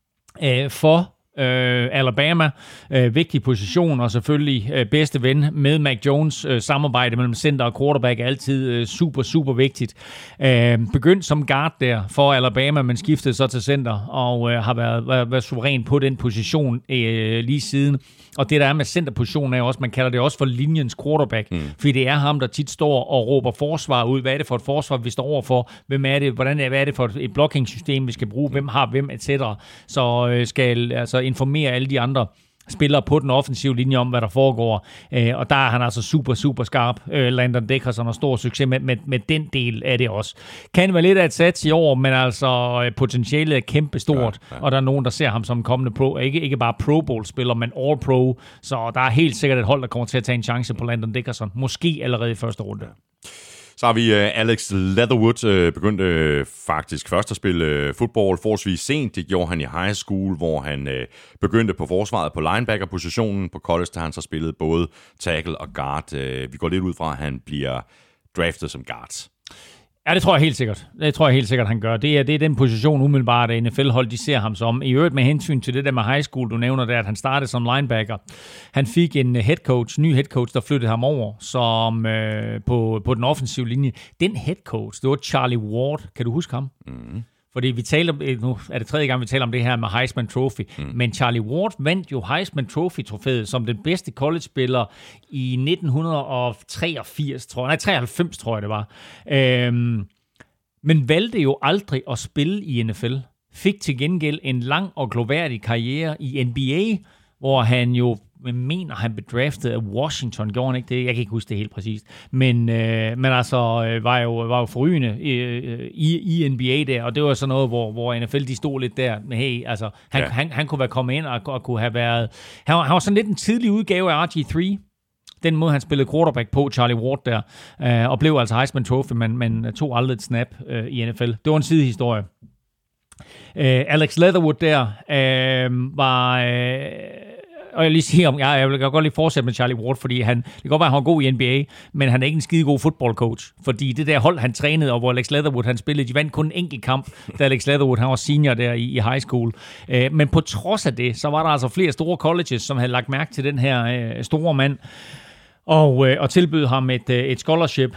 Speaker 2: for Alabama, vigtig position, og selvfølgelig bedste ven med Mac Jones. Samarbejde mellem center og quarterback er altid super, super vigtigt. Begyndt som guard der for Alabama, men skiftede så til center, og har været suveræn på den position lige siden. Og det der er med centerpositionen er også, man kalder det også for linjens quarterback, fordi det er ham, der tit står og råber forsvar ud. Hvad er det for et forsvar, vi står overfor? Hvem er det? Hvad er det for et blocking-system, vi skal bruge? Hvem har hvem, etc. Så skal altså informere alle de andre spillere på den offensive linje om, hvad der foregår. Og der er han altså super, super skarp. Landon Dickerson har stor succes med den del af det også. Kan være lidt af et sats i år, men altså potentialet er kæmpe stort, og der er nogen, der ser ham som en kommende pro, ikke bare Pro Bowl-spiller, men All-Pro. Så der er helt sikkert et hold, der kommer til at tage en chance på Landon Dickerson. Måske allerede i første runde.
Speaker 1: Så har vi Alex Leatherwood, begyndte faktisk først at spille fodbold forholdsvis sent. Det gjorde han i high school, hvor han begyndte på forsvaret på linebacker-positionen. På college har han så spillet både tackle og guard. Vi går lidt ud fra, at han bliver draftet som guard.
Speaker 2: Ja, det tror jeg helt sikkert. Det tror jeg helt sikkert, han gør. Det er den position umiddelbart, at NFL-hold, de ser ham som. I øvrigt med hensyn til det der med high school, du nævner der, at han startede som linebacker. Han fik en ny head coach, der flyttede ham over som på den offensive linje. Den head coach, det var Charlie Ward. Kan du huske ham? Mm. Fordi vi taler, nu er det 3. gang, vi taler om det her med Heisman Trophy, men Charlie Ward vandt jo Heisman Trophy-trofæet som den bedste college-spiller i 1993, 93, tror jeg det var. Men valgte jo aldrig at spille i NFL. Fik til gengæld en lang og gloværdig karriere i NBA, hvor han jo mener, han blev draftet af Washington. Gjorde han ikke det? Jeg kan ikke huske det helt præcist. Men altså var jo forrygende i NBA der, og det var sådan noget, hvor NFL de stod lidt der. Hey, altså, han kunne være kommet ind og kunne have været... Han var sådan lidt en tidlig udgave af RG3. Den måde, han spillede quarterback på, Charlie Ward der, og blev altså Heisman Trophy, men tog aldrig et snap i NFL. Det var en sidehistorie. Alex Leatherwood der var... Og jeg vil lige sige, jeg vil godt lige fortsætte med Charlie Ward, fordi det kan godt være, at han var god i NBA, men han er ikke en skide god fodboldcoach. Fordi det der hold, han trænede, og hvor Alex Leatherwood han spillede, de vandt kun en enkelt kamp, da Alex Leatherwood han var senior der i high school. Men på trods af det, så var der altså flere store colleges, som havde lagt mærke til den her store mand, og tilbød ham et scholarship.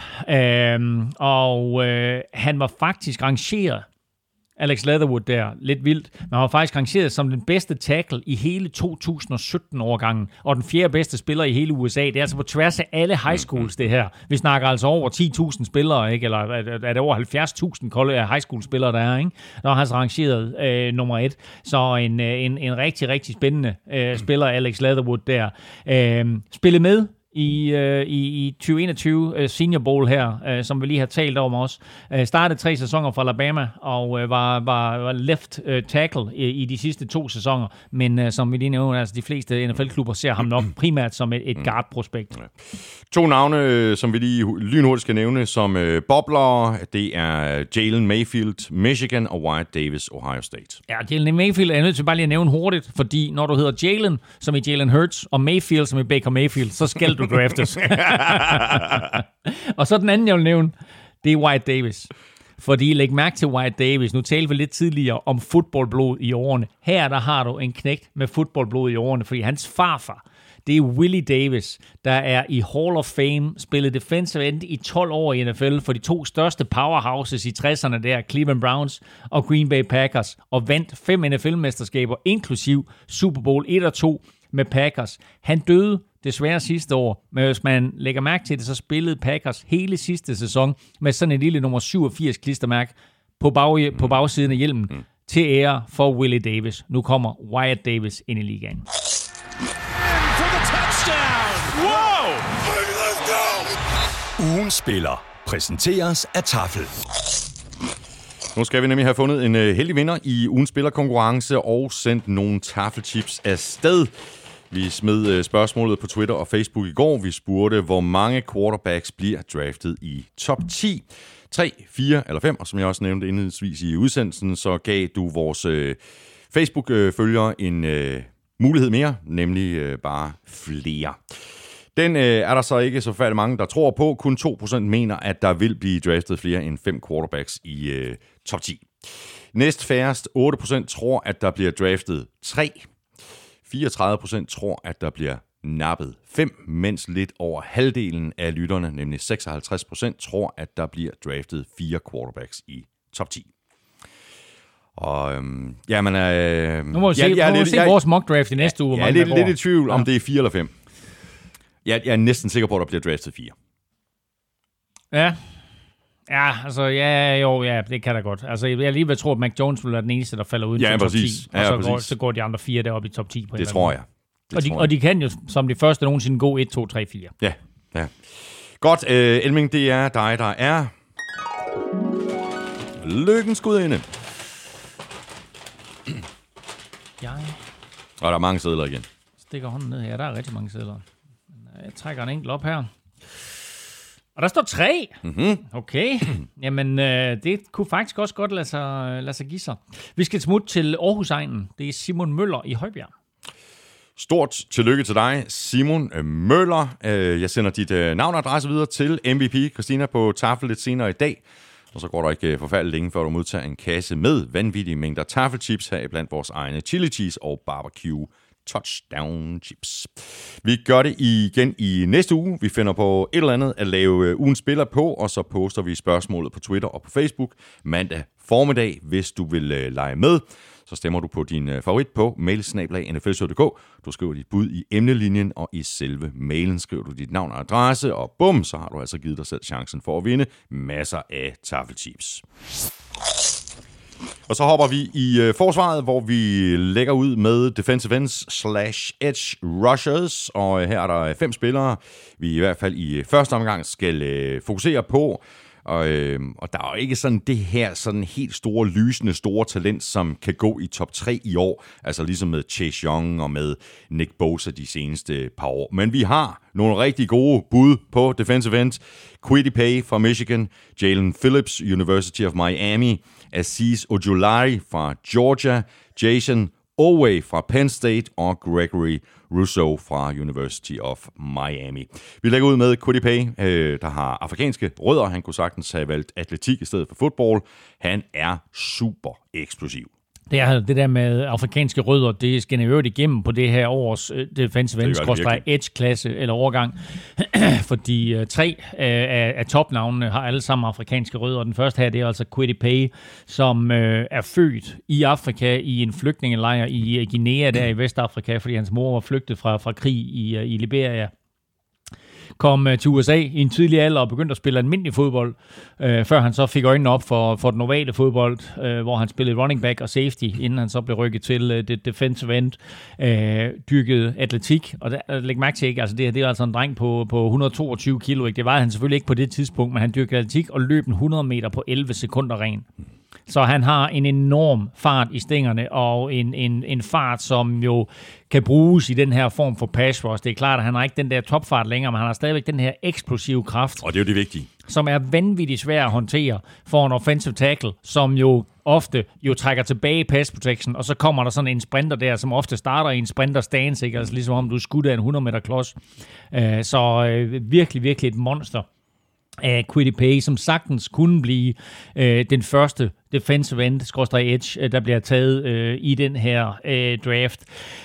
Speaker 2: Han var faktisk rangeret, Alex Leatherwood der, lidt vildt, men han var faktisk rangeret som den bedste tackle i hele 2017-årgangen, og den 4. bedste spiller i hele USA. Det er altså på tværs af alle high schools, det her. Vi snakker altså over 10.000 spillere, ikke? Eller er det over 70.000 high school spillere, der er, ikke? Der er han rangeret nummer 1. Så en rigtig, rigtig spændende spiller, Alex Leatherwood der. Spillede med i 2021 Senior Bowl her, som vi lige har talt om også. Startede 3 sæsoner for Alabama, og var left tackle i de sidste 2 sæsoner. Men som vi lige nævner, altså de fleste NFL-klubber ser ham nok primært som et guard-prospekt.
Speaker 1: 2 navne, som vi lige lynhurtigt skal nævne som bobler, det er Jalen Mayfield, Michigan, og Wyatt Davis, Ohio State.
Speaker 2: Ja, Jalen Mayfield er jeg nødt til bare lige at nævne hurtigt, fordi når du hedder Jalen, som i Jalen Hurts, og Mayfield, som i Baker Mayfield, så skal du draftes. Og så den anden, jeg vil nævne, det er Wyatt Davis. Fordi læg mærke til Wyatt Davis. Nu talte vi lidt tidligere om fodboldblod i årene. Her der har du en knægt med fodboldblod i årene, fordi hans farfar, det er Willie Davis, der er i Hall of Fame, spillet defensive end i 12 år i NFL for de 2 største powerhouses i 60'erne der, Cleveland Browns og Green Bay Packers, og vandt 5 NFL-mesterskaber, inklusiv Super Bowl 1 og 2 med Packers. Han døde desværre sidste år, men hvis man lægger mærke til det, så spillede Packers hele sidste sæson med sådan en lille nummer 87 klistermærke på bagsiden af hjelmen til ære for Willie Davis. Nu kommer Wyatt Davis ind i ligaen.
Speaker 3: Ugens spiller præsenteres af Tafel.
Speaker 1: Nu skal vi nemlig have fundet en heldig vinder i ugens spillerkonkurrence og sendt nogle tafelchips afsted. Vi smed spørgsmålet på Twitter og Facebook i går. Vi spurgte, hvor mange quarterbacks bliver draftet i top 10. 3, 4 eller 5, og som jeg også nævnte indledningsvis i udsendelsen, så gav du vores Facebook-følgere en mulighed mere, nemlig bare flere. Den er der så ikke så færdig mange, der tror på. Kun 2% mener, at der vil blive draftet flere end 5 quarterbacks i top 10. Næst færrest 8% tror, at der bliver draftet 3. 34% tror, at der bliver nappet 5, mens lidt over halvdelen af lytterne, nemlig 56%, tror, at der bliver draftet 4 quarterbacks i top 10. Og jamen...
Speaker 2: nu må vi se vores mock draft i næste uge.
Speaker 1: Jeg er lidt i tvivl, om det er 4 eller 5. Jeg er næsten sikker på, at der bliver draftet 4.
Speaker 2: Ja, altså, ja, det kan da godt. Altså, jeg alligevel tror, at Mac Jones vil være den eneste, der falder ud i top 10. Og så går de andre 4 deroppe i top 10. På
Speaker 1: det tror jeg.
Speaker 2: Og de kan jo som de første nogensinde gå 1, 2, 3, 4.
Speaker 1: Ja. Godt, Elming, det er dig, der er lykkens gudinde. Og der er mange sedler igen.
Speaker 2: Stikker hånden ned her. Der er rigtig mange sedler. Jeg trækker en enkelt op her. Og der står 3.
Speaker 1: Mm-hmm.
Speaker 2: Okay. Jamen, det kunne faktisk også godt lade sig give sig. Vi skal smutte til Aarhus-egnen. Det er Simon Møller i Højbjerg.
Speaker 1: Stort tillykke til dig, Simon Møller. Jeg sender dit navn og adresse videre til MVP Christina på Tafel lidt senere i dag. Og så går der ikke forfærdeligt længe, før du modtager en kasse med vanvittige mængder tafelchips her blandt vores egne chili cheese og barbecue touchdown chips. Vi gør det igen i næste uge. Vi finder på et eller andet at lave ugens spiller på, og så poster vi spørgsmålet på Twitter og på Facebook mandag formiddag, hvis du vil lege med. Så stemmer du på din favorit på mail@nfl.dk. Du skriver dit bud i emnelinjen, og i selve mailen skriver du dit navn og adresse, og bum, så har du altså givet dig selv chancen for at vinde masser af tafelchips. Og så hopper vi i forsvaret, hvor vi lægger ud med defensive ends / edge rushers. Og her er der 5 spillere, vi i hvert fald i første omgang skal fokusere på. Og der er jo ikke sådan det her sådan helt store, lysende, store talent, som kan gå i top 3 i år. Altså ligesom med Chase Young og med Nick Bosa de seneste par år. Men vi har nogle rigtig gode bud på defensive end. Kwity Paye fra Michigan, Jalen Phillips, University of Miami, Azeez Ojulari fra Georgia, Jason Oweh fra Penn State og Gregory Rousseau fra University of Miami. Vi lægger ud med Kwity Paye, der har afrikanske rødder. Han kunne sagtens have valgt atletik i stedet for fodbold. Han er super eksplosiv.
Speaker 2: Det der med afrikanske rødder, det skal øvrigt igennem på det her års defensive end/edge-klasse eller overgang. Fordi 3 af topnavnene har alle sammen afrikanske rødder. Den første her, det er altså Kwity Paye, som er født i Afrika i en flygtningelejr i Guinea, der i Vestafrika, fordi hans mor var flygtet fra krig i Liberia. kom til USA i en tidlig alder og begyndte at spille almindelig fodbold, før han så fik øjnene op for den ovale fodbold, hvor han spillede running back og safety, inden han så blev rykket til det defensive end, dyrkede atletik, og læg mærke til, ikke, altså det er altså en dreng på 122 kilo, ikke? Det var han selvfølgelig ikke på det tidspunkt, men han dyrkede atletik og løb en 100 meter på 11 sekunder ren. Så han har en enorm fart i stængerne, og en fart, som jo kan bruges i den her form for pass rush. Det er klart, at han har ikke den der topfart længere, men han har stadigvæk den her eksplosive kraft.
Speaker 1: Og det er jo det vigtige.
Speaker 2: Som er vanvittigt svær at håndtere for en offensive tackle, som jo ofte trækker tilbage i pass protection, og så kommer der sådan en sprinter der, som ofte starter i en sprinter stance, ikke? Altså ligesom om du er skudt af en 100 meter klods. Så virkelig, virkelig et monster af Kwity Paye, som sagtens kunne blive den første defensive end, /edge, der bliver taget i den her draft.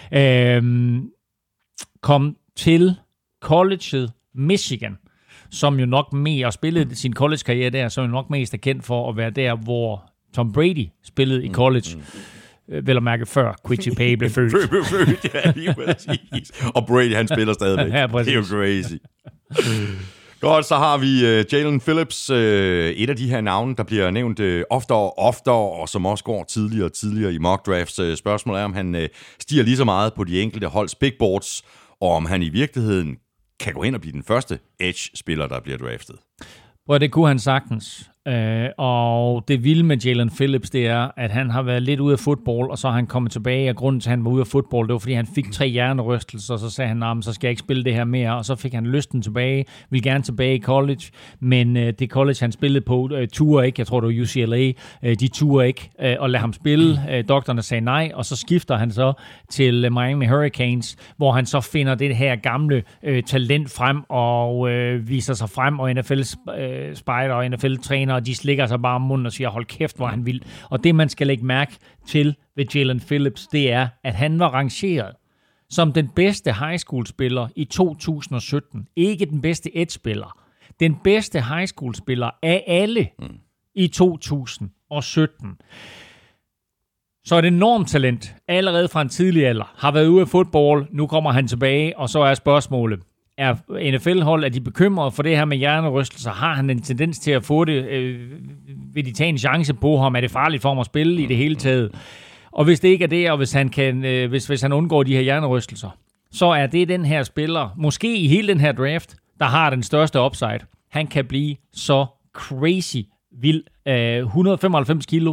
Speaker 2: Kom til colleget Michigan, som jo nok mere spillede sin college-karriere der, som jo nok mest er kendt for at være der, hvor Tom Brady spillede i college. Vel at mærke før Kwity Paye blev født.
Speaker 1: Ja, lige præcis. Og Brady, han spiller stadigvæk.
Speaker 2: Ja,
Speaker 1: det er jo crazy. Godt, så har vi Jalen Phillips, et af de her navne, der bliver nævnt oftere og oftere, og som også går tidligere og tidligere i mock drafts. Spørgsmålet er, om han stiger lige så meget på de enkelte holds big boards, og om han i virkeligheden kan gå ind og blive den første edge-spiller, der bliver draftet.
Speaker 2: Det kunne han sagtens. Og det vilde med Jalen Phillips, det er, at han har været lidt ude af fodbold, og så har han kommet tilbage, og grunden til, at han var ude af fodbold, det var, fordi han fik 3 hjernerystelser, og så sagde han, så skal jeg ikke spille det her mere, og så fik han lysten tilbage, ville gerne tilbage i college, men det college, han spillede på, turde ikke, jeg tror, det var UCLA, de turde ikke at lade ham spille, doktorerne sagde nej, og så skifter han så til Miami Hurricanes, hvor han så finder det her gamle talent frem, og viser sig frem, og NFL-spejder og NFL-træner, og de slikker sig bare om munden og siger, hold kæft, hvor han vil. Og det, man skal lægge mærke til ved Jalen Phillips, det er, at han var rangeret som den bedste high school-spiller i 2017. Ikke den bedste edge-spiller. Den bedste high school-spiller af alle i 2017. Så et enormt talent, allerede fra en tidlig alder, har været ude af fodbold, nu kommer han tilbage, og så er spørgsmålet, er NFL-hold, er de bekymrede for det her med hjernerystelser? Har han en tendens til at få det? Vil de tage en chance på ham? Er det farligt for ham at spille i det hele taget? Og hvis det ikke er det, og hvis han undgår de her hjernerystelser, så er det den her spiller, måske i hele den her draft, der har den største upside. Han kan blive så crazy vild. 195 kilo,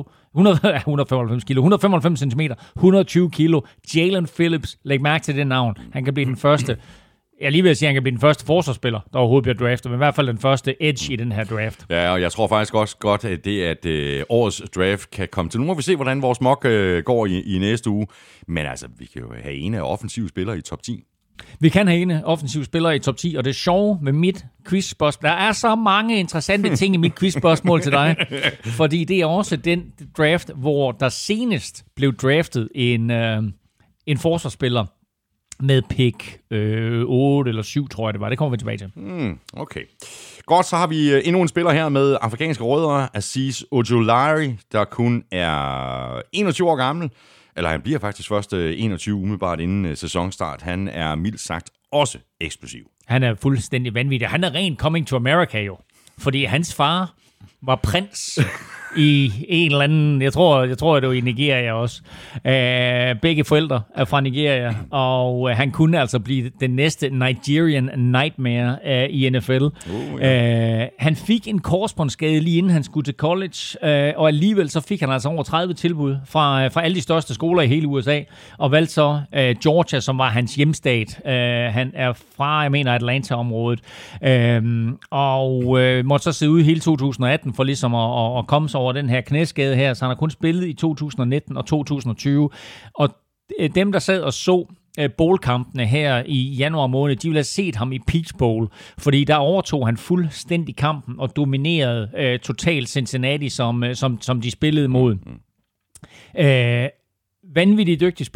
Speaker 2: 195 centimeter, 120 kilo. Jalen Phillips, læg mærke til det navn. Han kan blive den første. Jeg lige vil sige, at han kan blive den første forsvarsspiller, der overhovedet bliver draftet, men i hvert fald den første edge i den her draft.
Speaker 1: Ja, og jeg tror faktisk også godt, at det, at årets draft kan komme til. Nu må vi se, hvordan vores mock går i næste uge. Men altså, vi kan jo have en af offensive spillere i top 10.
Speaker 2: Vi kan have en offensive spillere i top 10, og det er sjovt med mit quizspørgsmål. Der er så mange interessante ting i mit quizspørgsmål til dig, fordi det er også den draft, hvor der senest blev draftet en forsvarsspiller, med pick 8 eller 7, tror jeg det var. Det kommer vi tilbage til.
Speaker 1: Okay. Godt, så har vi endnu en spiller her med afrikanske rødder, Azeez Ojulari, der kun er 21 år gammel. Eller han bliver faktisk først 21 umiddelbart inden sæsonstart. Han er mildt sagt også eksplosiv. Han
Speaker 2: er fuldstændig vanvittig. Han er rent coming to America jo. Fordi hans far var prins i en eller anden, jeg tror det var i Nigeria også. Begge forældre er fra Nigeria, og han kunne altså blive den næste Nigerian Nightmare i NFL. Han fik en korsbåndsskade lige inden han skulle til college, og alligevel så fik han altså over 30 tilbud fra alle de største skoler i hele USA, og valgte så Georgia, som var hans hjemstat. Han er fra, jeg mener, Atlanta-området, og måtte så sidde ude hele 2018 for ligesom at komme sig over den her knæskade her, så han har kun spillet i 2019 og 2020, og dem, der sad og så bowl-kampene her i januar måned, de ville have set ham i Peach Bowl, fordi der overtog han fuldstændig kampen og dominerede totalt Cincinnati, som de spillede mod. Vanvittigt dygtig spiller,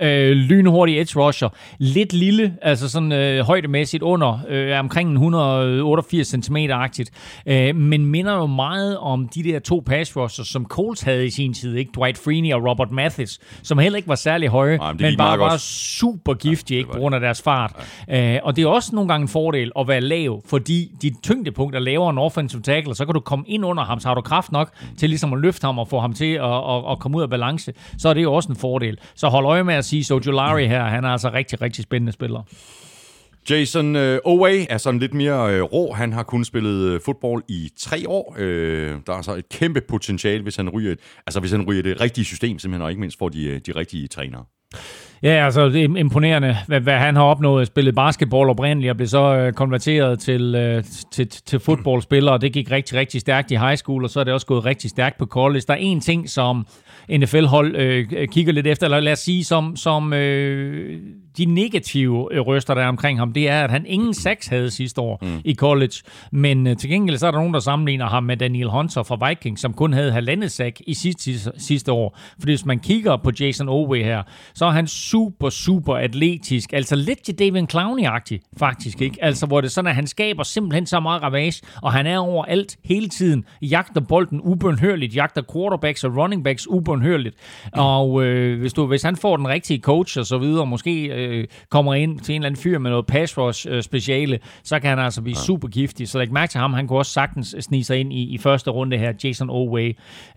Speaker 2: lynhurtig edge rusher, lidt lille, altså sådan højdemæssigt under, omkring 188 cm-agtigt, men minder jo meget om de der 2 pass rushers, som Colts havde i sin tid, ikke? Dwight Freeney og Robert Mathis, som heller ikke var særlig høje, men bare var super giftige, ikke, på grund af deres fart. Og det er også nogle gange en fordel at være lav, fordi dit tyngdepunkt er lavere end offensive tackle, så kan du komme ind under ham, så har du kraft nok til ligesom at løfte ham og få ham til at komme ud af balance, så er det jo også en fordel. Så hold øje med at sige, så Ojulari her, han er altså rigtig, rigtig spændende spiller.
Speaker 1: Jason Oweh er sådan lidt mere rå. Han har kun spillet fodbold i 3 år. Der er så et kæmpe potentiale, hvis han ryger det rigtige system, simpelthen, og ikke mindst får de rigtige trænere.
Speaker 2: Ja, altså det er imponerende, hvad han har opnået. Spillet basketball oprindeligt og blev så konverteret til fodboldspiller, og det gik rigtig, rigtig stærkt i high school, og så er det også gået rigtig stærkt på college. Der er en ting, som NFL-hold kigger lidt efter, eller lad os sige, som de negative røster, der er omkring ham, det er, at han ingen sacks havde sidste år i college, men til gengæld så er der nogen, der sammenligner ham med Daniel Hunter fra Vikings, som kun havde 1,5 sack i sidste år. Fordi hvis man kigger på Jason Oweh her, så er han super atletisk, altså lidt til David Clowney-agtig, faktisk, ikke? Altså, hvor det er sådan, at han skaber simpelthen så meget ravage, og han er overalt hele tiden, jagter bolden ubønhørligt, jagter quarterbacks og running backs ubønhørligt, og hvis han får den rigtige coach og så videre, måske kommer ind til en eller anden fyr med noget pass rush speciale, så kan han altså blive super giftig. Så læg mærke til ham, han kunne også sagtens snige sig ind i første runde her, Jason Oweh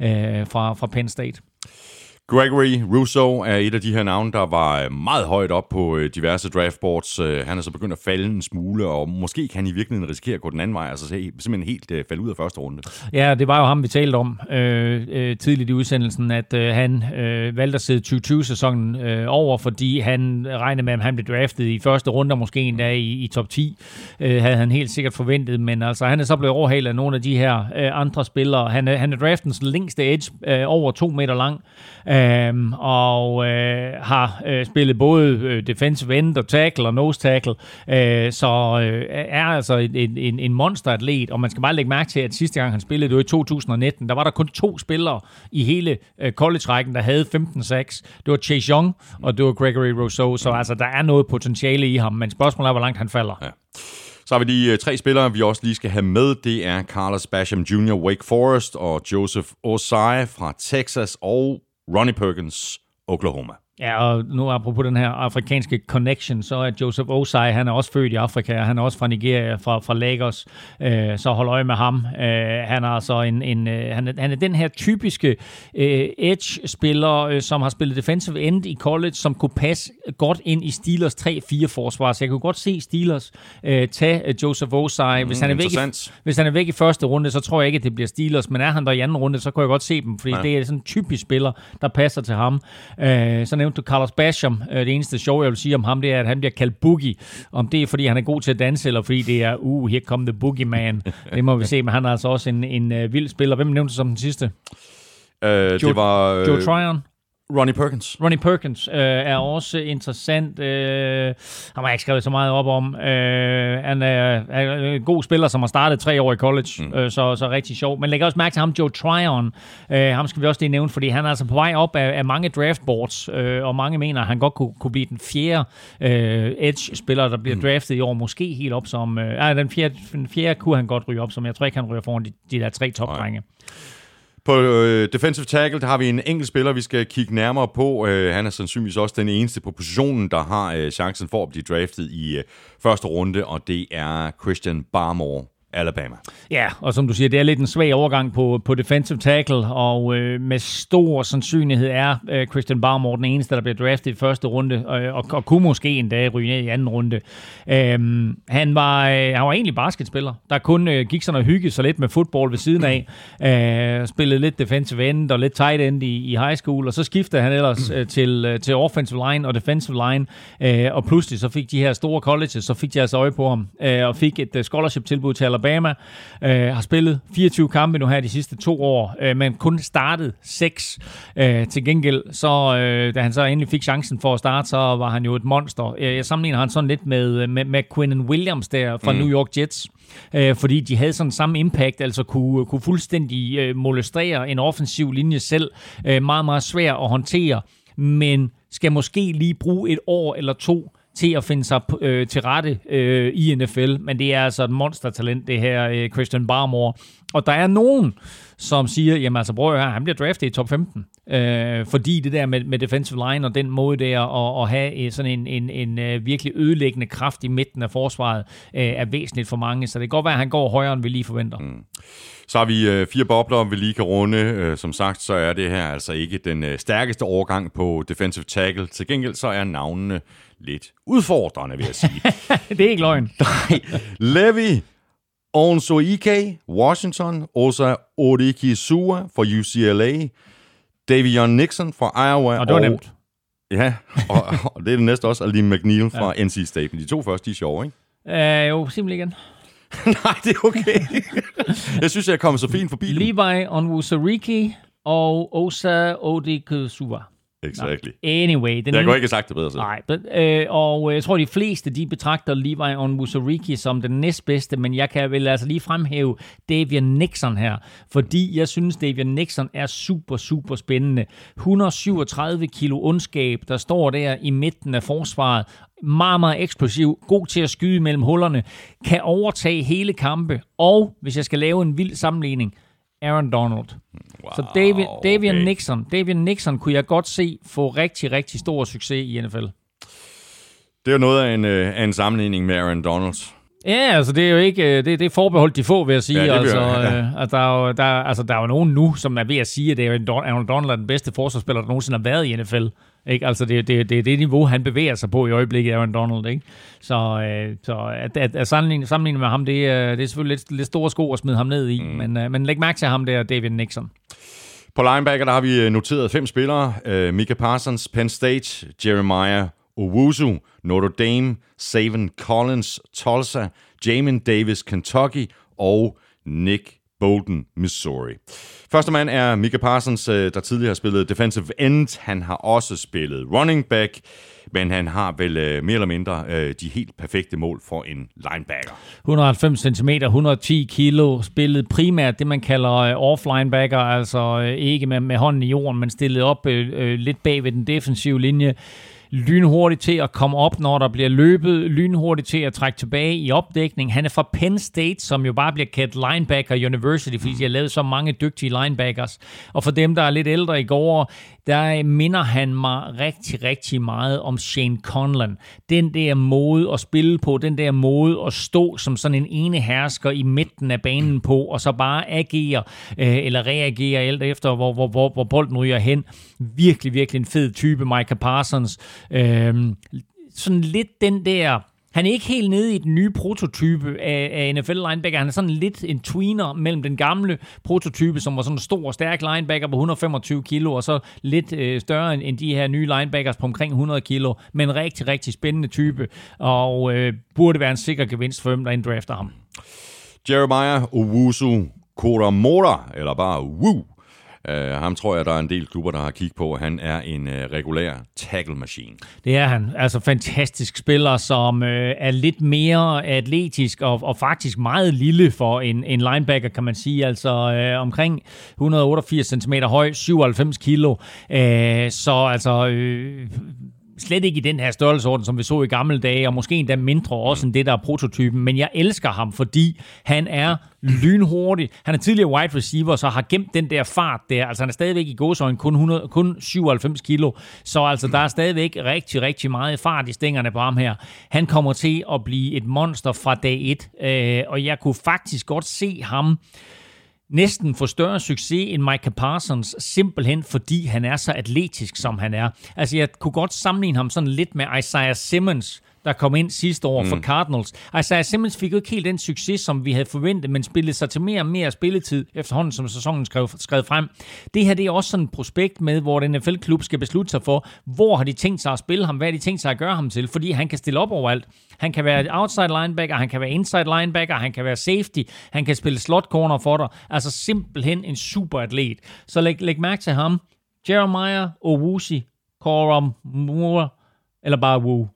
Speaker 2: fra Penn State.
Speaker 1: Gregory Rousseau er et af de her navne, der var meget højt op på diverse draftboards. Han er så begyndt at falde en smule, og måske kan han i virkeligheden risikere at gå den anden vej, altså simpelthen helt falde ud af første runde. Ja,
Speaker 2: det var jo ham, vi talte om tidligt i udsendelsen, at han valgte at sidde 2020-sæsonen over, fordi han regnede med, at han blev draftet i første runde, og måske endda i top 10, havde han helt sikkert forventet, men altså han er så blevet overhalet af nogle af de her andre spillere. Han er draftens længste edge, over 2 meter lang, og har spillet både defensive end og tackle og nose tackle, så er altså en monsteratlet, og man skal bare lægge mærke til, at sidste gang han spillede, det var i 2019, der var der kun 2 spillere i hele college-rækken, der havde 15 sacks. Det var Chase Young, og det var Gregory Rousseau, så altså der er noget potentiale i ham, men spørgsmålet er, hvor langt han falder. Ja.
Speaker 1: Så har vi de 3 spillere, vi også lige skal have med. Det er Carlos Basham Jr., Wake Forest, og Joseph Ossai fra Texas, og Ronnie Perkins, Oklahoma.
Speaker 2: Ja, og nu apropos den her afrikanske connection, så er Joseph Ossai, han er også født i Afrika, han er også fra Nigeria, fra Lagos, så hold øje med ham. Han er altså han er den her typiske edge-spiller, som har spillet defensive end i college, som kunne passe godt ind i Steelers 3-4-forsvar, så jeg kunne godt se Steelers tage Joseph Ossai. Hvis han er væk i første runde, så tror jeg ikke, at det bliver Steelers, men er han der i anden runde, så kunne jeg godt se dem, fordi det er sådan en typisk spiller, der passer til ham. Så nævnte du Carlos Basham. Det eneste sjov, jeg vil sige om ham, det er, at han bliver kaldt Boogie. Om det er, fordi han er god til at danse, eller fordi det er, here come the Boogie Man. Det må vi se, men han er altså også en vild spiller. Hvem nævnte du som den sidste?
Speaker 1: Det var
Speaker 2: Joe Tryon.
Speaker 1: Ronnie Perkins
Speaker 2: er også interessant. Han har ikke skrevet så meget op om. Han er en god spiller, som har startet 3 år i college, så rigtig sjov. Men læg også mærke til ham, Joe Tryon. Ham skal vi også lige nævne, fordi han er altså på vej op af mange draftboards, og mange mener, at han godt kunne blive den 4. edge-spiller, der bliver draftet i år. Måske helt op som... den fjerde kunne han godt ryge op som. Jeg tror ikke, han ryger foran de der 3 topdrenge.
Speaker 1: På defensive tackle, der har vi en enkelt spiller, vi skal kigge nærmere på. Han er sandsynligvis også den eneste på positionen, der har chancen for at blive draftet i første runde, og det er Christian Barmore, Alabama.
Speaker 2: Ja, og som du siger, det er lidt en svag overgang på defensive tackle, og med stor sandsynlighed er Christian Barmore den eneste, der bliver draftet i første runde, og kunne måske endda ryge ned i anden runde. Han var egentlig basketspiller, der kun gik sådan og hyggede sig lidt med fodbold ved siden af, spillede lidt defensive end og lidt tight end i high school, og så skiftede han ellers til offensive line og defensive line, og pludselig så fik de her store colleges, så fik de altså øje på ham, og fik et scholarship-tilbud til Alabama. Har spillet 24 kampe nu her de sidste 2 år, men kun startet 6. Til gengæld, så da han så endelig fik chancen for at starte, så var han jo et monster. Jeg sammenligner han sådan lidt med Quinnen Williams der fra New York Jets, fordi de havde sådan samme impact, altså kunne fuldstændig molestrere en offensiv linje selv. Meget, meget svær at håndtere, men skal måske lige bruge 1 år eller 2 til at finde sig til rette i NFL, men det er altså et monstertalent, det her Christian Barmore. Og der er nogen, som siger, jamen altså prøv at høre, han bliver draftet i top 15, fordi det der med defensive line og den måde der at have sådan en virkelig ødelæggende kraft i midten af forsvaret er væsentligt for mange, så det kan godt være, at han går højere, end vi lige forventer.
Speaker 1: Så har vi 4 bobler, vi lige kan runde. Som sagt, så er det her altså ikke den stærkeste overgang på defensive tackle. Til gengæld så er navnene lidt udfordrende, vil jeg sige.
Speaker 2: Det er ikke løgn.
Speaker 1: Nej. Levi Onwuzurike, Washington. Osa Odighizuwa for UCLA. Davion Nixon fra Iowa.
Speaker 2: Og det var nemt.
Speaker 1: Ja, og det er det næste også. Ali McNeil fra NC State. Men de 2 første, de er sjove, ikke?
Speaker 2: Jo, simpelthen igen.
Speaker 1: Nej, det er okay. Jeg synes, jeg kommer så fint forbi dem.
Speaker 2: Levi Onwuzurike og Osa Odighizuwa.
Speaker 1: Exactly.
Speaker 2: Anyway.
Speaker 1: Jeg kunne ikke have sagt det bedre selv.
Speaker 2: Nej, og jeg tror, de fleste, de betragter Levi Onwuzurike som den næstbedste, men jeg kan vel altså lige fremhæve Davion Nixon her, fordi jeg synes, Davion Nixon er super, super spændende. 137 kilo ondskab, der står der i midten af forsvaret. Meget, meget eksplosiv, god til at skyde mellem hullerne, kan overtage hele kampe, og hvis jeg skal lave en vild sammenligning, Aaron Donald. Wow, så Davion Nixon kunne jeg godt se få rigtig, rigtig stor succes i NFL.
Speaker 1: Det er jo noget af en sammenligning med Aaron Donald.
Speaker 2: Ja, altså det er jo ikke det er forbeholdt de få, vil jeg sige.
Speaker 1: Ja,
Speaker 2: at der er jo nogen nu, som er ved at sige, at Aaron Donald er den bedste forsvarsspiller, der nogensinde har været i NFL. Ikke? Altså det er det niveau, han bevæger sig på i øjeblikket, Aaron Donald. Ikke? Så at sammenligne med ham, det er selvfølgelig lidt store sko at smide ham ned i. Men læg mærke til ham der, Davion Nixon.
Speaker 1: På linebacker, der har vi noteret 5 spillere. Micah Parsons, Penn State, Jeremiah Owusu, Notre Dame, Savin Collins, Tulsa, Jamin Davis, Kentucky og Nick Bolton, Missouri. Første mand er Micah Parsons, der tidligere har spillet defensive end. Han har også spillet running back, men han har vel mere eller mindre de helt perfekte mål for en linebacker.
Speaker 2: 190 cm, 110 kilo, spillet primært det, man kalder off-linebacker, altså ikke med hånden i jorden, men stillet op lidt bag ved den defensive linje. Lynhurtigt til at komme op, når der bliver løbet. Lynhurtigt til at trække tilbage i opdækning. Han er fra Penn State, som jo bare bliver kaldt Linebacker University, fordi de har lavet så mange dygtige linebackers. Og for dem, der er lidt ældre i går, der minder han mig rigtig, rigtig meget om Shane Conlan. Den der måde at spille på, den der måde at stå som sådan en ene hersker i midten af banen på, og så bare agere eller reagere alt efter, hvor bolden ryger hen. Virkelig, virkelig en fed type, Micah Parsons. Sådan lidt den der... Han er ikke helt nede i den nye prototype af NFL-linebacker. Han er sådan lidt en tweener mellem den gamle prototype, som var sådan en stor og stærk linebacker på 125 kilo, og så lidt større end de her nye linebackers på omkring 100 kilo. Men en rigtig, rigtig spændende type, og burde være en sikker gevinst for dem, der inddrafter ham.
Speaker 1: Jeremiah Owusu-Koramoah, eller bare Woo. Ham tror jeg, der er en del klubber, der har kigget på. Han er en regulær tackle-maskine.
Speaker 2: Det er han. Altså fantastisk spiller, som er lidt mere atletisk og faktisk meget lille for en linebacker, kan man sige. Altså omkring 188 cm høj, 97 kilo. Så altså... slet ikke i den her størrelsesorden, som vi så i gamle dage, og måske endda mindre også end det, der er prototypen. Men jeg elsker ham, fordi han er lynhurtig. Han er tidligere wide receiver, så har gemt den der fart der. Altså han er stadigvæk i gåseøjne kun 97 kilo. Så altså der er stadigvæk rigtig, rigtig meget fart i stængerne på ham her. Han kommer til at blive et monster fra dag 1. Og jeg kunne faktisk godt se ham næsten få større succes end Micah Parsons, simpelthen fordi han er så atletisk, som han er. Altså, jeg kunne godt sammenligne ham sådan lidt med Isaiah Simmons, der kom ind sidste år for Cardinals. Isaiah Simmons fik jo ikke helt den succes, som vi havde forventet, men spillede sig til mere og mere spilletid efterhånden, som sæsonen skrev frem. Det her, det er også sådan et prospekt med, hvor den NFL-klub skal beslutte sig for, hvor har de tænkt sig at spille ham, hvad har de tænkt sig at gøre ham til, fordi han kan stille op overalt. Han kan være outside linebacker, han kan være inside linebacker, han kan være safety, han kan spille slot corner for dig. Altså simpelthen en super atlet. Så læg mærke til ham. Jeremiah Owusu-Koramoah, eller bare Woo.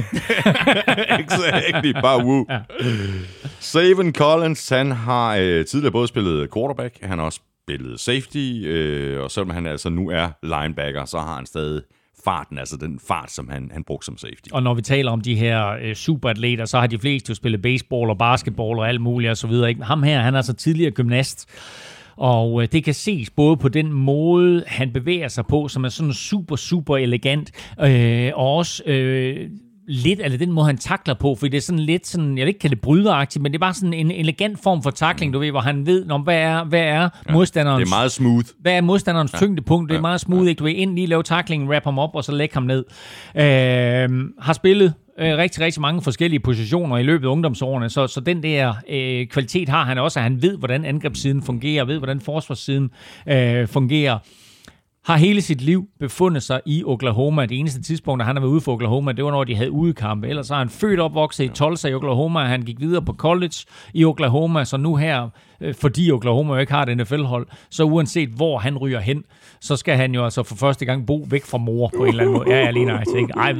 Speaker 1: Exactly, bare woo. Ja. Savin Collins, han har tidligere både spillet quarterback, han har også spillet safety, og selvom han altså nu er linebacker, så har han stadig farten, altså den fart, som han brugte som safety.
Speaker 2: Og når vi taler om de her superatleter, så har de fleste jo spillet baseball og basketball og alt muligt og så videre. Ikke? Ham her, han er altså tidligere gymnast, og det kan ses både på den måde, han bevæger sig på, som er sådan super, super elegant, og også lidt, eller den måde, han takler på, for det er sådan lidt sådan, jeg vil ikke kalde det bryderagtigt, men det er bare sådan en elegant form for takling, du ved, hvor han ved, hvad er modstanderens...
Speaker 1: Det er meget smooth.
Speaker 2: Hvad er modstanderens tyngdepunkt? Det er meget smooth, ikke? Du ved, ind lige lave taklingen, wrap ham op, og så lægge ham ned. Har spillet rigtig, rigtig mange forskellige positioner i løbet af ungdomsårene, så den der kvalitet har han også, at han ved, hvordan angrebssiden fungerer, ved, hvordan forsvarssiden fungerer. Har hele sit liv befundet sig i Oklahoma. Det eneste tidspunkt, da han har været ude for Oklahoma, det var, når de havde udekampe. Ellers har han født opvokset i Tulsa i Oklahoma. Han gik videre på college i Oklahoma, så nu her, fordi Oklahoma jo ikke har et NFL-hold, så uanset hvor han ryger hen, så skal han jo altså for første gang bo væk fra mor på en eller anden måde. Ja, lige nej.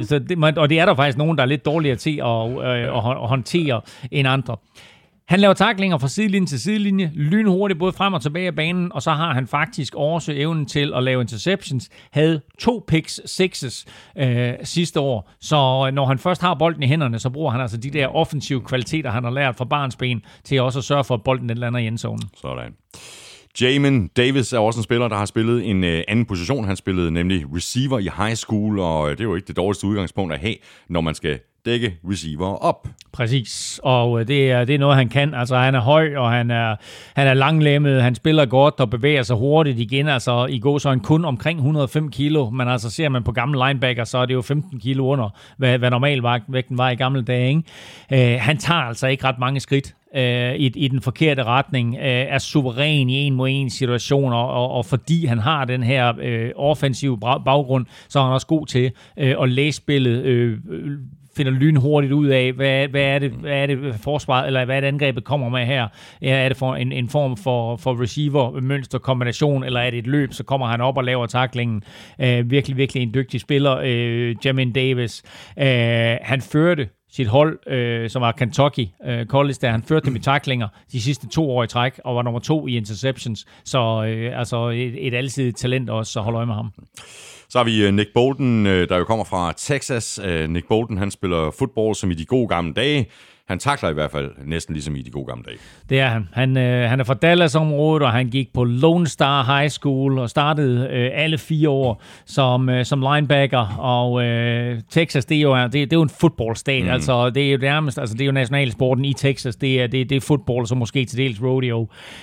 Speaker 2: Og det er der faktisk nogen, der er lidt dårligere til at håndtere end andre. Han laver tacklinger fra sidelinje til sidelinje, lynhurtigt både frem og tilbage af banen, og så har han faktisk også evnen til at lave interceptions. Havde 2 picks sixes sidste år, så når han først har bolden i hænderne, så bruger han altså de der offensive kvaliteter, han har lært fra barnsben, til også at sørge for, at bolden den lander i endzonen.
Speaker 1: Sådan. Jamin Davis er også en spiller, der har spillet en anden position. Han spillede nemlig receiver i high school, og det er jo ikke det dårligste udgangspunkt at have, når man skal dække receiver op.
Speaker 2: Præcis, og det er noget, han kan. Altså, han er høj, og han er langlemmet, han spiller godt og bevæger sig hurtigt igen. Altså, i går så han kun omkring 105 kilo, men altså ser man på gamle linebacker, så er det jo 15 kilo under, hvad normalvægten var i gamle dage. Ikke? Han tager altså ikke ret mange skridt i den forkerte retning, er suveræn i 1-mod-1 situationer, og fordi han har den her offensive baggrund, så er han også god til at læse spillet, finder lynhurtigt ud af, hvad er det forsvaret, eller hvad er det angrebet kommer med her? Er det for en form for receiver-mønster kombination, eller er det et løb, så kommer han op og laver tacklingen. Virkelig, virkelig en dygtig spiller, Jamin Davis. Han førte sit hold, som var Kentucky College, der han førte dem i tacklinger de sidste 2 år i træk, og var nummer 2 i interceptions. Så altså et alsidigt talent også, så hold øje med ham.
Speaker 1: Så har vi Nick Bolton, der jo kommer fra Texas. Nick Bolton, han spiller fodbold som i de gode gamle dage. Han tackler i hvert fald næsten ligesom i de gode gamle dage.
Speaker 2: Det er han. Han er fra Dallas-området, og han gik på Lone Star High School og startede alle 4 år som linebacker. Og Texas, det er jo en fodboldstat. Altså, det er jo nærmest, altså det er jo nationalsporten i Texas. Det er fodbold, som måske til dels rodeo.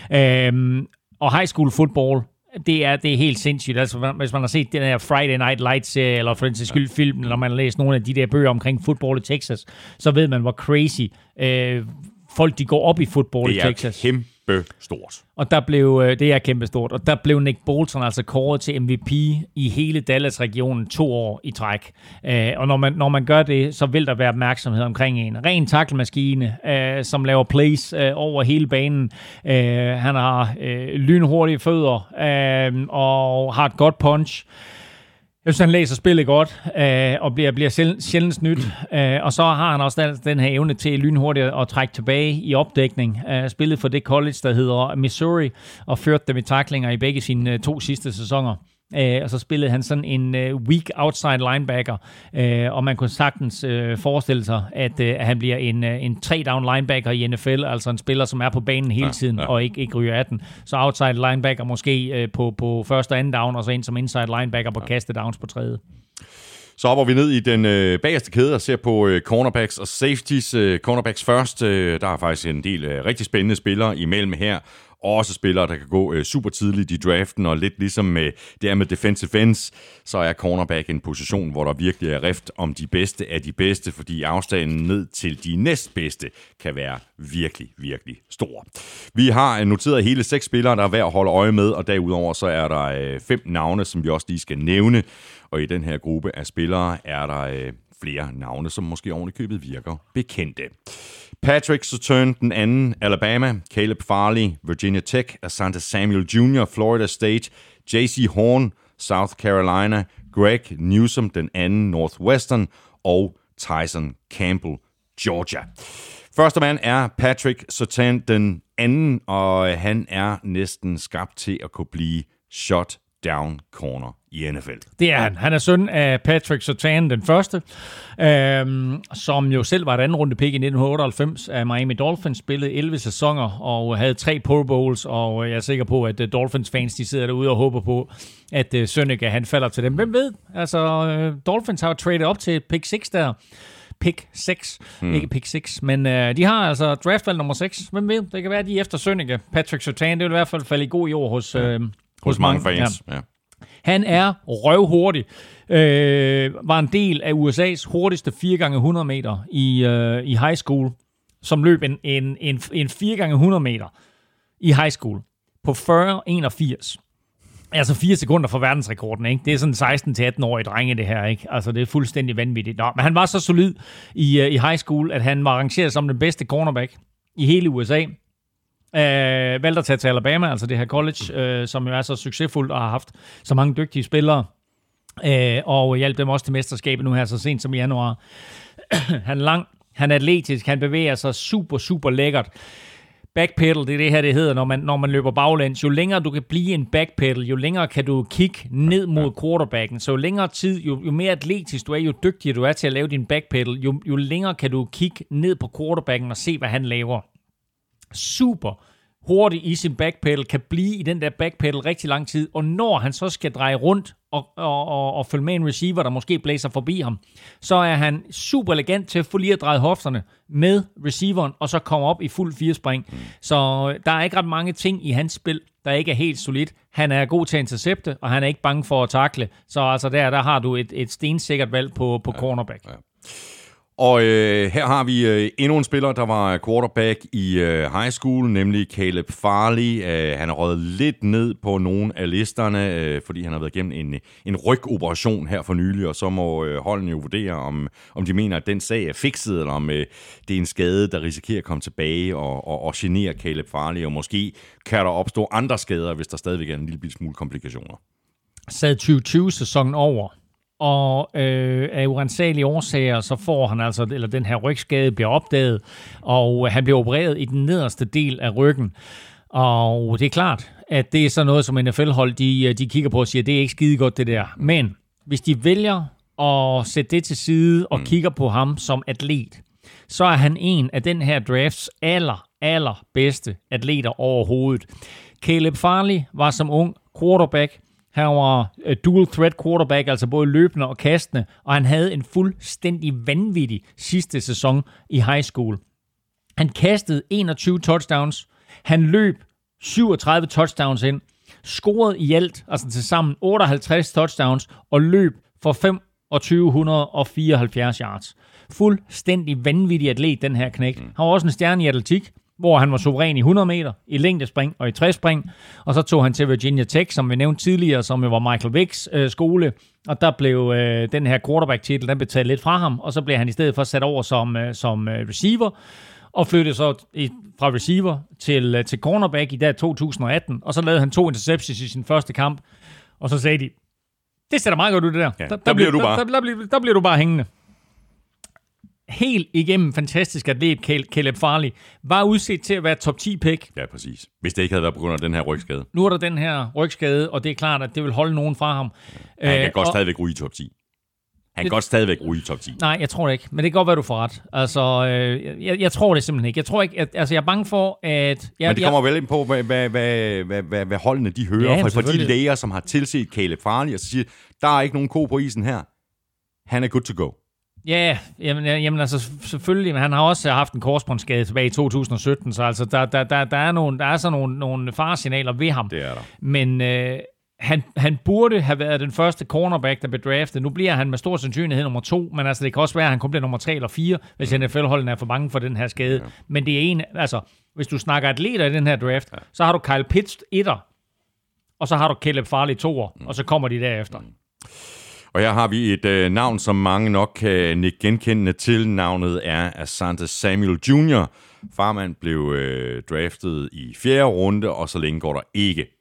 Speaker 2: Og high school football, det er helt sindssygt. Altså, hvis man har set den her Friday Night Lights-serie, eller for den sags skyld filmen, eller man har læst nogle af de der bøger omkring fodbold i Texas, så ved man, hvor crazy folk de går op i fodbold i Texas.
Speaker 1: Det er kæmpe stort.
Speaker 2: Og det er kæmpe stort. Og der blev Nick Bolton altså kåret til MVP i hele Dallas-regionen 2 år i træk. Og når man gør det, så vil der være opmærksomhed omkring en ren tackle-maskine, som laver plays over hele banen. Han har lynhurtige fødder og har et godt punch. Jeg synes, han læser spillet godt, og bliver sjældent snydt. Og så har han også den her evne til lynhurtigt at trække tilbage i opdækning. Spillet for det college, der hedder Missouri, og førte dem i tacklinger i begge sine 2 sidste sæsoner. Og så spillede han sådan en weak outside linebacker, og man kunne sagtens forestille sig, at han bliver en 3-down linebacker i NFL, altså en spiller, som er på banen hele tiden, og ikke ryger af den. Så outside linebacker måske på første og anden down, og så ind som inside linebacker på kastedowns på tredje.
Speaker 1: Så hopper vi ned i den bagerste kæde og ser på cornerbacks og safeties. Cornerbacks først, der er faktisk en del rigtig spændende spillere imellem her. Også spillere, der kan gå super tidligt i draften, og lidt ligesom det er med defensive ends, så er cornerback en position, hvor der virkelig er rift om de bedste af de bedste, fordi afstanden ned til de næstbedste kan være virkelig, virkelig stor. Vi har noteret hele 6 spillere, der er værd at holde øje med, og derudover så er der 5 navne, som vi også lige skal nævne, og i den her gruppe af spillere er der flere navne, som måske ovenikøbet virker bekendte. Patrick Surtain, den anden, Alabama. Caleb Farley, Virginia Tech. Asante Samuel Jr., Florida State. J.C. Horn, South Carolina. Greg Newsom, den anden, Northwestern. Og Tyson Campbell, Georgia. Første mand er Patrick Surtain, den anden, og han er næsten skabt til at kunne blive shut down corner i NFL.
Speaker 2: Det er han. Han er søn af Patrick Surtain den første, som jo selv var et anden runde pick i 1998 af Miami Dolphins, spillede 11 sæsoner og havde 3 Pro Bowls, og jeg er sikker på, at Dolphins-fans de sidder derude og håber på, at Sønneke han falder til dem. Hvem ved? Altså, Dolphins har jo traded op til pick 6 der. Pick 6. Ikke pick 6, men de har altså draftvalg nummer 6. Hvem ved? Det kan være, de er efter Sønneke. Patrick Surtain, det vil i hvert fald falde i god jord hos mange fans. Ja. Han er røvhurtig. Var en del af USA's hurtigste 4x100 meter i high school, som løb en 4x100 meter i high school på 40-81. Altså 4 sekunder for verdensrekorden, ikke? Det er sådan 16-18-årige drenge, det her, ikke? Altså, det er fuldstændig vanvittigt. Nå, men han var så solid i high school, at han var rangeret som den bedste cornerback i hele USA. Valgte at tage til Alabama, altså det her college, som jo er så succesfuldt og har haft så mange dygtige spillere, og hjalp dem også til mesterskabet nu her så sent som i januar. Han er lang, han er atletisk, han bevæger sig super, super lækkert. Backpedal, det er det her, det hedder, når man løber baglæns. Jo længere du kan blive en backpedal, jo længere kan du kigge ned mod quarterbacken. Så jo længere tid, jo mere atletisk du er, jo dygtigere du er til at lave din backpedal, jo længere kan du kigge ned på quarterbacken og se, hvad han laver. Super hurtigt i sin backpedal, kan blive i den der backpedal rigtig lang tid, og når han så skal dreje rundt og følge med en receiver, der måske blæser forbi ham, så er han super elegant til at få lige at dreje hofterne med receiveren, og så komme op i fuld 4-spring. Så der er ikke ret mange ting i hans spil, der ikke er helt solidt. Han er god til at intercepte, og han er ikke bange for at tackle. Så altså der har du et stensikkert valg på cornerback. Ja.
Speaker 1: Og her har vi endnu en spiller, der var quarterback i high school, nemlig Caleb Farley. Han er røget lidt ned på nogle af listerne, fordi han har været igennem en rygoperation her for nylig, og så må holdene jo vurdere, om de mener, at den sag er fikset, eller om det er en skade, der risikerer at komme tilbage og genere Caleb Farley, og måske kan der opstå andre skader, hvis der stadigvæk er en lille smule komplikationer.
Speaker 2: Sad 2020-sæsonen over, og af urensagelige årsager, så får han altså, eller den her rygskade bliver opdaget, og han bliver opereret i den nederste del af ryggen. Og det er klart, at det er så noget, som NFL-hold, de kigger på og siger, det er ikke skide godt det der. Men hvis de vælger at sætte det til side og kigger på ham som atlet, så er han en af den her drafts aller bedste atleter overhovedet. Caleb Farley var som ung quarterback. Han var dual threat quarterback, altså både løbende og kastende, og han havde en fuldstændig vanvittig sidste sæson i high school. Han kastede 21 touchdowns, han løb 37 touchdowns ind, scorede i alt, altså til sammen 58 touchdowns, og løb for 2574 yards. Fuldstændig vanvittig atlet, den her knægt. Han var også en stjerne i atletik, hvor han var suveræn i 100 meter, i længdespring og i 60-spring. Og så tog han til Virginia Tech, som vi nævnte tidligere, som jo var Michael Vicks skole. Og der blev den her quarterback-titel, den blev taget lidt fra ham, og så blev han i stedet for sat over som receiver, og flyttede så fra receiver til cornerback i 2018. Og så lavede han 2 interceptions i sin første kamp, og så sagde de, det ser da meget godt ud, det der.
Speaker 1: Ja, der
Speaker 2: bliver du bare hængende. Helt igennem fantastisk atlet, Caleb Farley, var udset til at være top 10 pick.
Speaker 1: Ja, præcis. Hvis det ikke havde været på grund af den her rygskade.
Speaker 2: Nu er der den her rygskade, og det er klart, at det vil holde nogen fra ham.
Speaker 1: Ja, han kan godt stadigvæk ryge i top 10. Han kan godt stadigvæk ryge i top 10.
Speaker 2: Nej, jeg tror det ikke, men det kan godt være, du får ret. Altså, jeg tror det simpelthen ikke. Jeg tror ikke, jeg er bange for, at...
Speaker 1: Men det kommer vel ind på, hvad holdene de hører fra de læger, som har tilset Caleb Farley, og så siger, der er ikke nogen ko på isen her. Han er good to go.
Speaker 2: Ja, jamen altså selvfølgelig, men han har også haft en korsbåndsskade tilbage i 2017, så altså der er så nogle faresignaler ved ham.
Speaker 1: Det er der.
Speaker 2: Men han burde have været den første cornerback, der blev draftet. Nu bliver han med stor sandsynlighed nummer 2, men altså det kan også være, at han kun bliver nummer 3 eller 4, hvis NFL-holdene er for bange for den her skade. Ja. Men det er en, altså hvis du snakker atleter i den her draft, så har du Kyle Pitts 1'er, og så har du Caleb Farley 2'er, og så kommer de derefter.
Speaker 1: Og her har vi et navn, som mange nok kan nikke genkendende til. Navnet er Asante Samuel Jr. Farmand blev draftet i 4. runde, og så længe går der ikke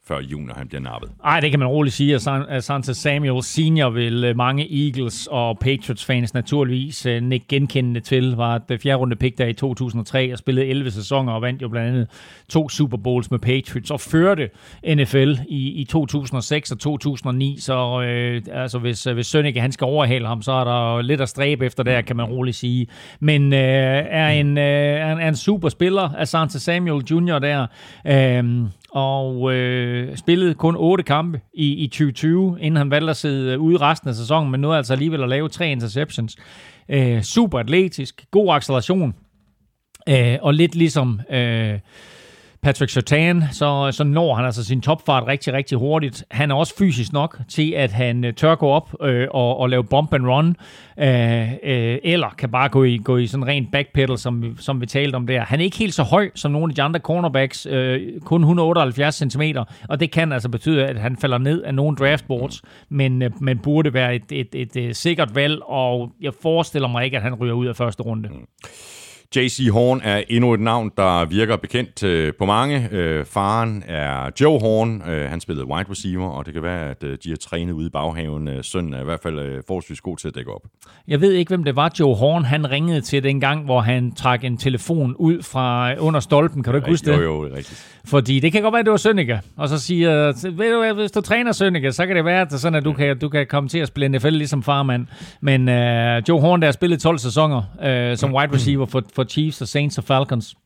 Speaker 1: før junior han bliver nappet.
Speaker 2: Ej, det kan man roligt sige, at Asante Samuel Senior vil mange Eagles og Patriots-fans naturligvis ikke genkendende til, var et 4. runde pick der i 2003 og spillede 11 sæsoner og vandt jo blandt andet 2 Super Bowls med Patriots og førte NFL i 2006 og 2009, så altså hvis Sønneke han skal overhale ham, så er der lidt at stræbe efter der, kan man roligt sige. Men er en super spiller, Asante Samuel Jr. der, og spillede kun 8 kampe i 2020, inden han valgte at sidde ude resten af sæsonen, men nåede altså alligevel at lave 3 interceptions. Super atletisk, god acceleration, og lidt ligesom Patrick Surtain, så når han altså sin topfart rigtig, rigtig hurtigt. Han er også fysisk nok til, at han tør gå op og lave bump and run, eller kan bare gå i sådan rent backpedal, som vi talte om der. Han er ikke helt så høj som nogle af de andre cornerbacks, kun 178 cm, og det kan altså betyde, at han falder ned af nogle draftboards, men burde være et sikkert valg, og jeg forestiller mig ikke, at han ryger ud af første runde.
Speaker 1: J.C. Horn er endnu et navn, der virker bekendt på mange. Faren er Joe Horn. Han spillede wide receiver, og det kan være, at de har trænet ude i baghaven. Sønnen er i hvert fald forholdsvis god til at dække op. Jeg
Speaker 2: ved ikke, hvem det var, Joe Horn. Han ringede til den gang, hvor han trak en telefon ud fra under stolpen. Kan du ikke huske det?
Speaker 1: Jo, det er rigtigt.
Speaker 2: Fordi det kan godt være, at det var Sønneke. Og så siger, ved du hvad, hvis du træner Sønneke, så kan det være, at det sådan, at du kan komme til at spille NFL ligesom farmand. Men Joe Horn, der har spillet 12 sæsoner som wide receiver for Chiefs og Saints og Falcons.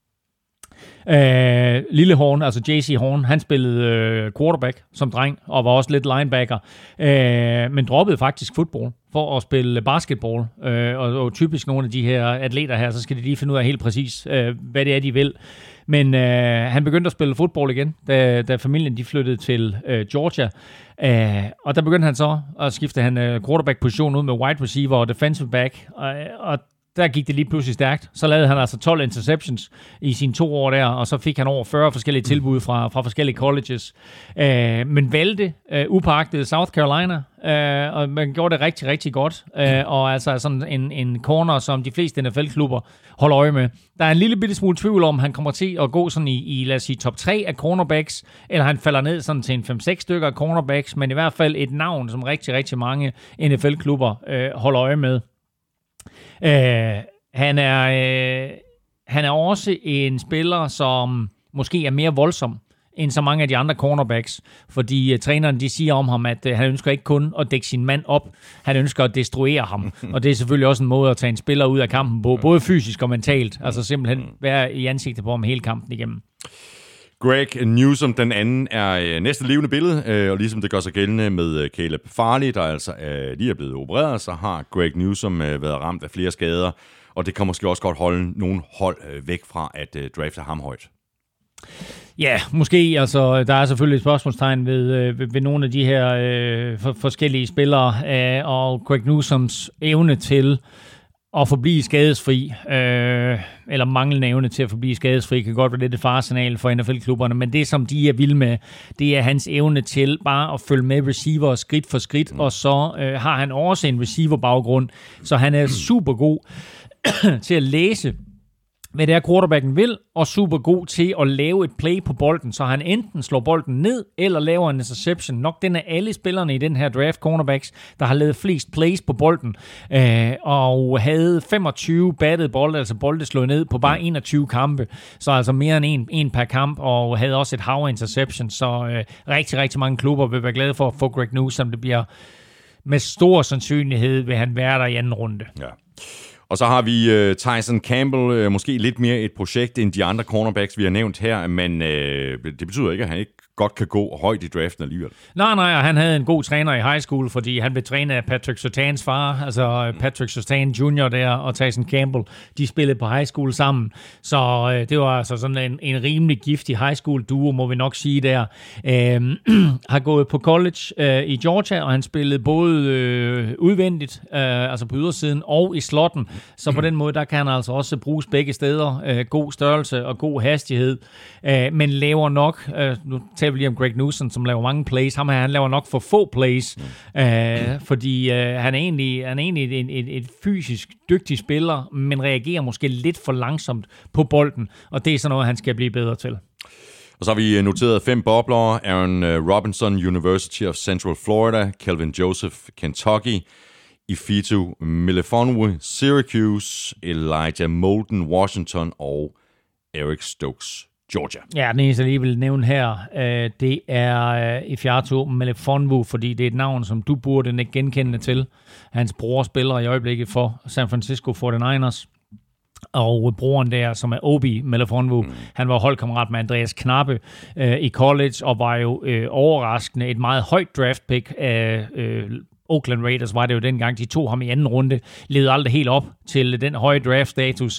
Speaker 2: Lille Horn, altså J.C. Horn, han spillede quarterback som dreng, og var også lidt linebacker, men droppede faktisk fodbold for at spille basketball, og typisk nogle af de her atleter her, så skal de lige finde ud af helt præcis, hvad det er, de vil. Men han begyndte at spille fodbold igen, da familien de flyttede til Georgia, og der begyndte han så at skifte quarterback-position ud med wide receiver og defensive back, og der gik det lige pludselig stærkt. Så lavede han altså 12 interceptions i sine 2 år der, og så fik han over 40 forskellige tilbud fra forskellige colleges. Men valgte upåagtet South Carolina, og man gjorde det rigtig, rigtig godt. Og altså sådan en corner, som de fleste NFL-klubber holder øje med. Der er en lille bitte smule tvivl om, han kommer til at gå sådan i lad os sige, top 3 af cornerbacks, eller han falder ned sådan til en 5-6 stykker af cornerbacks, men i hvert fald et navn, som rigtig, rigtig mange NFL-klubber holder øje med. Han er også en spiller, som måske er mere voldsom end så mange af de andre cornerbacks, fordi træneren de siger om ham, at han ønsker ikke kun at dække sin mand op, han ønsker at destruere ham, og det er selvfølgelig også en måde at tage en spiller ud af kampen på, både fysisk og mentalt, altså simpelthen være i ansigtet på ham hele kampen igennem.
Speaker 1: Greg Newsome, den anden, er næste levende billede, og ligesom det gør sig gældende med Caleb Farley, der altså lige er blevet opereret, så har Greg Newsome været ramt af flere skader, og det kan måske også godt holde nogle hold væk fra at drafte ham højt.
Speaker 2: Ja, måske. Altså, der er selvfølgelig et spørgsmålstegn ved nogle af de her forskellige spillere, og Greg Newsomes evne til at forblive skadesfri, eller manglende evne til at forblive skadesfri, kan godt være lidt et faresignal for NFL-klubberne, men det, som de er vilde med, det er hans evne til bare at følge med receiver skridt for skridt, og så har han også en receiver-baggrund, så han er super god til at læse, hvad det er, quarterbacken vil, og super god til at lave et play på bolden, så han enten slår bolden ned, eller laver en interception. Nok den er alle spillerne i den her draft cornerbacks, der har lavet flest plays på bolden, og havde 25 battede bolde, altså bolde slået ned på bare 21 kampe, så altså mere end en per kamp, og havde også et hav af interception, så rigtig, rigtig mange klubber vil være glade for at få Greg Newsome. Det bliver med stor sandsynlighed, vil han være der i anden runde.
Speaker 1: Ja. Og så har vi Tyson Campbell, måske lidt mere et projekt end de andre cornerbacks, vi har nævnt her, men det betyder ikke, at han ikke godt kan gå højt i draften alligevel.
Speaker 2: Nej, han havde en god træner i high school, fordi han blev trænet af Patrick Surtains far, altså Patrick Surtain Jr. der og Tyson Campbell, de spillede på high school sammen, så det var altså sådan en rimelig giftig high school duo, må vi nok sige der. Har gået på college i Georgia, og han spillede både udvendigt, altså på ydersiden, og i slotten, så på den måde, der kan han altså også bruges begge steder, god størrelse og god hastighed, men laver nok, nu taler vi lige om Greg Newsome, som laver mange plays. Han laver nok for få plays, fordi han er egentlig et fysisk dygtig spiller, men reagerer måske lidt for langsomt på bolden, og det er sådan noget, han skal blive bedre til.
Speaker 1: Og så har vi noteret 5 bobler. Aaron Robinson, University of Central Florida. Kelvin Joseph, Kentucky. Ifeatu Melifonwu, Syracuse. Elijah Molden, Washington. Og Eric Stokes, Georgia.
Speaker 2: Ja, den eneste, jeg lige vil nævne her, det er Ifeatu Melifonwu, fordi det er et navn, som du burde ikke genkende til. Hans bror spiller i øjeblikket for San Francisco 49ers. Og broren der, som er Obi Melifonwu, han var holdkammerat med Andreas Knappe i college, og var jo overraskende et meget højt draft pick af Oakland Raiders, var det jo dengang. De tog ham i anden runde, levede aldrig helt op til den høje draft-status,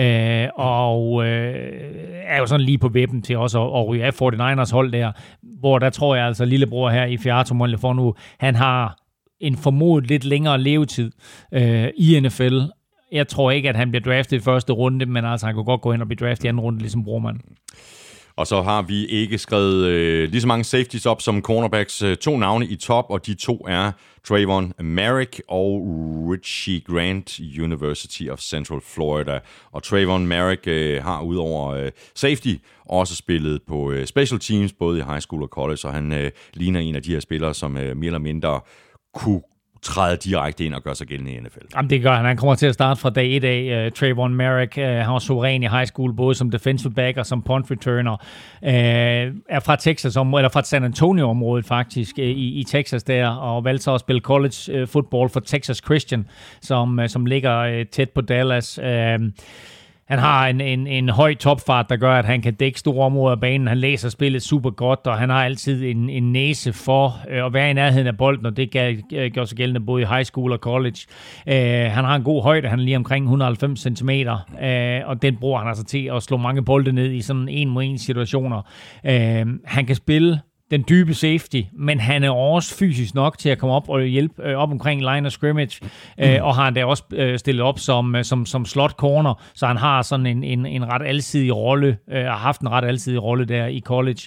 Speaker 2: og er jo sådan lige på vippen til også at ryge af 49ers hold der, hvor der tror jeg altså, lillebror her i Ifeatu Melifonwu, han har en formodet lidt længere levetid i NFL. Jeg tror ikke, at han bliver draftet i første runde, men altså han kunne godt gå ind og blive draftet i anden runde, ligesom brormand.
Speaker 1: Og så har vi ikke skrevet lige så mange safeties op som cornerbacks. 2 navne i top, og de 2 er Trayvon Merrick og Richie Grant, University of Central Florida. Og Trayvon Merrick har udover safety også spillet på special teams, både i high school og college, og han ligner en af de her spillere, som mere eller mindre kunne træde direkte ind og gøre sig gældende i NFL.
Speaker 2: Jamen det gør han. Han kommer til at starte fra dag 1 af. Trayvon Merrick, han var suveræn i high school, både som defensive back og som punt returner. Er fra Texas, eller fra San Antonio-området faktisk, i Texas der, og valgte så at spille college football for Texas Christian, som ligger tæt på Dallas. Han har en høj topfart, der gør, at han kan dække store områder af banen. Han læser spillet super godt, og han har altid en næse for at være i nærheden af bolden, og det gør sig gældende både i high school og college. Han har en god højde, han er lige omkring 190 cm, og den bruger han altså til at slå mange bolde ned i sådan 1-mod-1 situationer. Han kan spille den dybe safety, men han er også fysisk nok til at komme op og hjælpe op omkring line of scrimmage, og har han da også stillet op som slot corner, så han har sådan en ret alsidig rolle, har haft en ret alsidig rolle der i college.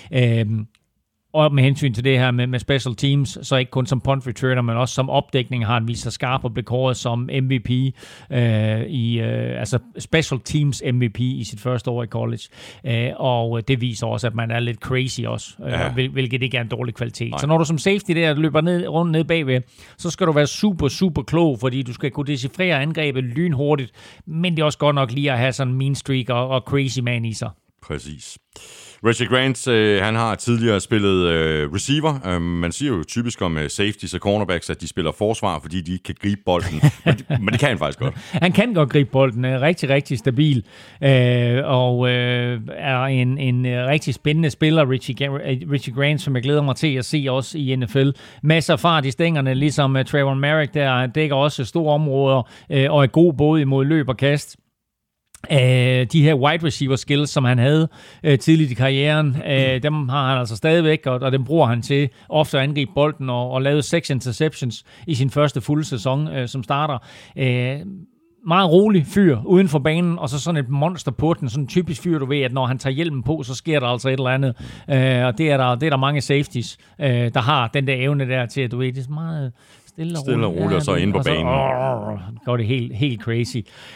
Speaker 2: Og med hensyn til det her med special teams, så ikke kun som punt returner, men også som opdækning har han vist sig skarp og blev kåret som MVP, altså special teams MVP i sit første år i college. Og det viser også, at man er lidt crazy også, hvilket ikke er en dårlig kvalitet. Nej. Så når du som safety der løber rundt ned bagved, så skal du være super, super klog, fordi du skal kunne decifrere angrebet lynhurtigt, men det er også godt nok lige at have sådan en mean streak og crazy man i sig.
Speaker 1: Præcis. Richie Grant, han har tidligere spillet receiver. Man siger jo typisk om safeties og cornerbacks, at de spiller forsvar, fordi de ikke kan gribe bolden. men det kan han faktisk godt.
Speaker 2: Han kan godt gribe bolden. Er rigtig, rigtig stabil. Og er en rigtig spændende spiller, Richie Grant, som jeg glæder mig til at se også i NFL. Masser af fart i stængerne, ligesom Trayvon Merrick, der dækker også store områder og er god både imod løb og kast. De her wide receiver skills, som han havde tidligt i karrieren, dem har han altså stadigvæk, og dem bruger han til ofte at angribe bolden og lave 6 interceptions i sin første fulde sæson som starter. Meget rolig fyr uden for banen, og så sådan et monster på den, sådan en typisk fyr, du ved, at når han tager hjelmen på, så sker der altså et eller andet. Og det er der mange safeties, der har den der evne der til, at du ved, det er meget stille og roligt,
Speaker 1: og så inde på banen.
Speaker 2: Går det helt crazy.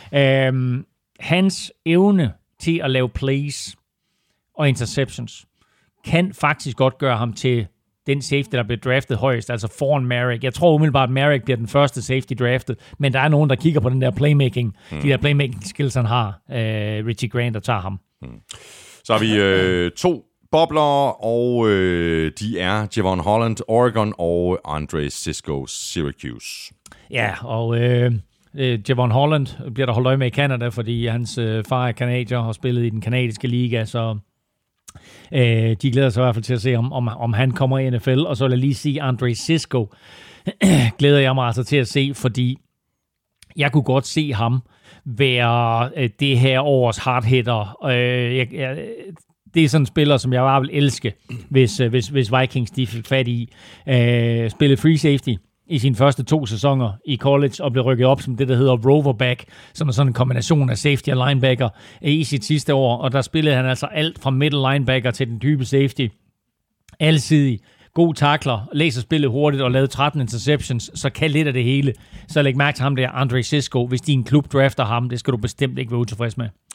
Speaker 2: Hans evne til at lave plays og interceptions kan faktisk godt gøre ham til den safety, der bliver draftet højst, altså foran Merrick. Jeg tror umiddelbart, at Merrick bliver den første safety draftet, men der er nogen, der kigger på den der playmaking, de der playmaking skills, han har, Richie Grant, der tager ham.
Speaker 1: Så har vi 2 bobler, og de er Javon Holland, Oregon, og Andre Cisco, Syracuse.
Speaker 2: Ja, og Javon Holland bliver der holdt øje med i Canada, fordi hans far er kanadier og har spillet i den kanadiske liga, så de glæder sig i hvert fald til at se, om han kommer i NFL. Og så vil jeg lige sige, Andre Cisco glæder jeg mig altså til at se, fordi jeg kunne godt se ham være det her års hardhitter. Det er sådan en spiller, som jeg bare vil elske, hvis Vikings de fik fat i. Spillet free safety i sine første 2 sæsoner i college, og blev rykket op som det, der hedder roverback, som er sådan en kombination af safety og linebacker i sit sidste år, og der spillede han altså alt fra middle linebacker til den dybe safety. Alsidig, god tackler, læser spillet hurtigt og lavede 13 interceptions, så kan lidt af det hele. Så læg mærke til ham der, Andre Cisco. Hvis din klub drafter ham, det skal du bestemt ikke være utilfreds med.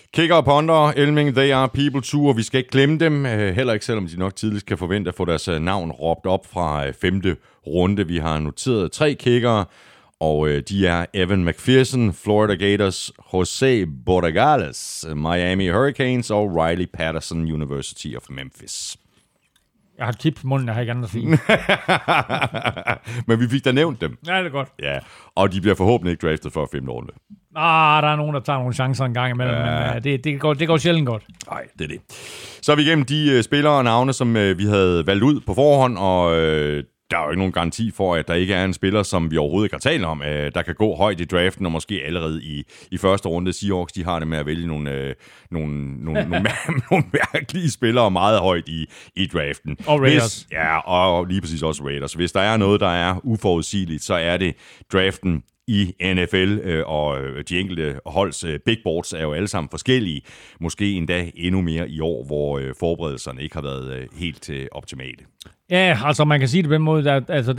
Speaker 1: Kicker og punter, Elming, they are people too, og vi skal ikke glemme dem. Heller ikke, selvom de nok tidligst kan forvente at få deres navn råbt op fra 5. runde. Vi har noteret 3 kickere, og de er Evan McPherson, Florida Gators, Jose Borregales, Miami Hurricanes og Riley Patterson, University of Memphis.
Speaker 2: Jeg har et tip på munden, jeg har ikke andet at sige.
Speaker 1: Men vi fik da nævnt dem.
Speaker 2: Ja, det er godt.
Speaker 1: Ja, og de bliver forhåbentlig ikke draftet før 5. runde.
Speaker 2: Der er nogen, der tager nogle chancer en gang imellem, men det går sjældent godt.
Speaker 1: Nej, det er det. Så er vi igennem de spillere og navne, som vi havde valgt ud på forhånd, og der er jo ikke nogen garanti for, at der ikke er en spiller, som vi overhovedet ikke har talt om, der kan gå højt i draften, og måske allerede i første runde. Seahawks, de har det med at vælge nogle mærkelige spillere meget højt i draften.
Speaker 2: Og Raiders.
Speaker 1: Og lige præcis også Raiders. Hvis der er noget, der er uforudsigeligt, så er det draften i NFL, og de enkelte holds big boards er jo alle sammen forskellige. Måske endda endnu mere i år, hvor forberedelserne ikke har været helt optimale.
Speaker 2: Ja, altså man kan sige det på den måde, at altså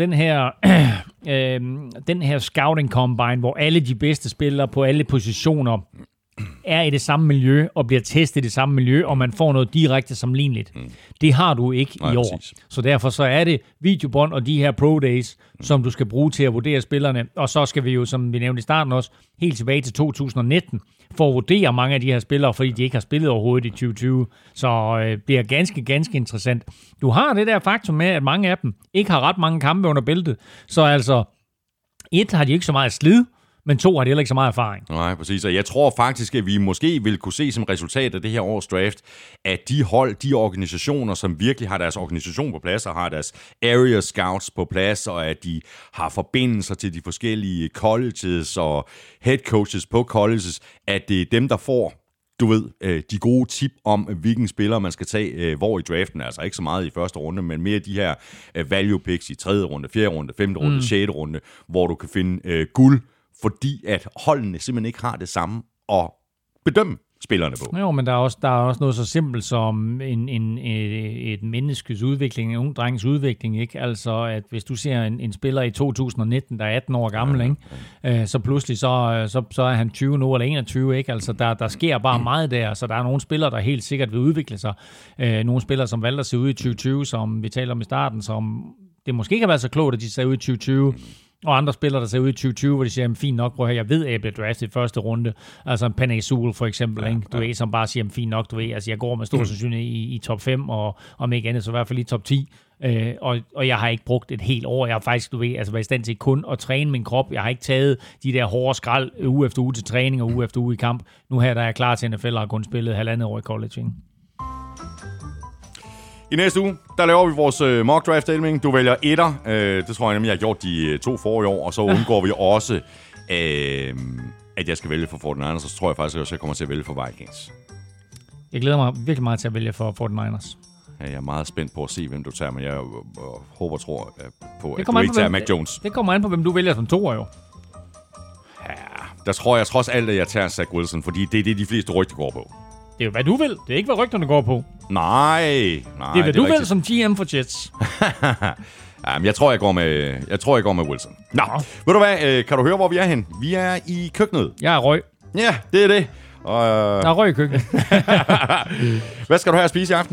Speaker 2: den her scouting combine, hvor alle de bedste spillere på alle positioner er i det samme miljø og bliver testet i det samme miljø, og man får noget direkte sammenligneligt. Det har du ikke i år. Præcis. Så derfor så er det videobånd og de her pro days, som du skal bruge til at vurdere spillerne. Og så skal vi jo, som vi nævnte i starten også, helt tilbage til 2019, for at vurdere mange af de her spillere, fordi de ikke har spillet overhovedet i 2020. Så bliver ganske, ganske interessant. Du har det der faktum med, at mange af dem ikke har ret mange kampe under bæltet. Så altså, 1 har de ikke så meget slid, men 2 har de heller ikke så meget erfaring.
Speaker 1: Nej, præcis. Og jeg tror faktisk, at vi måske vil kunne se som resultat af det her års draft, at de hold, de organisationer, som virkelig har deres organisation på plads, og har deres area scouts på plads, og at de har forbindelser til de forskellige colleges og head coaches på colleges, at det er dem, der får de gode tip om, hvilken spillere man skal tage hvor i draften. Altså ikke så meget i første runde, men mere de her value picks i 3. runde, 4. runde, 5. runde, 6. runde, hvor du kan finde guld, fordi at holdene simpelthen ikke har det samme at bedømme spillerne på.
Speaker 2: Jo, men der er også noget så simpelt som et menneskes udvikling, en ung drengs udvikling, ikke? Altså, at hvis du ser en spiller i 2019, der er 18 år gammel, ikke? Så pludselig så er han 20 nu, eller 21, ikke? Altså, der sker bare meget der, så der er nogle spillere, der helt sikkert vil udvikle sig. Nogle spillere, som valgte at se ud i 2020, som vi talte om i starten, som det måske ikke har været så klogt, at de ser ud i 2020, og andre spillere, der ser ud i 2020, hvor de siger, fint nok, prøv at jeg ved, at jeg bliver draftet i første runde. Altså en Penei Sewell for eksempel, ikke? Du ved, som bare siger, fint nok, du ved, altså jeg går med stor sandsynlighed i top 5, og om ikke andet, så i hvert fald i top 10. Og jeg har ikke brugt et helt år. Jeg har faktisk, været i stand til kun at træne min krop. Jeg har ikke taget de der hårde skrald uge efter uge til træning, og uge efter uge i kamp. Nu her, der er jeg klar til NFL, og har kun spillet 1,5 år i college, ikke?
Speaker 1: I næste uge, der laver vi vores mock draft, Elming. Du vælger etter. Det tror jeg nemlig, jeg har gjort de 2 forrige år. Og så undgår vi også, at jeg skal vælge for 49ers. Så tror jeg faktisk også, at jeg kommer til at vælge for Vikings.
Speaker 2: Jeg glæder mig virkelig meget til at vælge for 49ers.
Speaker 1: Jeg er meget spændt på at se, hvem du tager, men jeg håber og tror på, at du ikke tager Mac Jones.
Speaker 2: Det kommer an på, hvem du vælger som 2 år, jo.
Speaker 1: Ja, der tror jeg trods alt, at jeg tager Zach Wilson, fordi det er det, de fleste rygter går på.
Speaker 2: Det er jo, hvad du vil. Det er ikke, hvad rygterne går på.
Speaker 1: Nej.
Speaker 2: Det er, hvad du vil som GM for Jets.
Speaker 1: Jamen, jeg tror, jeg går med Wilson. Nå, ved du hvad? Kan du høre, hvor vi er hen? Vi er i køkkenet.
Speaker 2: Jeg er røg.
Speaker 1: Ja, det er det.
Speaker 2: Der er røg i køkkenet.
Speaker 1: Hvad skal du have at spise i aften?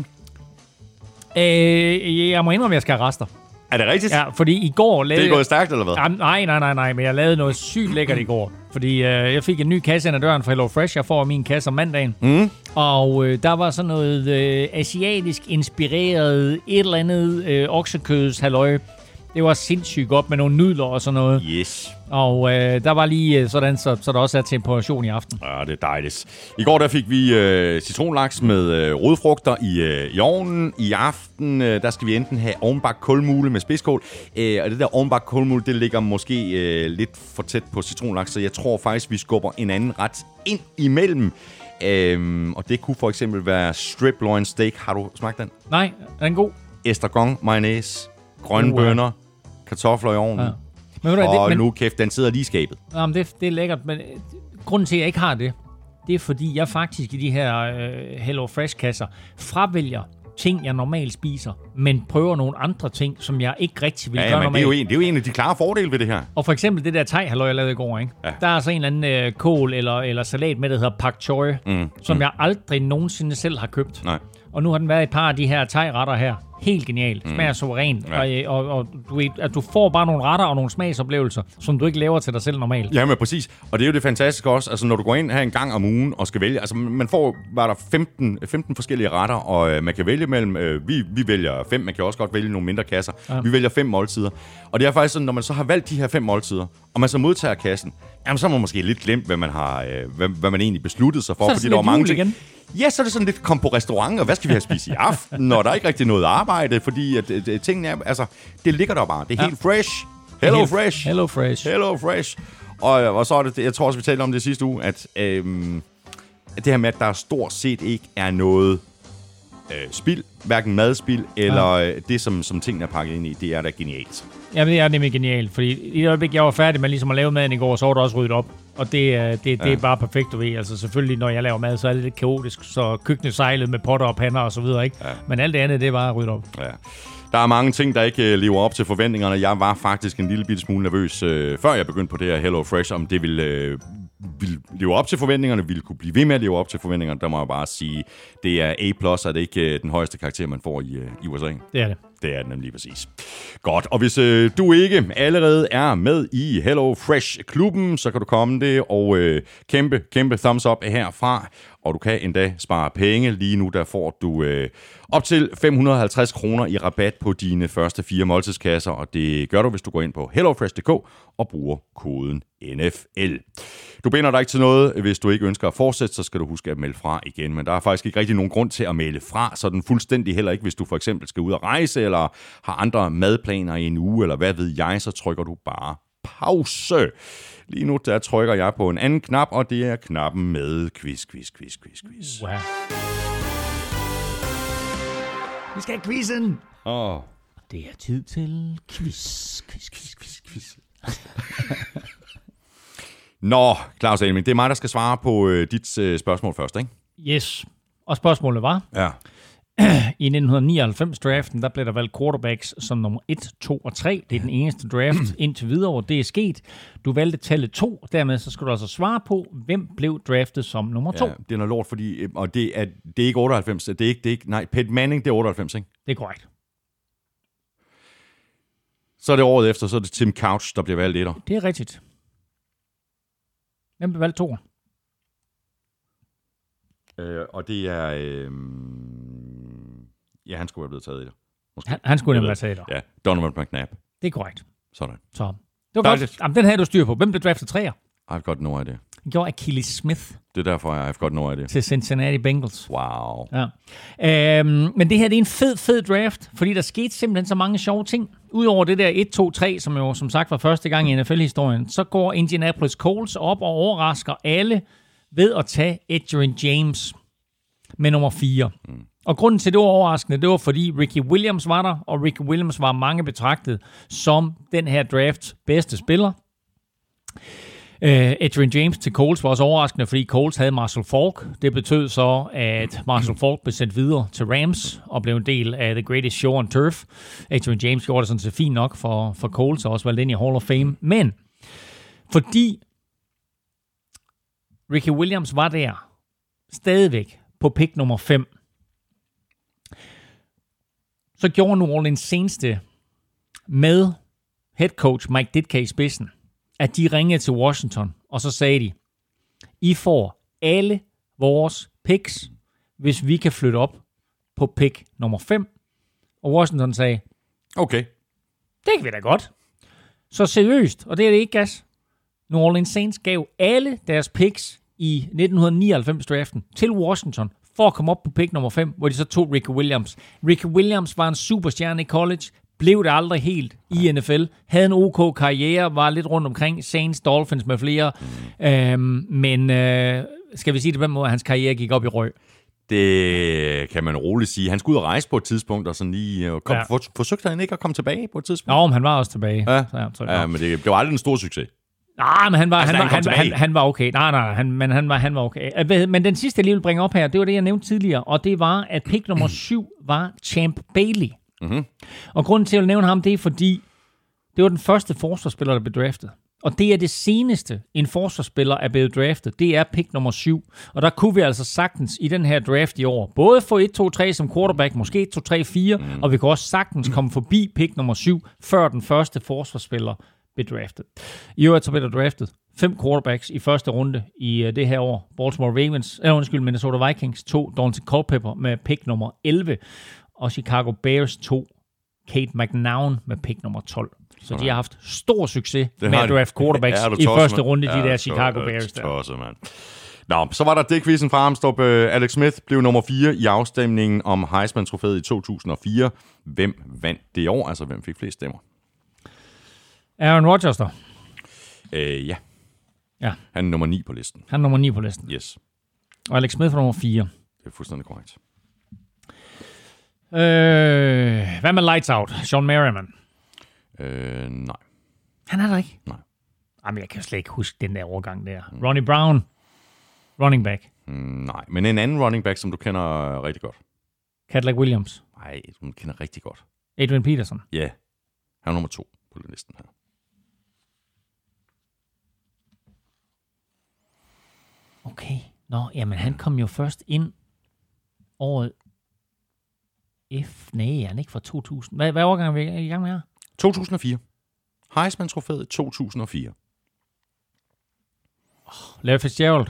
Speaker 2: Jeg må indrømme, at jeg skal have rester.
Speaker 1: Er det rigtigt?
Speaker 2: Ja, fordi i går lavede...
Speaker 1: Det er gået stærkt, eller hvad?
Speaker 2: Nej, men jeg lavede noget sygt lækkert i går. Fordi jeg fik en ny kasse ind ad døren fra HelloFresh. Jeg får min kasse om mandagen. Og der var sådan noget asiatisk inspireret et eller andet oksekødshalløj. Det var sindssygt godt med nogle nudler og sådan noget.
Speaker 1: Yes.
Speaker 2: Og der var lige sådan, så der også er til en portion i aften.
Speaker 1: Ja, det er dejligt. I går der fik vi citronlaks med rodfrugter i ovnen. I aften der skal vi enten have ovenbagt kulmule med spidskål. Og det der ovenbagt kulmule, det ligger måske lidt for tæt på citronlaks. Så jeg tror faktisk, vi skubber en anden ret ind imellem. Og det kunne for eksempel være strip loin steak. Har du smagt den?
Speaker 2: Nej, er den god?
Speaker 1: Estragon, mayonnaise, grønne bønner, kartofler i ovnen. Ja. Men nu kæft, den sidder lige i skabet.
Speaker 2: Jamen, det er lækkert, men grunden til, at jeg ikke har det, det er fordi, jeg faktisk i de her HelloFresh-kasser fravælger ting, jeg normalt spiser, men prøver nogle andre ting, som jeg ikke rigtig vil gøre
Speaker 1: men
Speaker 2: normalt.
Speaker 1: det er jo en af de klare fordele ved det her.
Speaker 2: Og for eksempel det der thai-halløj, jeg lavede i går, ikke? Ja. Der er altså en eller anden kål eller salat med, der hedder pak choi, som jeg aldrig nogensinde selv har købt.
Speaker 1: Nej.
Speaker 2: Og nu har den været et par af de her thai-retter her. Helt genialt. Smager suveræn. Ja. Og du ved, at du får bare nogle retter og nogle smagsoplevelser, som du ikke laver til dig selv normalt.
Speaker 1: Jamen præcis. Og det er jo det fantastiske også. Altså når du går ind her en gang om ugen og skal vælge. Altså man får, var der 15 forskellige retter, og man kan vælge mellem. Vi vælger 5. Man kan også godt vælge nogle mindre kasser. Ja. Vi vælger 5 måltider. Og det er faktisk sådan, når man så har valgt de her 5 måltider, og man så modtager kassen, jamen så har man måske lidt glemt, hvad man har, hvad man egentlig besluttede sig for.
Speaker 2: Så fordi der var mange ting. Igen.
Speaker 1: Ja, så er det sådan lidt, kom på restaurant, og hvad skal vi have spist i aften, når der er ikke rigtig noget arbejde, fordi at tingene er, altså, det ligger der bare. Det er helt fresh. Hello Fresh.
Speaker 2: Hello Fresh.
Speaker 1: Hello Fresh. Og så er det, jeg tror også, vi talte om det sidste uge, at det her med, at der stort set ikke er noget spild, hverken madspild eller det, som tingene er pakket ind i, det er da genialt.
Speaker 2: Ja, det er nemlig genialt, fordi i det øjeblik, jeg var færdig med ligesom at lave maden i går, så var det også ryddet op. Og det er bare perfekt, du ved. Altså selvfølgelig, når jeg laver mad, så er det lidt kaotisk, så køkkenet sejlet med potter og pander og så videre, ikke? Ja. Men alt det andet, det er bare ryddet op. Ja.
Speaker 1: Der er mange ting, der ikke lever op til forventningerne. Jeg var faktisk en lille bitte smule nervøs, før jeg begyndte på det her Hello Fresh, om det ville leve op til forventningerne, ville kunne blive ved med at leve op til forventningerne. Der må jeg bare sige, det er A+, er det ikke den højeste karakter, man får i USA.
Speaker 2: Det er det.
Speaker 1: Det er den nemlig præcis. Godt, og hvis du ikke allerede er med i Hello Fresh-klubben, så kan du komme det, og kæmpe thumbs up herfra, og du kan endda spare penge. Lige nu der får du op til 550 kroner i rabat på dine første 4 måltidskasser, og det gør du, hvis du går ind på hellofresh.dk og bruger koden NFL. Du binder dig ikke til noget. Hvis du ikke ønsker at fortsætte, så skal du huske at melde fra igen. Men der er faktisk ikke rigtig nogen grund til at melde fra, så den fuldstændig heller ikke, hvis du for eksempel skal ud og rejse, eller har andre madplaner i en uge, eller hvad ved jeg, så trykker du bare pause. Lige nu der trykker jeg på en anden knap, og det er knappen med quiz.
Speaker 2: Wow. Vi skal have quizzen. Det er tid til quiz.
Speaker 1: Nå, Claus Elming, det er mig, der skal svare på dit spørgsmål først, ikke?
Speaker 2: Yes. Og spørgsmålet var?
Speaker 1: Ja.
Speaker 2: I 1999-draften, der blev der valgt quarterbacks som nummer 1, 2 og 3. Det er den eneste draft indtil videre, hvor det er sket. Du valgte tallet 2, dermed så skal du altså svare på, hvem blev draftet som nummer 2.
Speaker 1: Ja, det er noget lort, fordi, og det er ikke 98, det er ikke, nej, Peyton Manning, det er 98, ikke?
Speaker 2: Det er korrekt.
Speaker 1: Så er det året efter, så er det Tim Couch, der bliver valgt etter.
Speaker 2: Det er rigtigt. Hvem blev valgt 2?
Speaker 1: Og det er... ja, han skulle have blevet taget etter.
Speaker 2: Han skulle have været taget etter.
Speaker 1: Ja, Donovan McNabb.
Speaker 2: Det er korrekt.
Speaker 1: Sådan.
Speaker 2: Så. Det var godt. Jamen, den havde du styr på. Hvem blev draftet 3'er?
Speaker 1: I've got no idea.
Speaker 2: Det gjorde Achilles Smith.
Speaker 1: Det er derfor, I've got no idea.
Speaker 2: Til Cincinnati Bengals.
Speaker 1: Wow.
Speaker 2: Ja. Men det her, det er en fed draft, fordi der skete simpelthen så mange sjove ting. Udover det der 1, 2, 3, som jo som sagt var første gang i NFL-historien, så går Indianapolis Colts op og overrasker alle ved at tage Edgerrin James med nummer 4. Og grunden til, det var overraskende, det var fordi Ricky Williams var der, og Ricky Williams var mange betragtet som den her drafts bedste spiller. Edgerrin James til Colts var også overraskende, fordi Colts havde Marshall Faulk. Det betød så, at Marshall Faulk blev sendt videre til Rams og blev en del af The Greatest Show on Turf. Edgerrin James gjorde det sådan set fint nok for Colts og også valgt ind i Hall of Fame. Men fordi Ricky Williams var der stadigvæk på pick nummer 5, så gjorde New Orleans Saints det med head coach Mike Ditka i spidsen, at de ringede til Washington, og så sagde de, I får alle vores picks, hvis vi kan flytte op på pick nummer 5. Og Washington sagde,
Speaker 1: okay,
Speaker 2: det kan vi da godt. Så seriøst, og det er det ikke gas. New Orleans Saints gav alle deres picks i 1999-draften til Washington, for at komme op på pick nummer 5, hvor de så tog Ricky Williams. Ricky Williams var en superstjerne i college, blev det aldrig helt i NFL, havde en OK karriere, var lidt rundt omkring Saints, Dolphins med flere, men skal vi sige det på den måde, at hans karriere gik op i røg?
Speaker 1: Det kan man roligt sige. Han skulle ud og rejse på et tidspunkt, og sådan lige forsøgte han ikke at komme tilbage på et tidspunkt?
Speaker 2: Nå, men han var også tilbage.
Speaker 1: Ja, men det var aldrig en stor succes.
Speaker 2: Nej, men han var okay. Han var okay. Men den sidste, jeg lige vil bringe op her, det var det, jeg nævnte tidligere, og det var, at pick nummer 7 var Champ Bailey. Mm-hmm. Og grunden til, at jeg vil nævne ham, det er, fordi det var den første forsvarsspiller, der blev draftet. Og det er det seneste, en forsvarsspiller er blevet draftet. Det er pick nummer 7. Og der kunne vi altså sagtens i den her draft i år både få 1-2-3 som quarterback, måske 1-2-3-4, og vi kan også sagtens komme forbi pick nummer 7, før den første forsvarsspiller blev draftet. I øvrigt så blev der draftet 5 quarterbacks i første runde i det her år. Baltimore Ravens, Minnesota Vikings 2, Daunte Culpepper med pick nummer 11, og Chicago Bears 2, Kate McNown med pick nummer 12. Så de har haft stor succes med at draft quarterbacks i første runde, de der Chicago Bears der.
Speaker 1: Tosset, man. Nå, så var der det quizzen fra Armstrong. Alex Smith blev nummer 4 i afstemningen om Heisman-trofæet i 2004. Hvem vandt det år? Altså, hvem fik flest stemmer?
Speaker 2: Aaron Rodgers der?
Speaker 1: Ja. Han er nummer 9 på listen.
Speaker 2: Yes. Og Alex Smith var nummer 4.
Speaker 1: Det er fuldstændig korrekt.
Speaker 2: Hvad med Lights Out? Sean Merriman?
Speaker 1: Nej.
Speaker 2: Han er der ikke?
Speaker 1: Nej.
Speaker 2: Jamen, jeg kan slet ikke huske den der overgang der. Ronnie Brown? Running back?
Speaker 1: Nej, men en anden running back, som du kender rigtig godt.
Speaker 2: Cadillac Williams?
Speaker 1: Nej, du kender rigtig godt.
Speaker 2: Adrian Peterson?
Speaker 1: Ja. Han er nummer 2 på listen her.
Speaker 2: Okay. Jamen han kom jo først ind året Nej, han er ikke fra 2000. Hvad årgang er vi i gang med her?
Speaker 1: 2004. Heisman-trofæet 2004.
Speaker 2: Larry Fitzgerald?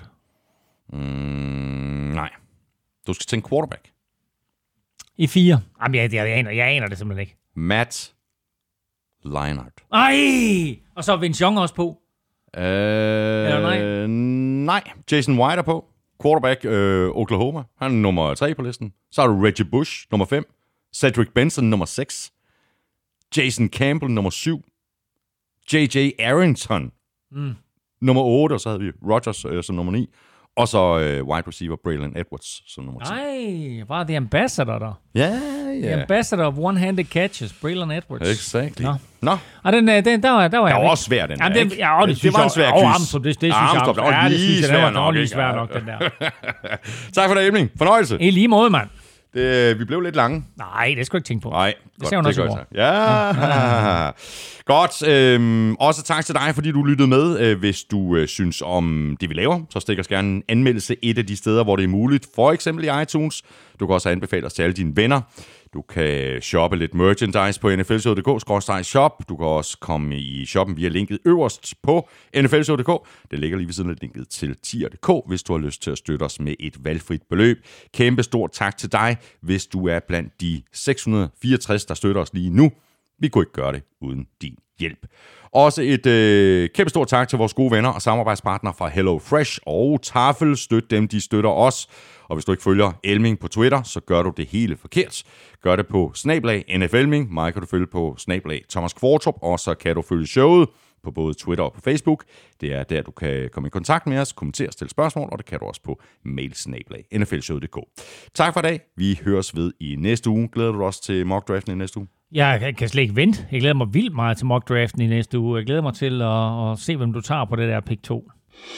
Speaker 1: Nej. Du skal tænke quarterback.
Speaker 2: I 4. Jamen, jeg aner det simpelthen ikke.
Speaker 1: Matt Leinart.
Speaker 2: Ej! Og så er Vince Young også på. Eller nej?
Speaker 1: Nej. Jason White er på. Quarterback Oklahoma. Han er nummer 3 på listen. Så har du Reggie Bush, nummer 5. Cedric Benson, nummer 6. Jason Campbell, nummer 7. J.J. Arrington, nummer 8. Og så havde vi Rodgers som nummer 9. Og så wide receiver Braylon Edwards som nummer 10.
Speaker 2: Ej, bare the ambassador der.
Speaker 1: Ja.
Speaker 2: The ambassador of one-handed catches, Braylon Edwards.
Speaker 1: Exactly.
Speaker 2: Nå. Og den der var
Speaker 1: jeg også svær, den der, ikke?
Speaker 2: Det
Speaker 1: var en svær quiz.
Speaker 2: Armstrong, det synes jeg.
Speaker 1: Det var lige svær nok,
Speaker 2: den der.
Speaker 1: Tak for det, Emling. Fornøjelse.
Speaker 2: I lige måde, mand.
Speaker 1: Vi blev lidt lange.
Speaker 2: Nej, det skulle jeg ikke tænke på.
Speaker 1: Nej,
Speaker 2: det ser hun også over.
Speaker 1: Ja. Godt. Også tak til dig, fordi du lyttede med. Hvis du synes om det, vi laver, så stik os gerne en anmeldelse et af de steder, hvor det er muligt. For eksempel i iTunes. Du kan også anbefale os til alle dine venner. Du kan shoppe lidt merchandise på nflshow.dk/shop. Du kan også komme i shoppen via linket øverst på nflshow.dk. Det ligger lige ved siden af linket til tier.dk, hvis du har lyst til at støtte os med et valgfrit beløb. Kæmpe stort tak til dig, hvis du er blandt de 664, der støtter os lige nu. Vi kunne ikke gøre det uden din hjælp. Også et kæmpe stort tak til vores gode venner og samarbejdspartnere fra HelloFresh og Tafel. Støt dem, de støtter os. Og hvis du ikke følger Elming på Twitter, så gør du det hele forkert. Gør det på @NFElming. Mig kan du følge på @Thomas Kvartrup, og så kan du følge showet på både Twitter og på Facebook. Det er der, du kan komme i kontakt med os, kommentere, stille spørgsmål, og det kan du også på mail @nflshow.dk. Tak for i dag. Vi høres ved i næste uge. Glæder du dig også til mockdraften i næste uge?
Speaker 2: Jeg kan slet ikke vente. Jeg glæder mig vildt meget til mockdraften i næste uge. Jeg glæder mig til at se, hvem du tager på det der pick 2.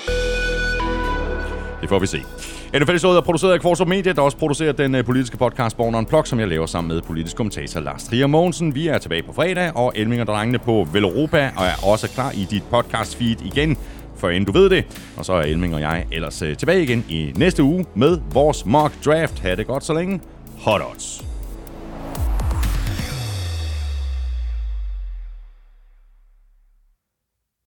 Speaker 1: Det får vi se. NFL-showet er produceret af Kvartrup Media, der også producerer den politiske podcast Born Unplugged, som jeg laver sammen med politisk kommentator Lars Trier Mogensen. Vi er tilbage på fredag, og Elming og drengene på Velropa er også klar i dit podcast feed igen, for inden du ved det. Og så er Elming og jeg ellers tilbage igen i næste uge med vores mock draft. Ha' det godt så længe. Hot odds.